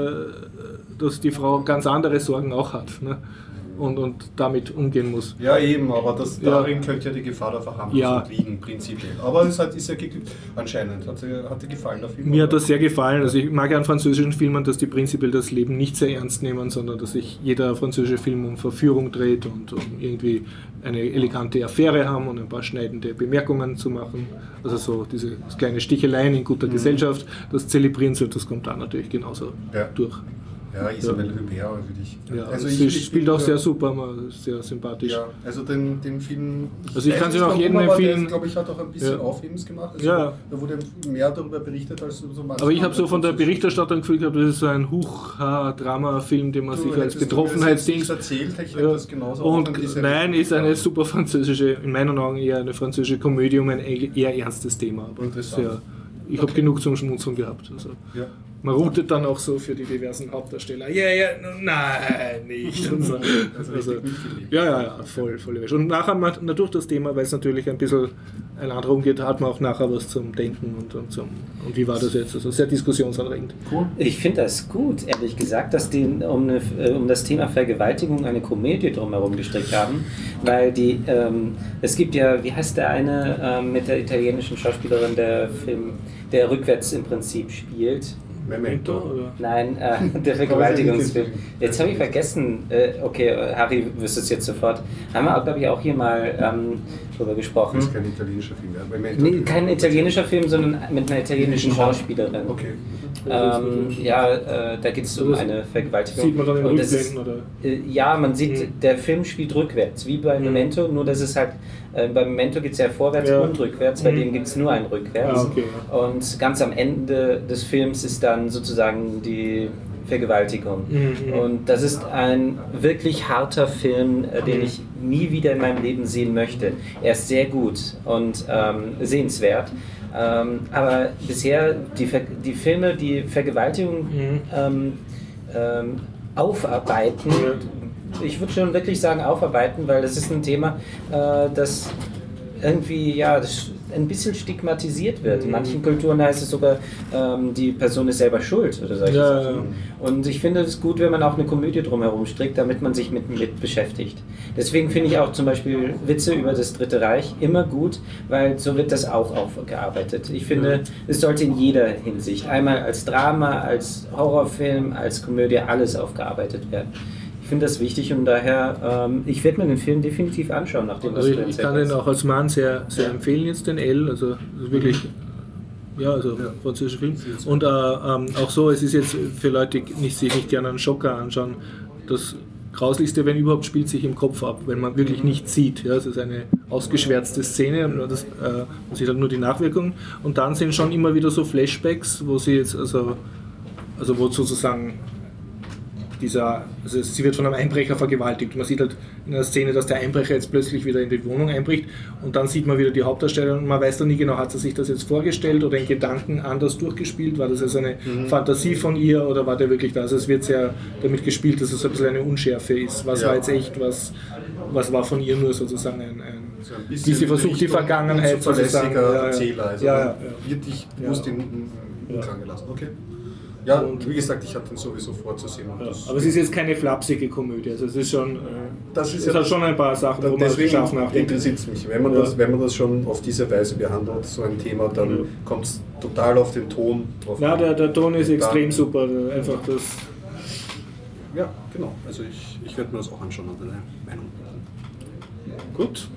die Frau ganz andere Sorgen auch hat. Ne? Und damit umgehen muss. Ja, eben, aber darin könnte ja die Gefahr der Verharmlosung liegen, prinzipiell. Aber es ist ja anscheinend. Hat dir gefallen, der Film? Mir hat das sehr gefallen. Also ich mag an französischen Filmen, dass die prinzipiell das Leben nicht sehr ernst nehmen, sondern dass sich jeder französische Film um Verführung dreht und um irgendwie eine elegante Affäre haben und ein paar schneidende Bemerkungen zu machen. Also so diese kleine Sticheleien in guter Gesellschaft, das zelebrieren sie, das kommt da natürlich genauso durch. Ja, Isabelle Huppert für dich. Ja, also sie spielt auch sehr super, sehr sympathisch. Ja, also den Film... Also ich kann sie auch jedem empfehlen. Der, glaube ich, hat auch ein bisschen Aufhebens gemacht. Also da wurde mehr darüber berichtet als so manchmal. Aber ich habe so von der Berichterstattung gefühlt gehabt, das ist so ein Drama-Film, den man sich als Betroffenheitsding... erzählt, ich hätte das genauso und nein, ist eine super französische, in meinen Augen eher eine französische Komödie um ein eher ernstes Thema. Aber ich habe genug zum Schmunzeln gehabt. Also. Ja. Man routet dann auch so für die diversen Hauptdarsteller. Nein, nicht. Und so. Also, ja, voll erwischt. Und nachher hat man natürlich das Thema, weil es natürlich ein bisschen ein anderer umgeht, hat man auch nachher was zum Denken und wie war das jetzt? Also sehr diskussionsanregend. Cool. Ich finde das gut, ehrlich gesagt, dass die um das Thema Vergewaltigung eine Komödie drumherum gestrickt haben, weil es gibt ja, wie heißt der eine mit der italienischen Schauspielerin, der rückwärts im Prinzip spielt? Memento? Oder? Nein, der Vergewaltigungsfilm. Jetzt habe ich vergessen, okay, Harry wüsste es jetzt sofort. Haben wir, glaube ich, auch hier mal drüber gesprochen. Das ist kein italienischer Film, ja? Memento. Nee, kein italienischer Film, sondern mit einer italienischen Schauspielerin. Okay. Da geht es um eine Vergewaltigung. Sieht man dann in Und das Rückblenden, oder? Ja, man sieht, der Film spielt rückwärts, wie bei Memento, nur dass es halt, bei Memento geht es ja vorwärts und rückwärts, bei dem gibt es nur ein Rückwärts. Okay. Und ganz am Ende des Films ist dann sozusagen die Vergewaltigung. Und das ist ein wirklich harter Film, den ich nie wieder in meinem Leben sehen möchte. Er ist sehr gut und sehenswert. Aber bisher die Filme, die Vergewaltigung aufarbeiten, ich würde schon wirklich sagen aufarbeiten, weil das ist ein Thema, das irgendwie das ein bisschen stigmatisiert wird. In manchen Kulturen heißt es sogar, die Person ist selber schuld oder solche Sachen. Und ich finde es gut, wenn man auch eine Komödie drumherum strickt, damit man sich mit beschäftigt. Deswegen finde ich auch zum Beispiel Witze über das Dritte Reich immer gut, weil so wird das auch aufgearbeitet. Ich finde, es sollte in jeder Hinsicht, einmal als Drama, als Horrorfilm, als Komödie, alles aufgearbeiert werden. Ich finde das wichtig und daher, ich werde mir den Film definitiv anschauen, nachdem das Also ich kann den auch als Mann sehr, sehr empfehlen jetzt, den L, also wirklich, französischer Film. Und auch so, es ist jetzt für Leute, die sich nicht gerne einen Schocker anschauen, das Grauslichste, wenn überhaupt, spielt sich im Kopf ab, wenn man wirklich nichts sieht. Ja, es ist eine ausgeschwärzte Szene, man sieht halt nur die Nachwirkungen und dann sind schon immer wieder so Flashbacks, wo sie jetzt, also wo sozusagen sie wird von einem Einbrecher vergewaltigt. Man sieht halt in der Szene, dass der Einbrecher jetzt plötzlich wieder in die Wohnung einbricht und dann sieht man wieder die Hauptdarstellerin und man weiß dann nie genau, hat sie sich das jetzt vorgestellt oder in Gedanken anders durchgespielt, war das jetzt eine Fantasie von ihr oder war der wirklich da? Also es wird sehr damit gespielt, dass es ein bisschen eine Unschärfe ist. Was war jetzt echt, was war von ihr nur sozusagen wie sie versucht, die Vergangenheit sozusagen. Erzähler, also wird dich bewusst in Unklaren gelassen. Okay. Ja, und wie gesagt, ich hatte den sowieso vorzusehen. Aber es ist jetzt keine flapsige Komödie, also es ist schon, es hat schon ein paar Sachen, wo man scharf nachdenkt. Interessiert es mich. Wenn man das schon auf diese Weise behandelt, so ein Thema, dann kommt es total auf den Ton drauf. Ja, der Ton ist extrem super, einfach das... Ja, genau. Also ich werde mir das auch anschauen und eine Meinung. Gut.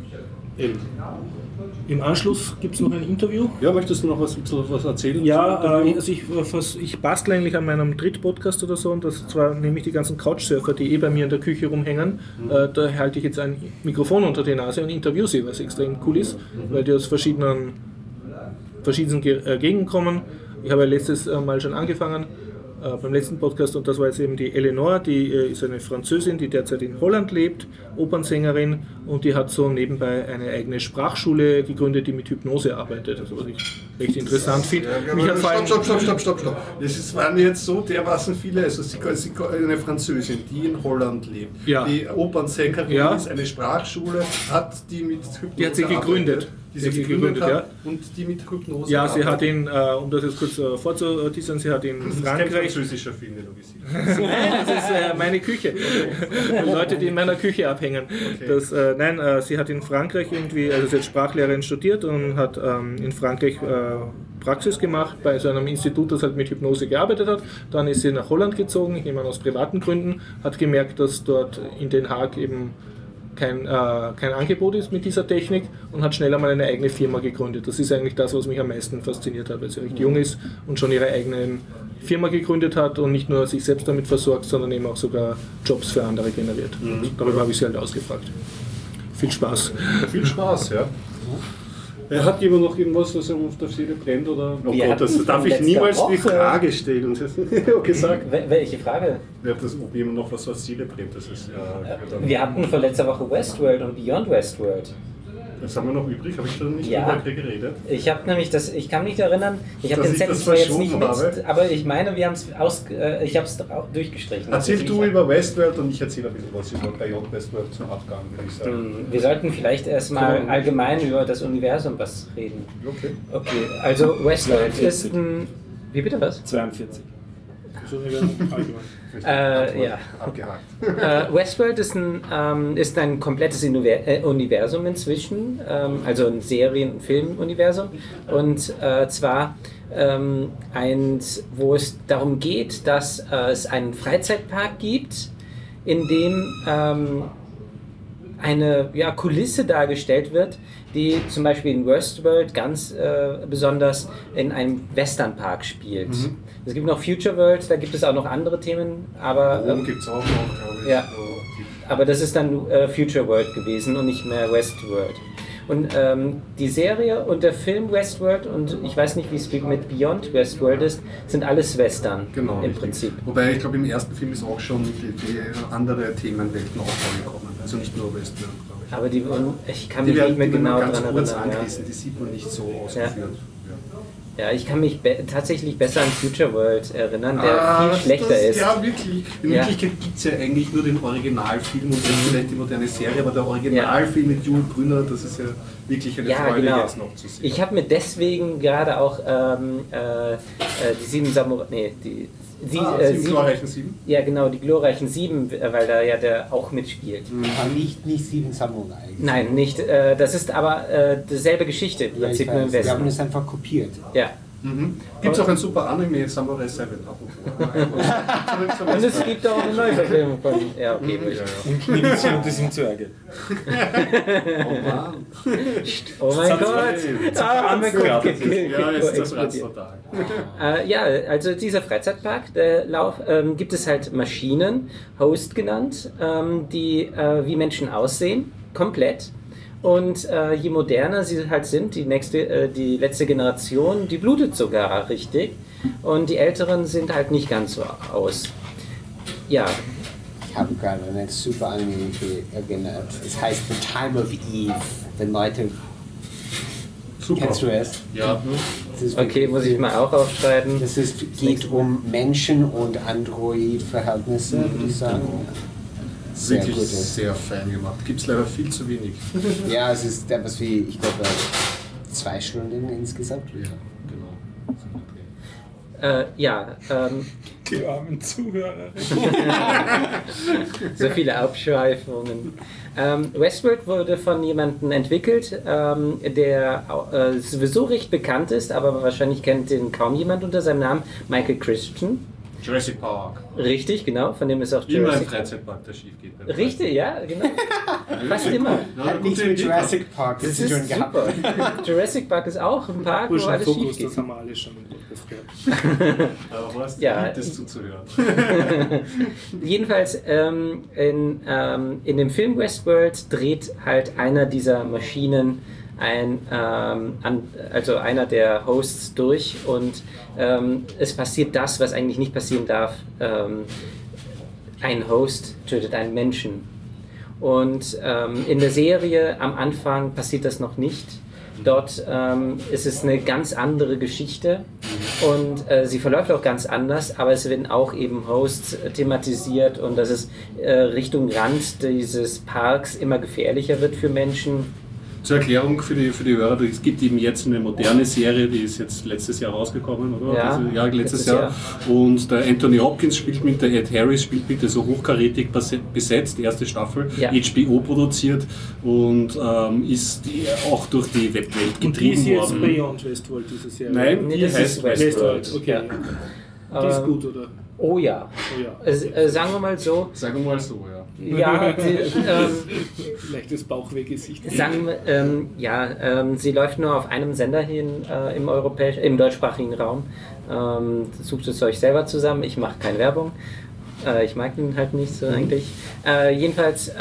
Im Anschluss gibt es noch ein Interview. Ja, möchtest du noch was erzählen? Ja, also ich bastle eigentlich an meinem Drittpodcast oder so, und das zwar nämlich die ganzen Couchsurfer, die bei mir in der Küche rumhängen. Da halte ich jetzt ein Mikrofon unter die Nase und interview sie, was extrem cool ist, weil die aus verschiedenen Gegenden kommen. Ich habe ja letztes Mal schon angefangen, beim letzten Podcast, und das war jetzt eben die Eleonore, die ist eine Französin, die derzeit in Holland lebt, Opernsängerin, und die hat so nebenbei eine eigene Sprachschule gegründet, die mit Hypnose arbeitet, also was ich recht interessant finde. Stopp. Das waren jetzt so dermaßen viele, also sie eine Französin, die in Holland lebt, die Opernsängerin ist, eine Sprachschule hat, die mit Hypnose die hat sie gegründet. Die sie gegründet hat, und die mit Hypnose ja, sie hat ihn, um das jetzt kurz vorzuteasern, sie hat in Frankreich... Das ist kein französischer Film, den du gesehen hast. Nein, das ist meine Küche. Okay. Leute, die in meiner Küche abhängen. Okay. Sie hat in Frankreich irgendwie, also sie hat Sprachlehrerin studiert und hat in Frankreich Praxis gemacht bei so einem Institut, das halt mit Hypnose gearbeitet hat. Dann ist sie nach Holland gezogen, ich nehme an aus privaten Gründen, hat gemerkt, dass dort in Den Haag eben kein Angebot ist mit dieser Technik, und hat schnell einmal eine eigene Firma gegründet. Das ist eigentlich das, was mich am meisten fasziniert hat, weil sie recht jung ist und schon ihre eigene Firma gegründet hat und nicht nur sich selbst damit versorgt, sondern eben auch sogar Jobs für andere generiert. Und darüber habe ich sie halt ausgefragt. Viel Spaß. Viel Spaß, ja. Hat jemand noch irgendwas, was auf der Seele brennt? Oder? Oh Gott, das darf ich niemals die Frage stellen. Gesagt. Welche Frage? Ob jemand noch was auf der Seele brennt. Das ist, wir hatten vor letzter Woche Westworld und Beyond Westworld. Das haben wir noch übrig, habe ich da nicht Ja. drüber geredet? Ich habe nämlich ich kann mich erinnern, ich habe Dass den ich Zettel das zwar jetzt nicht mit, verschoben habe. aber ich meine, wir haben es ich habe es durchgestrichen. Erzähl Also du ich- über Westworld und ich erzähle ein bisschen was über Beyond Westworld zum Abgang, würde ich sagen. Wir sollten vielleicht erstmal allgemein über das Universum was reden. Okay. Okay, also Westworld 42. ist ein... Wie bitte was? 42. So allgemein. Ja. Abgehakt. Westworld ist ein komplettes Universum inzwischen, also ein Serien- und Filmuniversum. Und zwar wo es darum geht, dass es einen Freizeitpark gibt, in dem eine Kulisse dargestellt wird, die zum Beispiel in Westworld ganz besonders in einem Westernpark spielt. Es gibt noch Future World, da gibt es auch noch andere Themen, aber Rom gibt es auch noch, glaube ich. ja. So. aber das ist dann Future World gewesen und nicht mehr Westworld. Und die Serie und der Film Westworld und ich weiß nicht, wie es mit Beyond Westworld ist, sind alles Western Genau, im richtig. Prinzip. Wobei ich glaube, im ersten Film ist auch schon die andere Themenwelten auch vorgekommen. Also nicht nur Westworld, glaube ich. Aber ich kann Die mich nicht mehr die werden genau nur ganz daran kurz erinnern. angerissen, die sieht man nicht so ausgeführt. Ja, ich kann mich tatsächlich besser an Future World erinnern, der viel schlechter ist. Ja, wirklich. In Ja. Wirklichkeit gibt es ja eigentlich nur den Originalfilm und jetzt vielleicht die moderne Serie, aber der Originalfilm mit Jules Brünner, das ist ja wirklich eine Freude jetzt noch zu sehen. Ich habe mir deswegen gerade auch die Sieben Samurai, Sieben glorreichen Sieben? ja genau, die glorreichen Sieben, weil da ja der auch mitspielt. Aber nicht Sieben Samurai. Nein, nicht. Das ist aber dieselbe Geschichte im Ja, ich Prinzip nur im weiß. Wir haben Westen. das einfach kopiert. Ja. Gibt es auch ein super Anime, Samurai 7. Und es gibt auch eine Neuverfilmung von. Ja, okay. Und Medition des im Zwerge. Oh Mann. Oh mein Gott! Mein Kopf Ja, geht ist das explodiert. total. Ja, also dieser Freizeitpark, gibt es halt Maschinen, Host genannt, die wie Menschen aussehen, komplett. Und je moderner sie halt sind, die letzte Generation, die blutet sogar richtig. Und die Älteren sind halt nicht ganz so aus. Ja, Ich habe gerade eine super Anime erinnert. Es heißt The Time of Eve. Wenn Leute. Super. Kennst du es? Ja. Das ist okay, muss ich mal auch aufschreiben. Geht um Menschen- und Android-Verhältnisse, würde ich sagen. Sehr Wirklich gut. sehr fein gemacht. Gibt es leider viel zu wenig. Ja, es ist etwas wie, ich glaube, 2 Stunden insgesamt. Ja, genau. Die armen Zuhörer. So viele Abschweifungen. Westworld wurde von jemandem entwickelt, der sowieso recht bekannt ist, aber wahrscheinlich kennt den kaum jemand unter seinem Namen, Michael Crichton. Jurassic Park. Richtig, genau, von dem ist auch Immer ein Jurassic Freizeitpark, der schief geht. Richtig, ja, genau. Fast immer. Hat nichts mit Jurassic Park Das zu ist tun gehabt. super. Jurassic Park ist auch ein Park, wo Burschen alles schief Fokus, geht. das haben wir alle schon im Podcast gehört. Aber Horst, Ja. liebt es zuzuhören. Jedenfalls in dem Film Westworld dreht halt einer dieser Maschinen also einer der Hosts durch und es passiert das, was eigentlich nicht passieren darf. Ein Host tötet einen Menschen. Und in der Serie am Anfang passiert das noch nicht. Dort ist es eine ganz andere Geschichte und sie verläuft auch ganz anders, aber es werden auch eben Hosts thematisiert und dass es Richtung Rand dieses Parks immer gefährlicher wird für Menschen. Zur Erklärung für die Hörer, es gibt eben jetzt eine moderne Serie, die ist jetzt letztes Jahr rausgekommen, oder? Ja, Letztes Jahr. Und der Anthony Hopkins spielt mit, der Ed Harris spielt mit, so hochkarätig besetzt, erste Staffel, Ja. HBO produziert und ist auch durch die Webwelt Und die ist getrieben jetzt worden. Beyond Westworld, diese Serie. Nein, Nee, die das heißt ist Westworld, okay. Ja. Die ist gut, oder? Oh ja. Oh ja. Sagen wir mal so. Sagen wir mal so, ja. Ja, Leichtes Bauchwehgesicht. sie läuft nur auf einem Sender hin im deutschsprachigen Raum. Sucht es euch selber zusammen. Ich mache keine Werbung. Ich mag ihn halt nicht so eigentlich. Jedenfalls,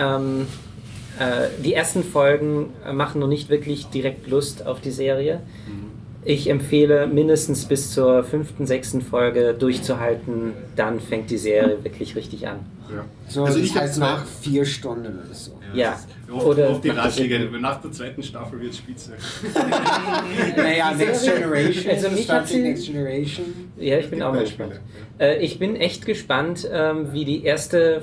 die ersten Folgen machen noch nicht wirklich direkt Lust auf die Serie. Ich empfehle mindestens bis zur 5., 6. Folge durchzuhalten, dann fängt die Serie wirklich richtig an. Ja. So, Also das ich habe heißt nach 4 Stunden oder so. Ja. Oder auf die nach der Ratschläge. dritten. Nach der 2. Staffel wird es spitze. Naja, Next Generation. Also mich Star hat Trek sie- Next Generation. Ja, ich bin auch mal Beispiele. gespannt. Ich bin echt gespannt, wie die erste.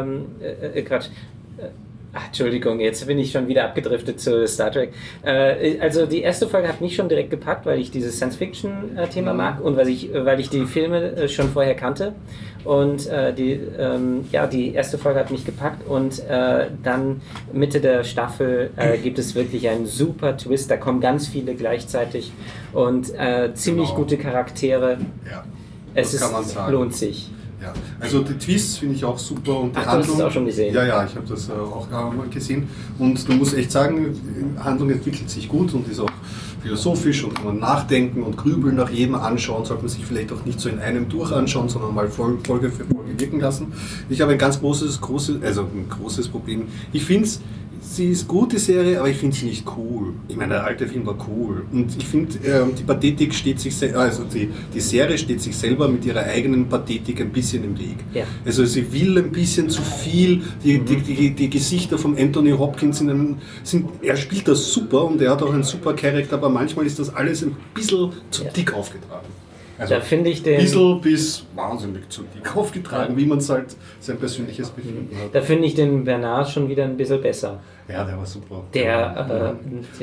Entschuldigung, jetzt bin ich schon wieder abgedriftet zu Star Trek. Also die erste Folge hat mich schon direkt gepackt, weil ich dieses Science-Fiction-Thema mag und weil ich die Filme schon vorher kannte. Und die erste Folge hat mich gepackt und dann Mitte der Staffel gibt es wirklich einen super Twist. Da kommen ganz viele gleichzeitig und ziemlich Genau. gute Charaktere. Ja, Es kann man sagen. lohnt sich. Ja, also die Twists finde ich auch super und die Ach, du hast es auch schon gesehen? Ja, ich habe das auch mal gesehen und du musst echt sagen, die Handlung entwickelt sich gut und ist auch philosophisch und kann man nachdenken und grübeln nach jedem anschauen, sollte man sich vielleicht auch nicht so in einem durch anschauen, sondern mal Folge für Folge wirken lassen. Ich habe ein ganz großes Problem. Ich finde sie ist gut, die Serie, aber ich finde sie nicht cool. Ich meine, der alte Film war cool. Und ich finde, die Pathetik steht sich die Serie steht sich selber mit ihrer eigenen Pathetik ein bisschen im Weg. Ja. Also sie will ein bisschen zu viel. Die Gesichter von Anthony Hopkins er spielt das super und er hat auch einen super Charakter, aber manchmal ist das alles ein bisschen zu dick aufgetragen. Also Da finde ich den. ein bisschen bis wahnsinnig zu dick aufgetragen, wie man es halt sein persönliches Befinden hat. Da finde ich den Bernard schon wieder ein bisschen besser. Ja, der war super. Ja,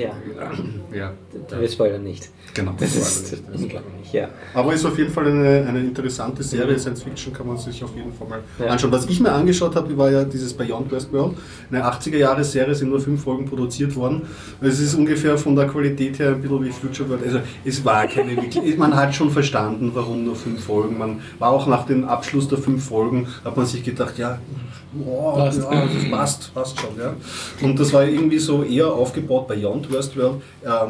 wir spoilern nicht. Genau. Das war ist nicht. unglaublich, ja. Aber ist auf jeden Fall eine interessante Serie, Science Fiction kann man sich auf jeden Fall mal Ja. anschauen. Was ich mir angeschaut habe, war ja dieses Beyond Westworld, eine 80er-Jahre-Serie, sind nur 5 Folgen produziert worden. Es ist ungefähr von der Qualität her ein bisschen wie Future World. Also es war keine wirklich, man hat schon verstanden, warum nur 5 Folgen. Man war auch nach dem Abschluss der 5 Folgen, hat man sich gedacht, ja, Passt. ja, das passt schon. Ja. Und das war irgendwie so eher aufgebaut bei Beyond Westworld,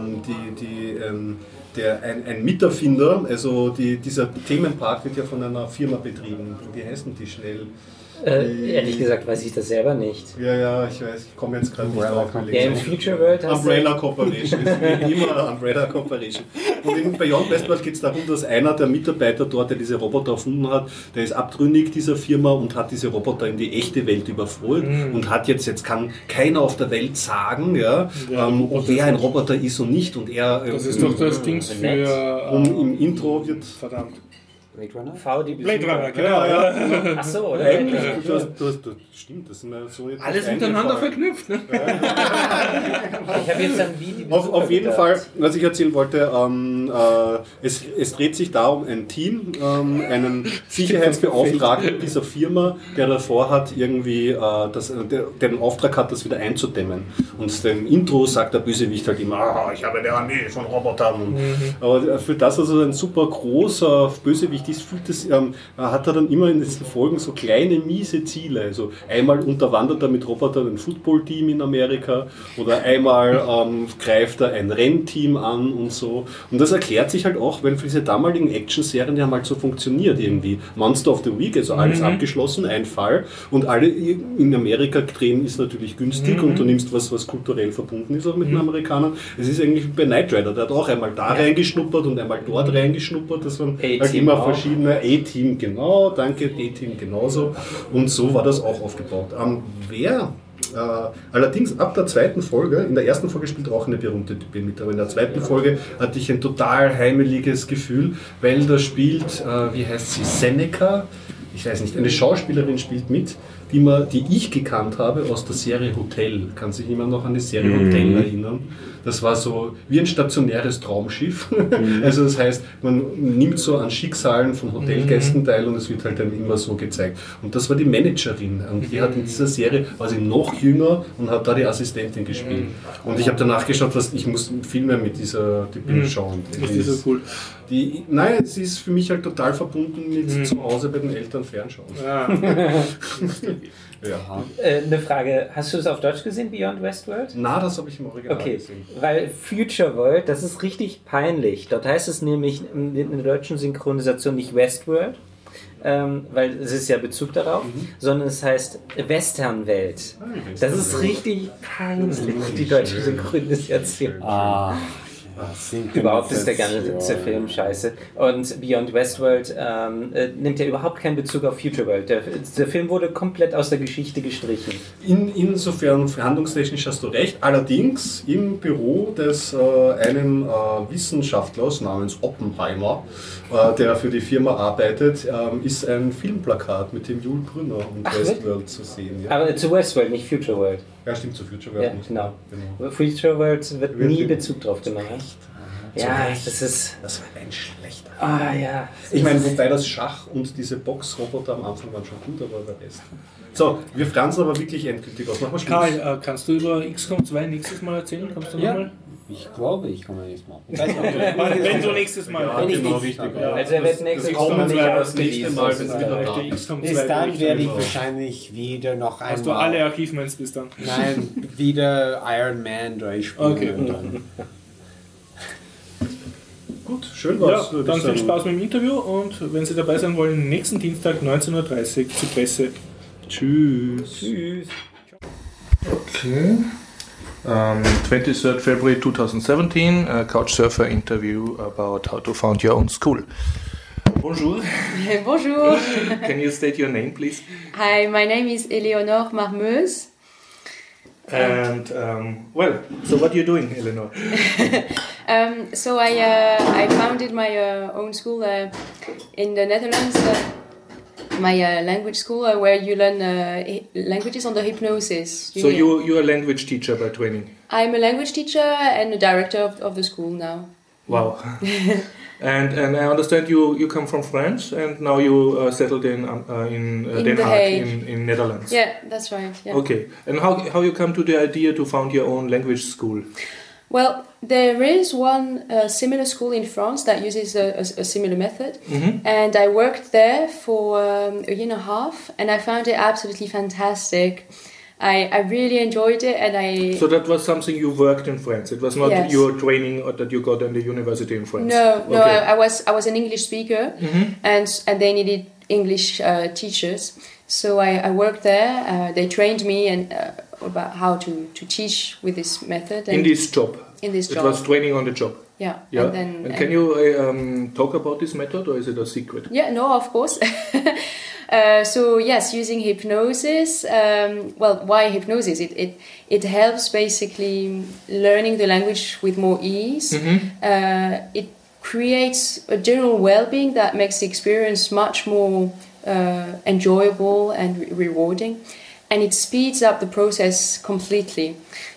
ein Miterfinder, also dieser Themenpark wird ja von einer Firma betrieben. Wie heißen die schnell? Ehrlich gesagt weiß ich das selber nicht. Ja, ich weiß, ich komme jetzt gerade nicht drauf. Ja, im Future World hast Umbrella Corporation, es wird immer Umbrella Corporation. Und in Beyond Westworld geht es darum, dass einer der Mitarbeiter dort, der diese Roboter erfunden hat, der ist abtrünnig dieser Firma und hat diese Roboter in die echte Welt überholt und hat jetzt kann keiner auf der Welt sagen, ob wer ein Roboter ist und nicht. Und er, Das ist doch das Dings für. im Intro wird... Verdammt. Blade Runner? V, die Blade Runner, Besucher. genau. Ja. Ach so, oder? Eigentlich, stimmt, das sind ja so jetzt Alles nicht miteinander eingefallen. verknüpft. Ne? Ich habe jetzt dann wie die Besucher Auf jeden gedacht. Fall, was ich erzählen wollte, es dreht sich da um ein Team, einen Sicherheitsbeauftragten dieser Firma, der davor hat, irgendwie der den Auftrag hat, das wieder einzudämmen. Und dem Intro sagt der Bösewicht halt immer, ich habe eine Armee von Robotern. Aber für das, dass er ein super großer Bösewicht ist, hat er dann immer in diesen Folgen so kleine, miese Ziele. Also einmal unterwandert er mit Robotern ein Footballteam in Amerika oder einmal greift er ein Rennteam an und so. Und das erklärt sich halt auch, weil für diese damaligen Action-Serien die haben halt so funktioniert irgendwie. Monster of the Week, also alles abgeschlossen, ein Fall. Und alle in Amerika drehen ist natürlich günstig und du nimmst was kulturell verbunden ist auch mit den Amerikanern. Es ist eigentlich wie bei Knight Rider, der hat auch einmal da reingeschnuppert und einmal dort reingeschnuppert. Das waren halt A-Team immer auch. verschiedene A-Team, genau, danke, A-Team genauso. Und so war das auch aufgebaut. Allerdings ab der 2. Folge, in der ersten Folge spielt auch eine berühmte Type mit, aber in der 2. Folge hatte ich ein total heimeliges Gefühl, weil da spielt, wie heißt sie, Seneca, ich weiß nicht, eine Schauspielerin spielt mit, die ich gekannt habe aus der Serie Hotel. Kann sich jemand noch an die Serie Hotel erinnern? Das war so wie ein stationäres Traumschiff. Also das heißt, man nimmt so an Schicksalen von Hotelgästen teil und es wird halt dann immer so gezeigt. Und das war die Managerin. Und die hat in dieser Serie, war sie noch jünger und hat da die Assistentin gespielt. Und ich habe danach geschaut, ich muss viel mehr mit dieser Typin schauen. Ist die so cool? Nein, sie ist für mich halt total verbunden mit zu Hause bei den Eltern fernschauen. Ja. Ja. Eine Frage, hast du es auf Deutsch gesehen, Beyond Westworld? Na, das habe ich im Original Okay, gesehen. weil Future World, das ist richtig peinlich. Dort heißt es nämlich in der deutschen Synchronisation nicht Westworld, weil es ist ja Bezug darauf, sondern es heißt Westernwelt. Das ist richtig peinlich, die deutsche Synchronisation. Überhaupt ist der ganze Film scheiße. Und Beyond Westworld nimmt ja überhaupt keinen Bezug auf Future World. Der Film wurde komplett aus der Geschichte gestrichen. Insofern verhandlungstechnisch hast du recht. Allerdings im Büro des einen Wissenschaftlers namens Oppenheimer, der für die Firma arbeitet, ist ein Filmplakat mit dem Jules Brünner und Westworld zu sehen. Ja. Aber zu Westworld, nicht Future World. Ja, stimmt, zu Future World nicht. Genau. Future World wird nie Bezug drauf genommen. Ja, das war ein schlechter. Ja. Ich meine, wobei das Schach und diese Boxroboter am Anfang waren schon gut, aber der Rest. So, wir fransen aber wirklich endgültig aus. Machen wir Schluss. Karl, kannst du über XCOM 2 nächstes Mal erzählen? Kommst du nochmal? Ich glaube, ich komme nächstes Mal. Wenn du nächstes Mal. Ja, genau, richtig. Ja. Also er wird nächstes Mal nicht ausgewiesen. Bis dann werde ich wahrscheinlich wieder noch einmal... Hast du alle Achievements bis dann? Nein, wieder Iron Man durchspielen. Okay. Und dann. Gut, schön war's. Ja, dann viel Spaß mit dem Interview und wenn Sie dabei sein wollen, nächsten Dienstag 19.30 Uhr zur Presse. Tschüss. Okay. 23rd February 2017, a Couchsurfer interview about how to found your own school. Bonjour. Bonjour. Can you state your name, please? Hi, my name is Eleonore Marmeuse. And so what are you doing, Eleanor? So I founded my own school in the Netherlands. My language school where you learn languages under hypnosis. So you're a language teacher by training? I'm a language teacher and a director of the school now. Wow. and I understand you come from France and now you settled in Den Haag in Netherlands. Yeah, that's right. Yeah. Okay. And how you come to the idea to found your own language school? Well, there is one similar school in France that uses a similar method, and I worked there for a year and a half, and I found it absolutely fantastic. I really enjoyed it, So that was something you worked in France. It was not your training or that you got in the university in France. No, I was an English speaker, and they needed English teachers. So I worked there. They trained me about how to teach with this method. And in this job. It was training on the job. Yeah. And can you talk about this method, or is it a secret? Yeah, no, of course. So yes, using hypnosis. Why hypnosis? It helps basically learning the language with more ease. It creates a general well-being that makes the experience much more enjoyable and rewarding, and it speeds up the process completely.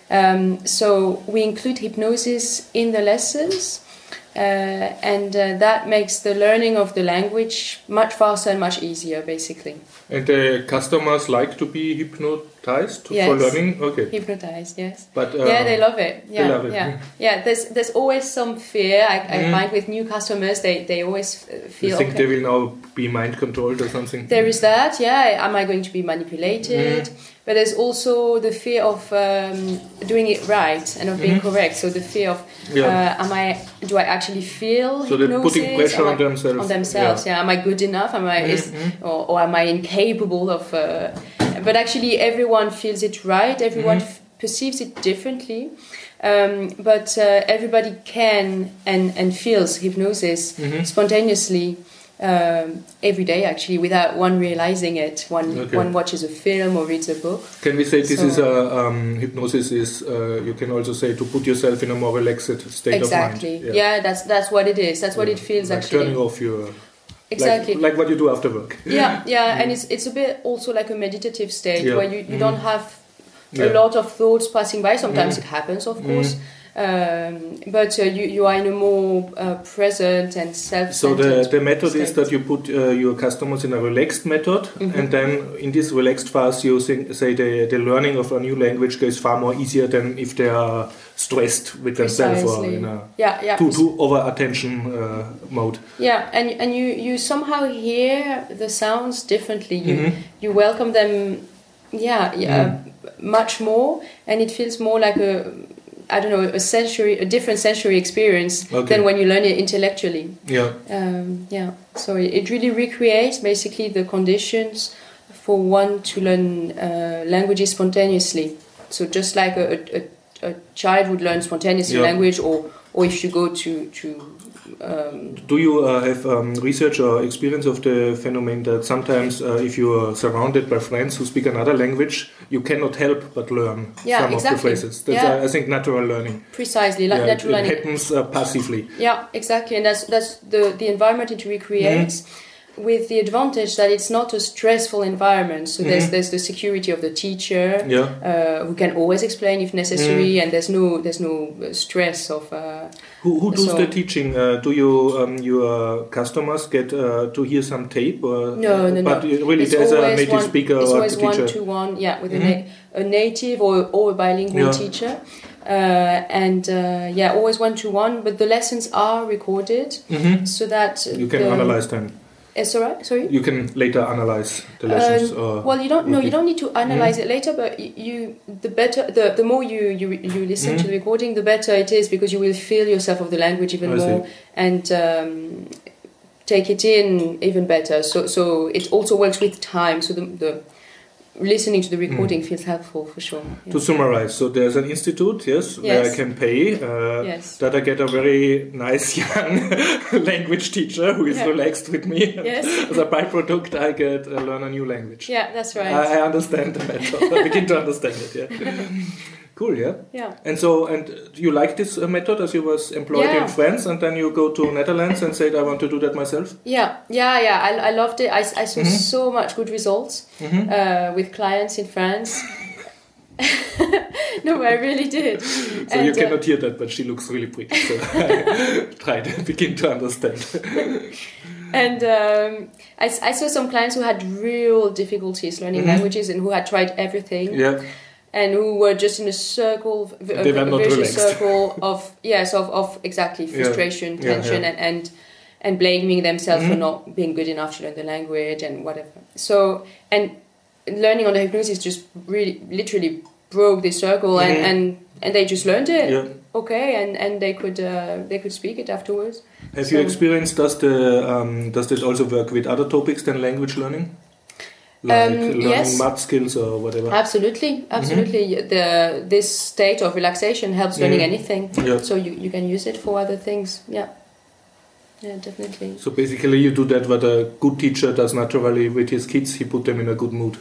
So we include hypnosis in the lessons, and that makes the learning of the language much faster and much easier, basically. And the customers like to be hypnotized for learning? Okay. Hypnotized, yes. But they love it. Yeah, they love it. Yeah. There's always some fear. I find with new customers, they always feel. You think they will now be mind controlled or something? There is that. Yeah. Am I going to be manipulated? But there's also the fear of doing it right and of being correct. So the fear of do I actually feel so hypnosis? They're putting pressure on themselves. On themselves, yeah. Am I good enough? Am I or am I incapable of? But actually, everyone feels it right. Everyone perceives it differently. But everybody can and feels hypnosis spontaneously. Every day, actually, without one realizing it. One watches a film or reads a book. Can we say this is hypnosis? Is you can also say to put yourself in a more relaxed state of mind. Exactly. Yeah, that's what it is. That's what it feels like actually. Turning off your. Exactly. Like what you do after work. Yeah, and it's a bit also like a meditative state where you don't have a lot of thoughts passing by. Sometimes it happens, of course. But you are in a more present and self-centered So the method state. is that you put your customers in a relaxed method, and then in this relaxed phase you say the learning of a new language goes far more easier than if they are stressed with themselves or in a too over attention mode. Yeah, and you somehow hear the sounds differently. You welcome them much more, and it feels more like a different sensory experience than when you learn it intellectually. So it really recreates basically the conditions for one to learn languages spontaneously. So just like a a child would learn spontaneously language, or if you go to do you have research or experience of the phenomenon that sometimes if you are surrounded by friends who speak another language, you cannot help but learn some of the phrases? That's, I think, natural learning. Precisely, natural learning. It happens passively. Yeah, exactly, and that's the environment it recreates. With the advantage that it's not a stressful environment, so there's the security of the teacher, who can always explain if necessary, and there's no stress of. Who does the teaching? Do you your customers get to hear some tape? Or, no. But really, there's a native speaker it's or always teacher. one-to-one, with a native or a bilingual teacher. Always one-to-one. But the lessons are recorded, so that you can analyze them. Sorry. You can later analyze the lessons. You don't. No, you don't need to analyze it later. But the more you listen to the recording, the better it is, because you will feel yourself of the language even more and take it in even better. So it also works with time. So the listening to the recording feels helpful for sure. Yeah. To summarize, so there's an institute, where I can pay, that I get a very nice young language teacher who is relaxed with me. Yes. As a byproduct, I get learn a new language. Yeah, that's right. I understand the method. I begin to understand it. Yeah. Cool, yeah. Yeah. And you like this method, as you was employed in France, and then you go to Netherlands and said, I want to do that myself? Yeah. I loved it. I saw so much good results with clients in France. No, I really did. So you cannot hear that, but she looks really pretty. So I try to begin to understand. And I saw some clients who had real difficulties learning languages and who had tried everything. Yeah. And who were just in a circle, they were not relaxed. Circle of exactly frustration, tension, and blaming themselves for not being good enough to learn the language and whatever. So, and learning on the hypnosis just really literally broke this circle, and they just learned it. Yeah. Okay, and they could speak it afterwards. Have you experienced? Does this also work with other topics than language learning? Like learning math skills or whatever. Absolutely. This state of relaxation helps learning anything. Yeah. So you can use it for other things. Yeah, definitely. So basically, you do that what a good teacher does naturally with his kids. He put them in a good mood.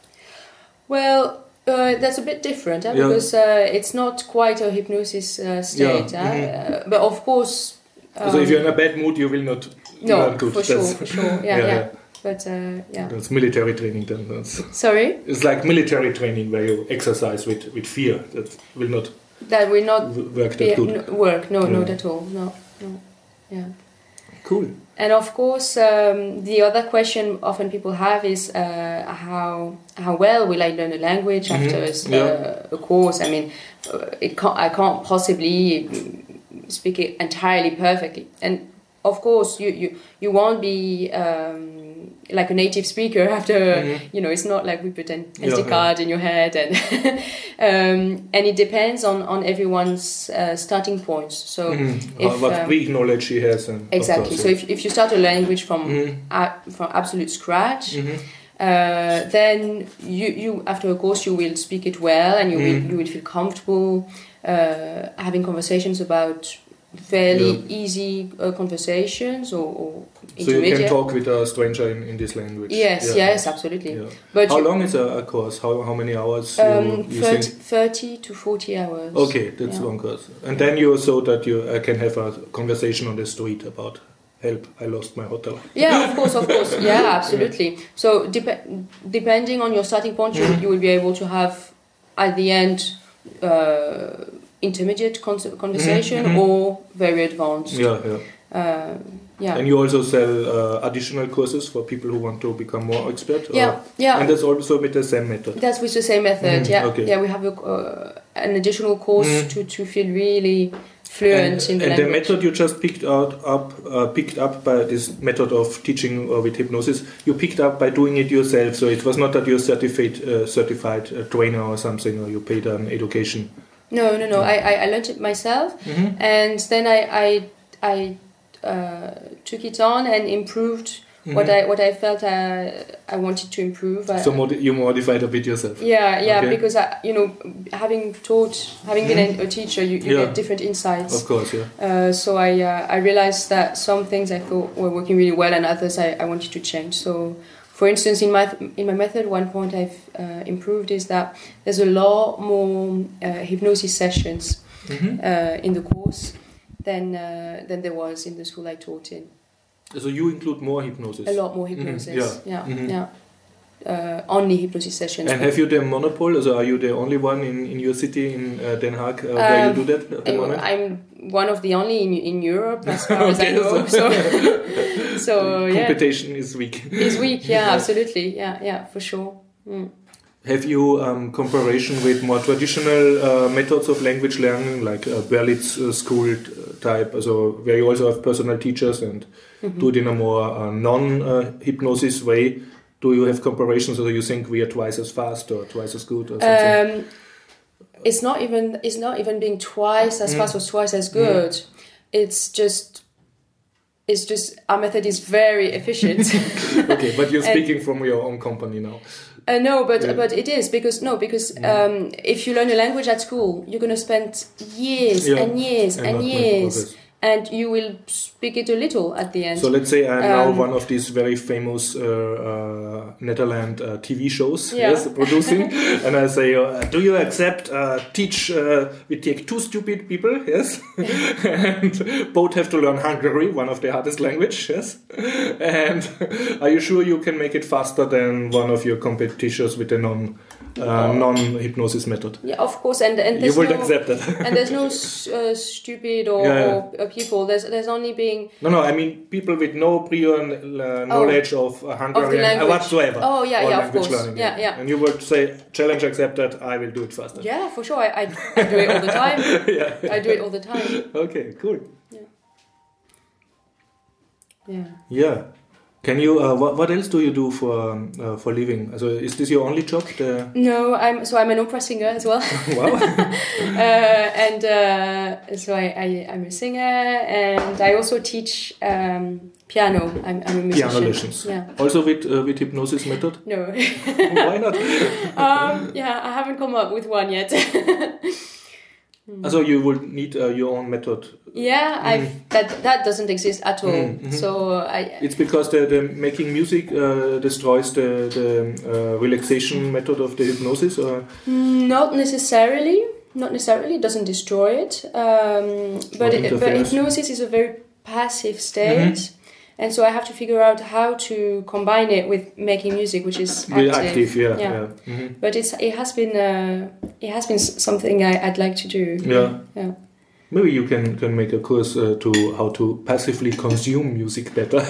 Well, that's a bit different because it's not quite a hypnosis state. But of course. So if you're in a bad mood, you will not learn good. For sure. Yeah. But that's military training then. Sorry? It's like military training where you exercise with fear. That will not work that good. Not at all. No. Yeah. Cool. And of course, the other question often people have is how well will I learn a language after a course? I mean, I can't possibly speak it entirely perfectly. And of course, you won't be like a native speaker after, it's not like we put an SD card in your head. And it depends on everyone's starting points. So what pre-knowledge he has. Exactly. So if you start a language from absolute scratch, then you after a course you will speak it well, and you will feel comfortable having conversations about fairly easy conversations or intermediate. So you can talk with a stranger in this language. Yes, absolutely. Yeah. But how long is a course? How many hours? 30 to 40 hours. Okay, that's a long course. And then you so that you can have a conversation on the street about help, I lost my hotel. Yeah, of course. Yeah, absolutely. So depending on your starting point, you will be able to have at the end intermediate conversation or very advanced. And you also sell additional courses for people who want to become more expert? Yeah. And that's also with the same method? That's with the same method, Okay. Yeah, we have an additional course to feel really fluent in the language. And the method you just picked up by this method of teaching with hypnosis, you picked up by doing it yourself, so it was not that you're certified trainer or something, or you paid an education? No. I learned it myself, and then I took it on and improved what I felt I wanted to improve. So you modified a bit yourself. Yeah, Okay. because having been a teacher, you get different insights. Of course, yeah. So I realized that some things I thought were working really well, and others I wanted to change. So, for instance, in my method, one point I've improved is that there's a lot more hypnosis sessions in the course than there was in the school I taught in. So you include more hypnosis? A lot more hypnosis. Mm-hmm. Yeah. Only hypnosis sessions. And have you the monopoly? So are you the only one in your city, in Den Haag, where you do that at the moment? I'm one of the only in Europe, as far as I know. So competition is weak. Is weak, yeah, absolutely. Yeah, for sure. Mm. Have you comparison with more traditional methods of language learning, like Berlitz school type, so where you also have personal teachers and do it in a more non-hypnosis way? Do you have comparisons, or do you think we are twice as fast or twice as good or something? It's not even being twice as fast or twice as good. It's just our method is very efficient. Okay, but you're speaking from your own company now. No, but it is because if you learn a language at school, you're going to spend years and years and years, and you will speak it a little at the end. So let's say I'm now one of these very famous Netherlands TV shows producing, and I say, do you accept we take 2 stupid people, yes, and both have to learn Hungary, one of the hardest language, yes, and are you sure you can make it faster than one of your competitors with a non-hypnosis method? Yeah, of course, and you would accept that. And there's no stupid or people. There's only being I mean people with no prior knowledge of Hungarian whatsoever. Oh yeah, of course. Learning, yeah. And you would say, challenge accepted. I will do it faster. Yeah, for sure. I do it all the time. I do it all the time. Okay, cool. Yeah. Can you? What else do you do for living? So is this your only job? No, I'm an opera singer as well. Wow. So I'm a singer, and I also teach piano. I'm a musician. Piano lessons. Yeah. Also with hypnosis method? No. Why not? I haven't come up with one yet. So you would need your own method. Yeah, that doesn't exist at all. Mm-hmm. So it's because the making music destroys the relaxation method of the hypnosis, or not necessarily. It doesn't destroy it. But hypnosis is a very passive state. And so I have to figure out how to combine it with making music, which is active. Yeah. Mm-hmm. But it has been something I'd like to do. Yeah. Maybe you can make a course to how to passively consume music better.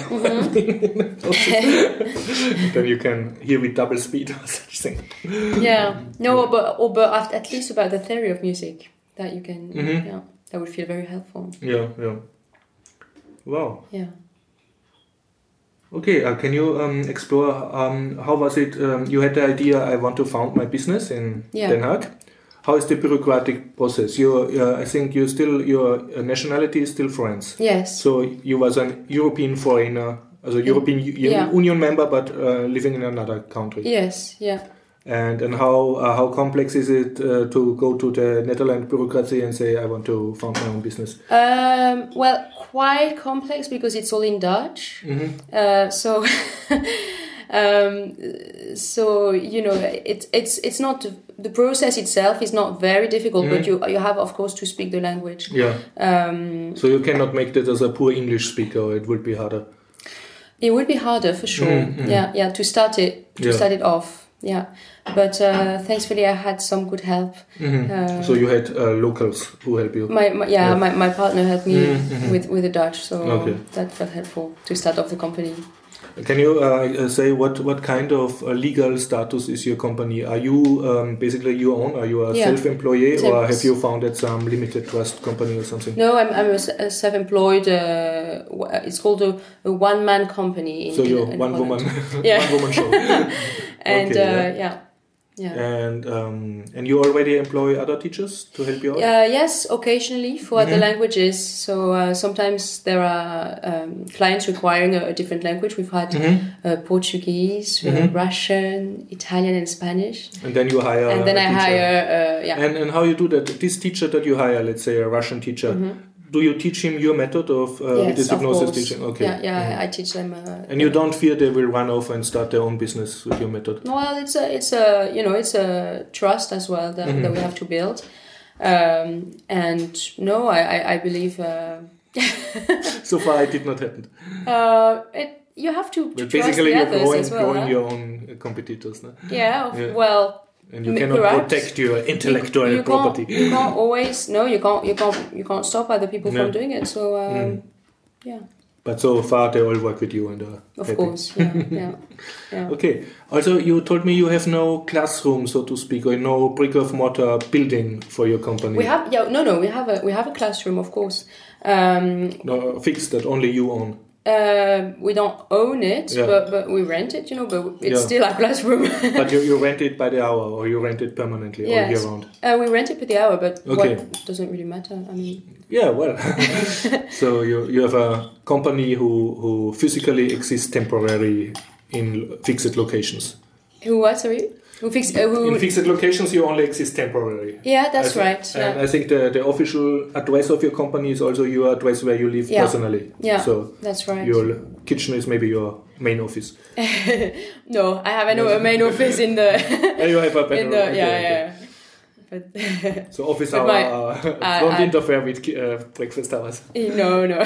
Then you can hear with double speed or something. Yeah. No, but at least about the theory of music that you can. That would feel very helpful. Yeah. Wow. Yeah. Okay, can you explore how was it? You had the idea, I want to found my business in Den Haag. How is the bureaucratic process? I think your nationality is still France. Yes. So you was an European foreigner, as a European Union member, but living in another country. Yes. Yeah. And how complex is it to go to the Netherlands bureaucracy and say I want to found my own business? Well, quite complex because it's all in Dutch. So it's not the process itself is not very difficult, but you have of course to speak the language. Yeah. So you cannot make that as a poor English speaker. It would be harder. It would be harder for sure. Yeah. To start it off. Yeah, but thankfully I had some good help. So you had locals who help you. My partner helped me with the Dutch, so that felt helpful to start off the company. Can you say what kind of legal status is your company? Are you basically your own? Are you a self-employee, or have you founded some limited trust company or something? No, I'm a self-employed. It's called a one-man company. So you're one woman, one woman show. And Yeah. And you already employ other teachers to help you out? Yes, occasionally for the languages. So sometimes there are clients requiring a different language. We've had Portuguese, Russian, Italian, and Spanish. And then you hire. And then I teacher. hire. And how you do that? This teacher that you hire, let's say a Russian teacher. Do you teach him your method of Yes, of hypnosis course. teaching? Okay. Yeah, I teach them. And you don't fear they will run off and start their own business with your method? Well, it's a trust as well that we have to build. And no, I believe. So far, it did not happen. You have to But trust basically, the you're others growing, as well. growing your own competitors. No? Yeah. Yeah. Well. And you cannot perhaps protect your intellectual you property. You can't always. No, you can't stop other people from doing it. So yeah. But so far, they all work with you and are Of happy. course, yeah. Okay. Also, you told me you have no classroom, so to speak, or no brick of mortar building for your company. We have we have a classroom, of course. No, fixed that only you own. We don't own it, but we rent it, but it's still our classroom. But you rent it by the hour, or you rent it permanently all year round? We rent it per the hour, but Okay. what doesn't really matter. I mean, Yeah, well. So you have a company who physically exists temporarily in fixed locations. sorry? Who fix? In fixed locations, you only exist temporarily. Yeah, that's right. And Yeah. I think the official address of your company is also your address where you live personally. Yeah, So that's right. your kitchen is maybe your main office. No, I have a main office in the. You have a better in the okay. yeah. But So office But hour don't interfere with breakfast hours. no.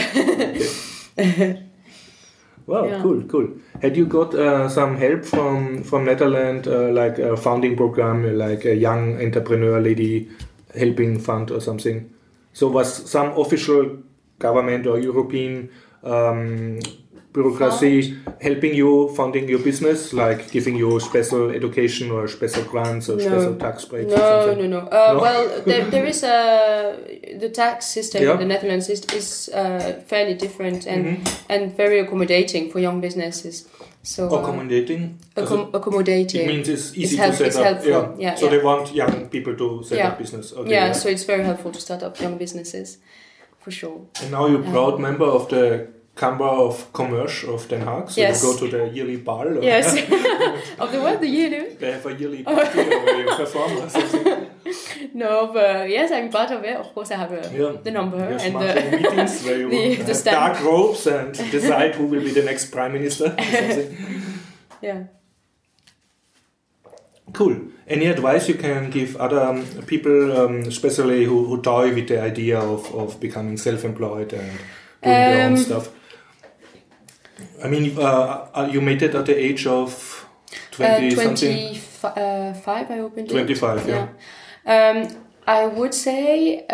Wow, Yeah. cool. Had you got some help from Netherlands, like a founding program, like a young entrepreneur lady helping fund or something? So was some official government or European bureaucracy helping you funding your business, like giving you special education or special grants or special tax breaks? or something? No. Well, there is the tax system in the Netherlands is fairly different and very accommodating for young businesses. So Accommodating? accommodating. It means it's easy It's to set up. helpful. Yeah, so they want young people to set Yeah. up business. Okay, Yeah, so it's very helpful to start up young businesses, for sure. And now you're proud member of the Chamber of Commerce of Den Haag. So Yes. you go to the yearly ball. Or Yes. Of the what? The year? They have a yearly party where you perform or something. No, but yes, I'm part of it. Of course, I have the number You have and smart meetings where you the have stamp. dark robes and decide who will be the next prime minister or something. Yeah. Cool. Any advice you can give other people, especially who toy with the idea of becoming self-employed and doing their own stuff? I mean, you made it at the age of 20 something? 25, I opened it. 25, yeah. I would say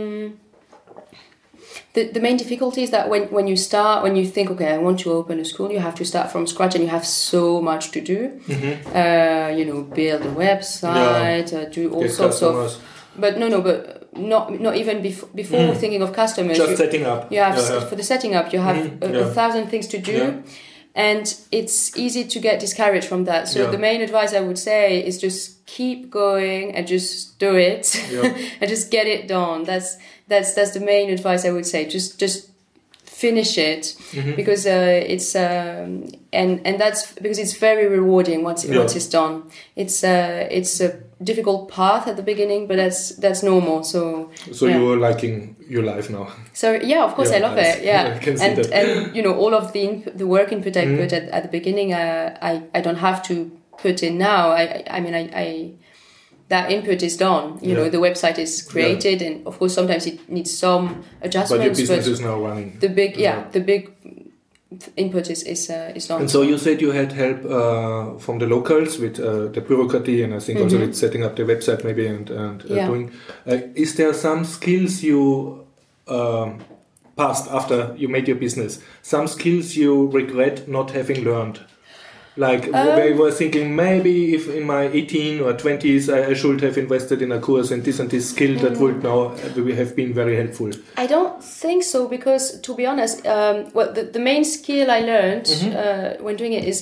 the main difficulty is that when you start, when you think, okay, I want to open a school, you have to start from scratch and you have so much to do. Build a website, do all Get sorts customers. of... But not even before thinking of customers. Just setting up. You have for the setting up, you have a thousand things to do. Yeah. And it's easy to get discouraged from that. So the main advice I would say is just keep going and just do it and just get it done. That's the main advice I would say. Just finish it because it's and that's because it's very rewarding once it's done. It's a difficult path at the beginning, but that's normal. So you're liking your life now. So of course I love it. Yeah, I can see and that. and all of the work input I put at the beginning, I don't have to put in now. I that input is done. You know, the website is created, and of course sometimes it needs some adjustments. But your business is now running. The big input is done. And so you said you had help from the locals with the bureaucracy, and I think also with setting up the website maybe and doing. Is there some skills you passed after you made your business? Some skills you regret not having learned? Like where you were thinking maybe if in my 18 or 20s I should have invested in a course and this skill that would now have been very helpful. I don't think so because to be honest, the main skill I learned when doing it is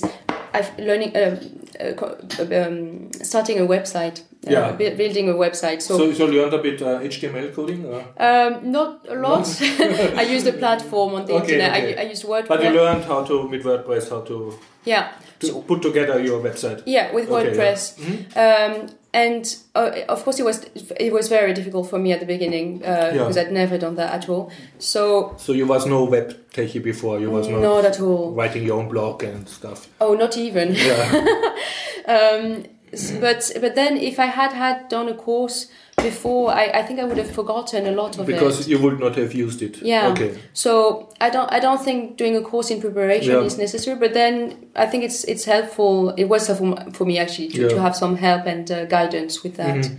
I've learning starting a website, building a website. So you learned a bit HTML coding? Or? Not a lot. I used a platform on the internet. Okay. I used WordPress. But you learned how to with WordPress how to put together your website. Yeah, with WordPress. And of course, it was very difficult for me at the beginning because I'd never done that at all. So you was no web techie before. You was not at all writing your own blog and stuff. Oh, not even. Yeah. But then if I had done a course before, I think I would have forgotten a lot of it. Because you would not have used it. Yeah. Okay. So I don't think doing a course in preparation is necessary. But then I think it's helpful. It was helpful for me actually to have some help and guidance with that.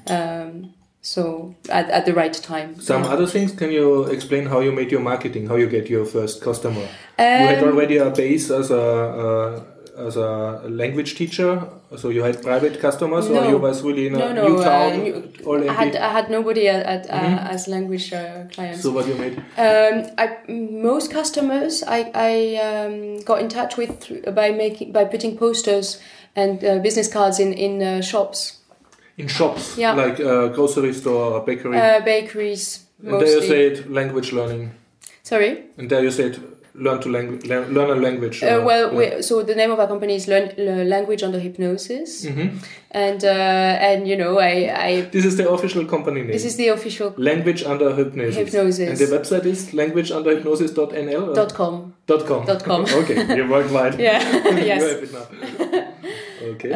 So at the right time. Some other things. Can you explain how you made your marketing? How you get your first customer? You had already a base as a language teacher, so you had private customers, or you was really in a new town? I had nobody as language clients. So what you made? Most customers I got in touch with by putting posters and business cards in shops. In shops, like a grocery store or bakery. Bakeries. And there you said language learning. Sorry. And there you said learn a language. So the name of our company is Language Under Hypnosis, and you know I. This is the official company name. This is the official. Language Under Hypnosis. And the website is languageunderhypnosis.nl. .com. Okay, you're worldwide. Yeah. Yes. You have it now. Okay.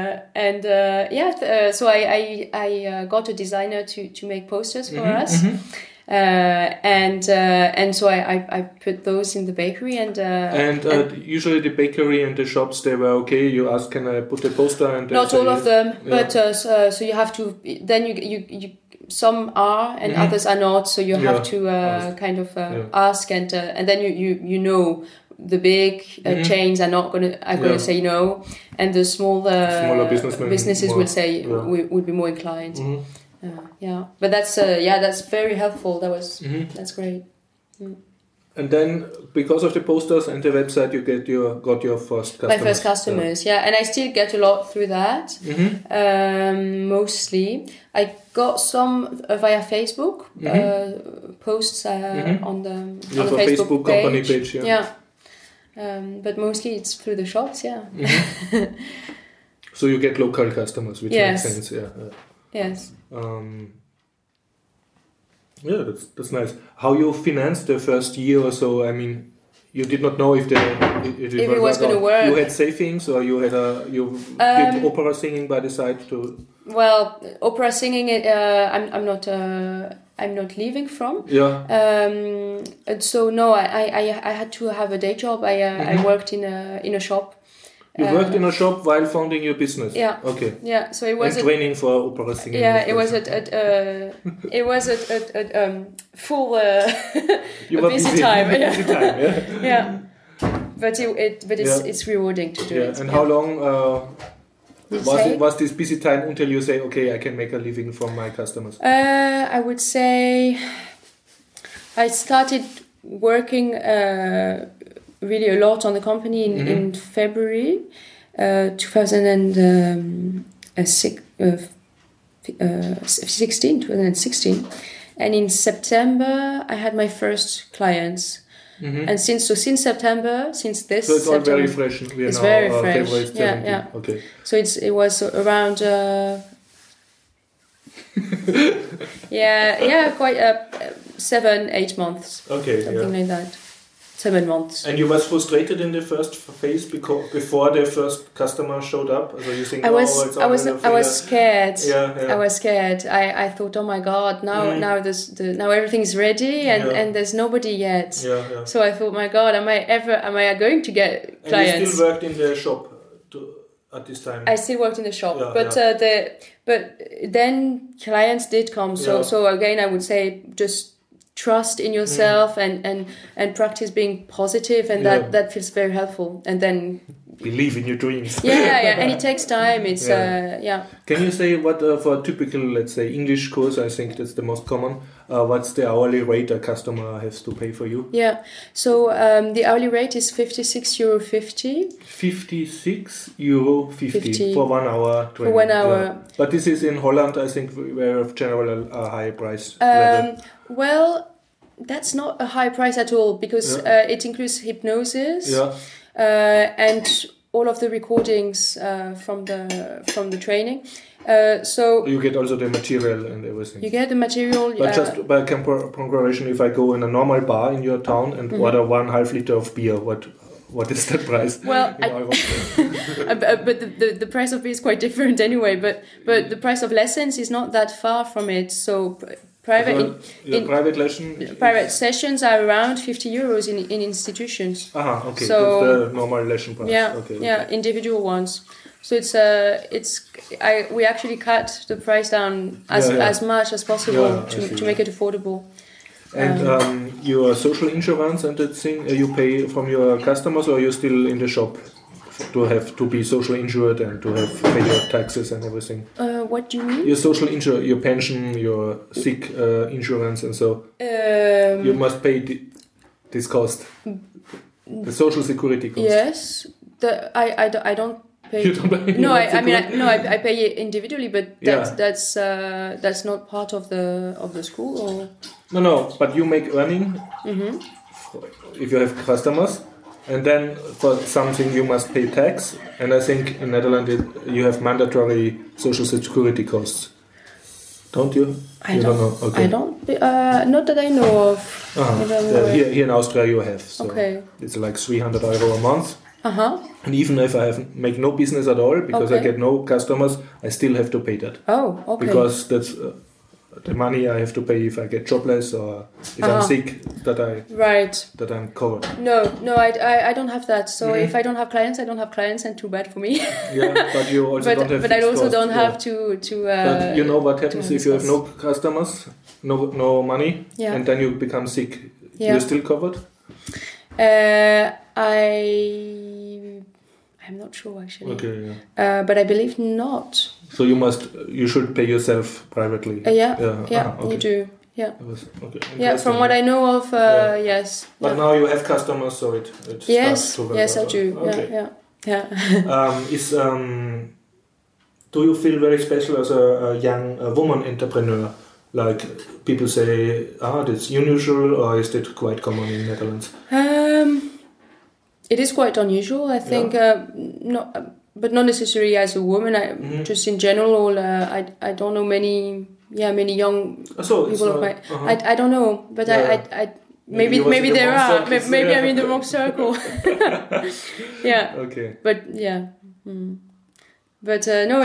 So I got a designer to make posters for us. And so I put those in the bakery and usually the bakery and the shops, they were okay. You ask, can I put a poster? And not all of them, but so you have to. Then you some are and others are not. So you have to ask and then you know the big chains are gonna say no, and the smaller businesses will say will be more inclined. But that's very helpful. That's great. And then because of the posters and the website, you got your first customers. My first customers, and I still get a lot through that. Mostly, I got some via Facebook posts on the Facebook company page. But mostly it's through the shops. So you get local customers, which makes sense. Yes. That's nice. How you financed the first year or so? I mean, you did not know if it was going to work. You had savings, or you had did opera singing by the side too. Well, opera singing, I'm not leaving from. So no, I had to have a day job. I worked in a shop. You worked in a shop while founding your business. Yeah. Okay. Yeah. So it was training for opera singing. Yeah, it was at full busy time. Busy time. Yeah. But it's rewarding to do it. And how long was this busy time until you say, okay, I can make a living from my customers? I would say I started working really a lot on the company in February 2016, and in September I had my first clients. And since September, so it's all very fresh. It's very fresh. Yeah. Okay. So it was around quite 7-8 months. Okay. Something like that. 7 months. And you was frustrated in the first phase before the first customer showed up? So you think, I was scared. Yeah. I was scared. I thought, oh my God, now everything's ready and there's nobody yet. Yeah. So I thought, my God, am I going to get clients? And you still worked in the shop at this time? I still worked in the shop, but then clients did come. So again, I would say just trust in yourself and practice being positive, and that feels very helpful. And then believe in your dreams. Yeah, and it takes time. It's Can you say what for a typical, let's say, English course? I think that's the most common. What's the hourly rate a customer has to pay for you? Yeah, so the hourly rate is €56.50. €56.50 for 1 hour. For 1 hour. Yeah. But this is in Holland, I think, where of general a high price level. Well, that's not a high price at all because it includes hypnosis and all of the recordings from the training. So you get also the material and everything. You get the material. But just by comparison, if I go in a normal bar in your town and order 1/2 liter of beer, what is that price? Well, but the price of beer is quite different anyway. But the price of lessons is not that far from it. So private sessions are around €50 in institutions. Okay. So that's the normal lesson price. Yeah, individual ones. So we actually cut the price down as much as possible to make it affordable. And your social insurance and that thing, you pay from your customers, or you're still in the shop to have to be social insured and to have pay your taxes and everything? What do you mean? Your social your pension, your sick insurance, and so you must pay this cost, the social security cost. Yes, I don't pay. You don't pay. No, I pay it individually, but that's not part of the school. Or? No, but you make earning if you have customers, and then for something you must pay tax. And I think in Netherlands you have mandatory social security costs, don't you? I don't know. Okay. I don't. Not that I know of. Here in Austria you have. So it's like €300 a month. And even if I make no business at all, because I get no customers, I still have to pay that. Oh, okay. Because that's the money I have to pay if I get jobless or if I'm sick, that I'm covered. No, I don't have that. So if I don't have clients, I don't have clients, and too bad for me. But you also don't have. But I also don't have to. But you know what happens if you have no customers, no money, and then you become sick? Yeah. You're still covered. I'm not sure actually. Okay. But I believe not. So you should pay yourself privately. You do. Yeah. From what I know of, yes. But now you have customers, so it yes, starts to yes, I do. Okay. Yeah. Do you feel very special as a young woman entrepreneur? Like people say, that's unusual, or is that quite common in Netherlands? It is quite unusual, I think. But not necessarily as a woman. Just in general, I don't know many young people of my. I don't know, but maybe there are. Maybe I'm in the wrong circle. Yeah. Okay. But yeah. But no,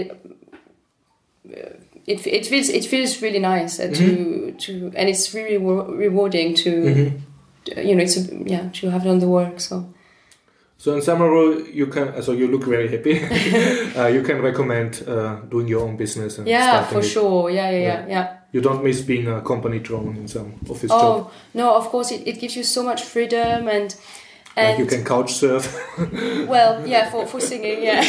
it feels really nice to and it's really rewarding to to have done the work. So in summary, you look very happy. You can recommend doing your own business and starting for sure. Yeah. You don't miss being a company drone in some office job. Oh no, of course it gives you so much freedom and like you can couch surf. Well, yeah, for singing, yeah.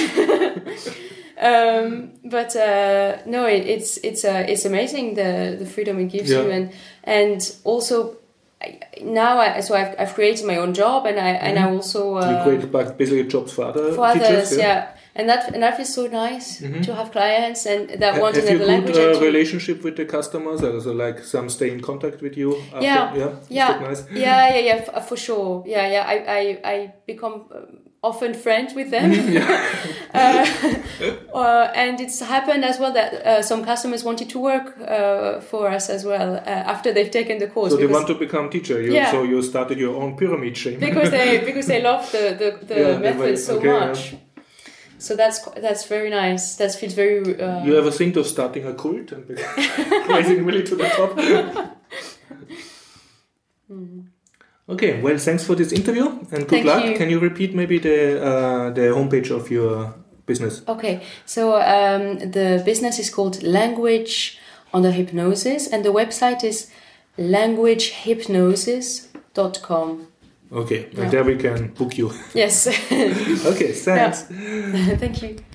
But no, it's amazing the freedom it gives you and also. Now, I've created my own job, and I also you create basically jobs for others. And that feels so nice to have clients and that want to know the language. Have you a good relationship with the customers? Also, like some stay in contact with you. After? Is that nice? Yeah, for sure. Yeah. I become often friends with them. And it's happened as well that some customers wanted to work for us as well after they've taken the course. So they want to become teacher. So you started your own pyramid scheme. because they love the method so much. Yeah. So that's very nice. That feels very. You ever think of starting a cult and rising really to the top? Okay, well, thanks for this interview and good luck. Can you repeat maybe the homepage of your business? Okay, so the business is called Language Under Hypnosis and the website is languagehypnosis.com. Okay, and there we can book you. Yes. Okay, thanks. Thank you.